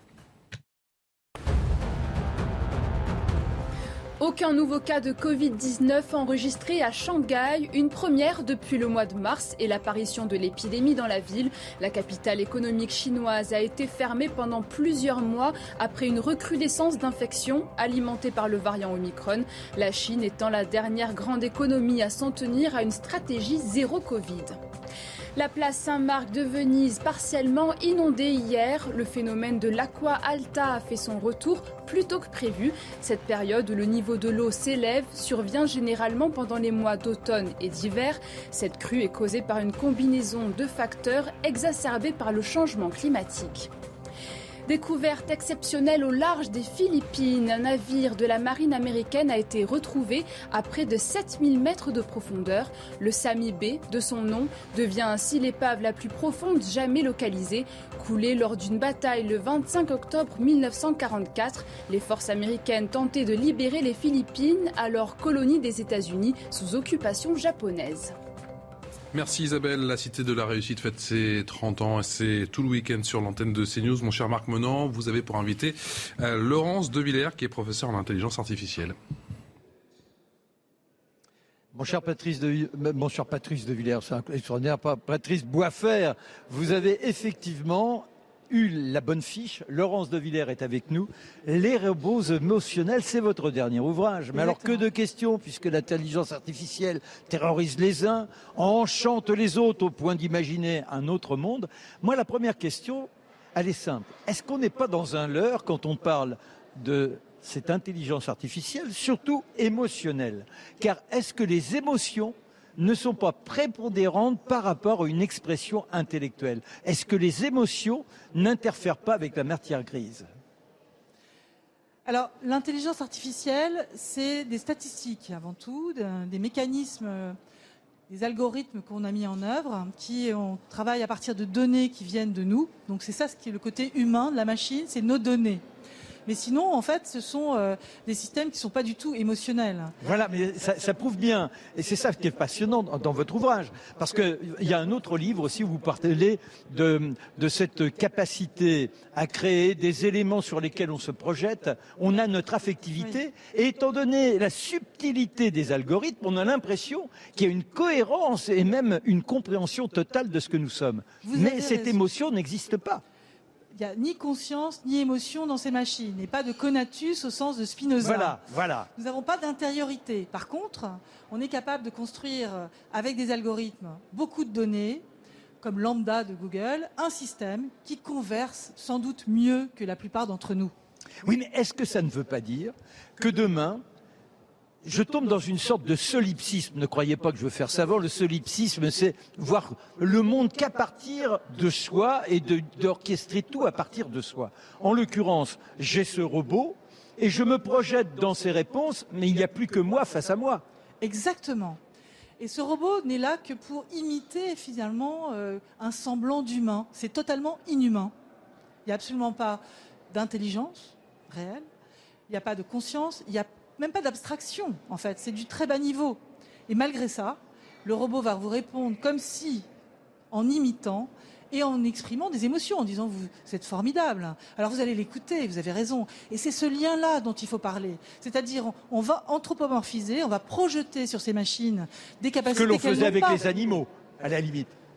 Aucun nouveau cas de covid dix-neuf enregistré à Shanghai, une première depuis le mois de mars et l'apparition de l'épidémie dans la ville. La capitale économique chinoise a été fermée pendant plusieurs mois après une recrudescence d'infections alimentée par le variant Omicron. La Chine étant la dernière grande économie à s'en tenir à une stratégie zéro Covid. La place Saint-Marc de Venise, partiellement inondée hier. Le phénomène de l'Aqua Alta a fait son retour plus tôt que prévu. Cette période où le niveau de l'eau s'élève survient généralement pendant les mois d'automne et d'hiver. Cette crue est causée par une combinaison de facteurs exacerbés par le changement climatique. Découverte exceptionnelle au large des Philippines, un navire de la marine américaine a été retrouvé à près de sept mille mètres de profondeur. Le Sami B, de son nom, devient ainsi l'épave la plus profonde jamais localisée. Coulée lors d'une bataille le vingt-cinq octobre mille neuf cent quarante-quatre, les forces américaines tentaient de libérer les Philippines, alors colonie des États-Unis sous occupation japonaise. Merci Isabelle. La Cité de la Réussite fête ses trente ans et c'est tout le week-end sur l'antenne de CNews. Mon cher Marc Menant, vous avez pour invité euh, Laurence De Villers qui est professeure en intelligence artificielle. Mon cher Patrice de, mon cher Patrice de Villers, c'est extraordinaire, pas Patrice Boisfer, vous avez effectivement eu la bonne fiche. Laurence De Villers est avec nous. Les robots émotionnels, c'est votre dernier ouvrage. Mais Exactement. Alors que de questions, puisque l'intelligence artificielle terrorise les uns, enchante les autres au point d'imaginer un autre monde. Moi, la première question, elle est simple. Est-ce qu'on n'est pas dans un leurre quand on parle de cette intelligence artificielle, surtout émotionnelle? Car est-ce que les émotions ne sont pas prépondérantes par rapport à une expression intellectuelle? Est-ce que les émotions n'interfèrent pas avec la matière grise? Alors, l'intelligence artificielle, c'est des statistiques avant tout, des mécanismes, des algorithmes qu'on a mis en œuvre, qui on travaille à partir de données qui viennent de nous. Donc c'est ça ce qui est le côté humain de la machine, c'est nos données. Mais sinon, en fait, ce sont euh, des systèmes qui ne sont pas du tout émotionnels. Voilà, mais ça, ça prouve bien, et c'est ça qui est passionnant dans, dans votre ouvrage, parce qu'il y a un autre livre aussi où vous parlez de, de cette capacité à créer des éléments sur lesquels on se projette. On a notre affectivité, oui. Et étant donné la subtilité des algorithmes, on a l'impression qu'il y a une cohérence et même une compréhension totale de ce que nous sommes. Vous mais cette raison. Émotion n'existe pas. Il n'y a ni conscience ni émotion dans ces machines, et pas de conatus au sens de Spinoza. Voilà, voilà. Nous n'avons pas d'intériorité. Par contre, on est capable de construire, avec des algorithmes, beaucoup de données, comme Lambda de Google, un système qui converse sans doute mieux que la plupart d'entre nous. Oui, mais est-ce que ça ne veut pas dire que demain, je tombe dans une sorte de solipsisme? Ne croyez pas que je veux faire savant. Le solipsisme, c'est voir le monde qu'à partir de soi et de, d'orchestrer tout à partir de soi. En l'occurrence, j'ai ce robot et je me projette dans ses réponses, mais il n'y a plus que moi face à moi. Exactement. Et ce robot n'est là que pour imiter finalement euh, un semblant d'humain. C'est totalement inhumain. Il n'y a absolument pas d'intelligence réelle, il n'y a pas de conscience, il n'y a même pas d'abstraction, en fait. C'est du très bas niveau. Et malgré ça, le robot va vous répondre comme si, en imitant et en exprimant des émotions, en disant vous êtes formidable. Alors vous allez l'écouter, vous avez raison. Et c'est ce lien-là dont il faut parler. C'est-à-dire, on, on va anthropomorphiser, on va projeter sur ces machines des capacités que l'on faisait avec pas. les animaux, à la limite.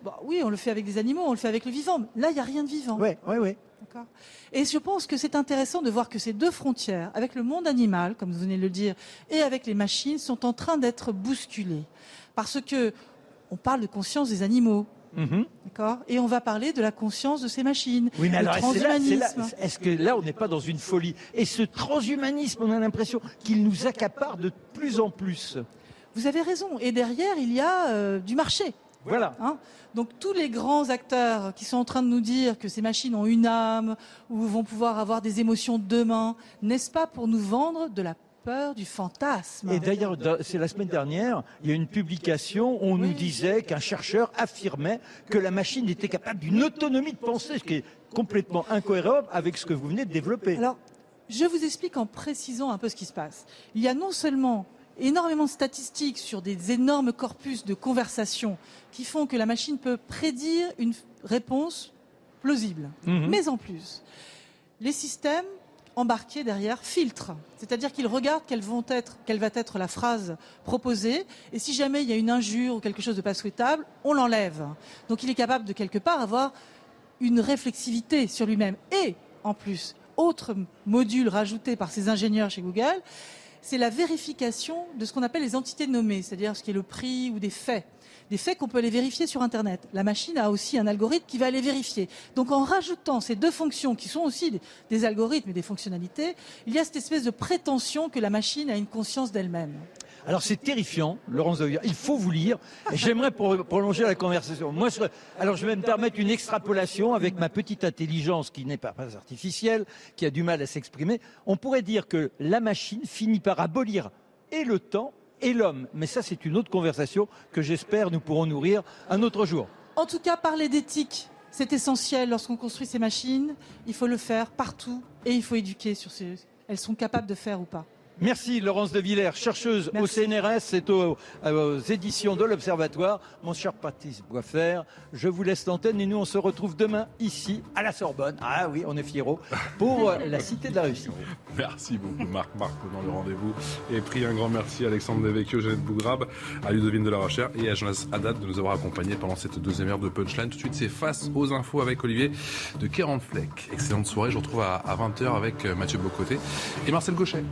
Bon, oui, on le fait avec des animaux, on le fait avec le vivant. Là, il n'y a rien de vivant. Oui, oui, oui. D'accord. Et je pense que c'est intéressant de voir que ces deux frontières, avec le monde animal, comme vous venez de le dire, et avec les machines, sont en train d'être bousculées. Parce que on parle de conscience des animaux. Mmh. D'accord. Et on va parler de la conscience de ces machines. Oui, mais le alors, transhumanisme. est-ce, là, est-ce que là, on n'est pas dans une folie? Et ce transhumanisme, on a l'impression qu'il nous accapare de plus en plus. Vous avez raison. Et derrière, il y a euh, du marché. Voilà. Hein. Donc tous les grands acteurs qui sont en train de nous dire que ces machines ont une âme ou vont pouvoir avoir des émotions demain, n'est-ce pas pour nous vendre de la peur du fantasme? Et d'ailleurs, c'est la semaine dernière, il y a une publication où on oui. nous disait qu'un chercheur affirmait que la machine était capable d'une autonomie de pensée, ce qui est complètement incohérent avec ce que vous venez de développer. Alors, je vous explique en précisant un peu ce qui se passe. Il y a non seulement énormément de statistiques sur des énormes corpus de conversations qui font que la machine peut prédire une réponse plausible. Mmh. Mais en plus, les systèmes embarqués derrière filtrent. C'est-à-dire qu'ils regardent quelle, vont être, quelle va être la phrase proposée et si jamais il y a une injure ou quelque chose de pas souhaitable, on l'enlève. Donc il est capable de quelque part avoir une réflexivité sur lui-même. Et en plus, autre module rajouté par ces ingénieurs chez Google, c'est la vérification de ce qu'on appelle les entités nommées, c'est-à-dire ce qui est le prix ou des faits. Des faits qu'on peut aller vérifier sur Internet. La machine a aussi un algorithme qui va les vérifier. Donc en rajoutant ces deux fonctions qui sont aussi des, des algorithmes et des fonctionnalités, il y a cette espèce de prétention que la machine a une conscience d'elle-même. Alors c'est terrifiant, Laurence Dauvillard. Il faut vous lire. Et j'aimerais pour prolonger la conversation. Moi, je, alors je vais me permettre une extrapolation avec ma petite intelligence qui n'est pas, pas artificielle, qui a du mal à s'exprimer. On pourrait dire que la machine finit par abolir et le temps et l'homme. Mais ça, c'est une autre conversation que j'espère nous pourrons nourrir un autre jour. En tout cas, parler d'éthique, c'est essentiel lorsqu'on construit ces machines. Il faut le faire partout et il faut éduquer sur ce elles sont capables de faire ou pas. Merci Laurence de Villers, chercheuse Merci. au C N R S, c'est aux, aux éditions de l'Observatoire. Mon cher Patrice Boisfer, je vous laisse l'antenne et nous on se retrouve demain ici à la Sorbonne. Ah oui, on est fieraux pour la Cité de la Réussite. Merci beaucoup Marc, Marc pendant le rendez-vous. Et pris un grand merci à Alexandre Devecchio, Jeannette Bougrabe, à Ludovine de la Rochère et à Jonas Haddad de nous avoir accompagnés pendant cette deuxième heure de Punchline. Tout de suite, c'est Face aux infos avec Olivier de Kéranfleck. Excellente soirée, je vous retrouve à, à vingt heures avec Mathieu Bocoté et Marcel Gauchet.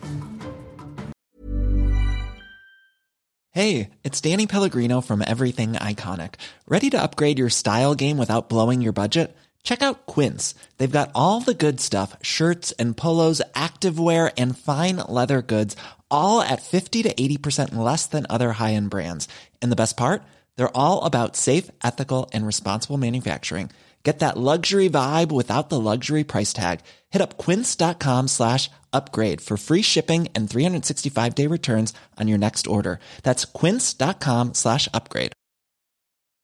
Hey, it's Danny Pellegrino from Everything Iconic. Ready to upgrade your style game without blowing your budget? Check out Quince. They've got all the good stuff, shirts and polos, activewear, and fine leather goods, all at fifty to eighty percent less than other high-end brands. And the best part? They're all about safe, ethical, and responsible manufacturing. Get that luxury vibe without the luxury price tag. Hit up quince.com slash upgrade for free shipping and three sixty-five day returns on your next order. That's quince.com slash upgrade.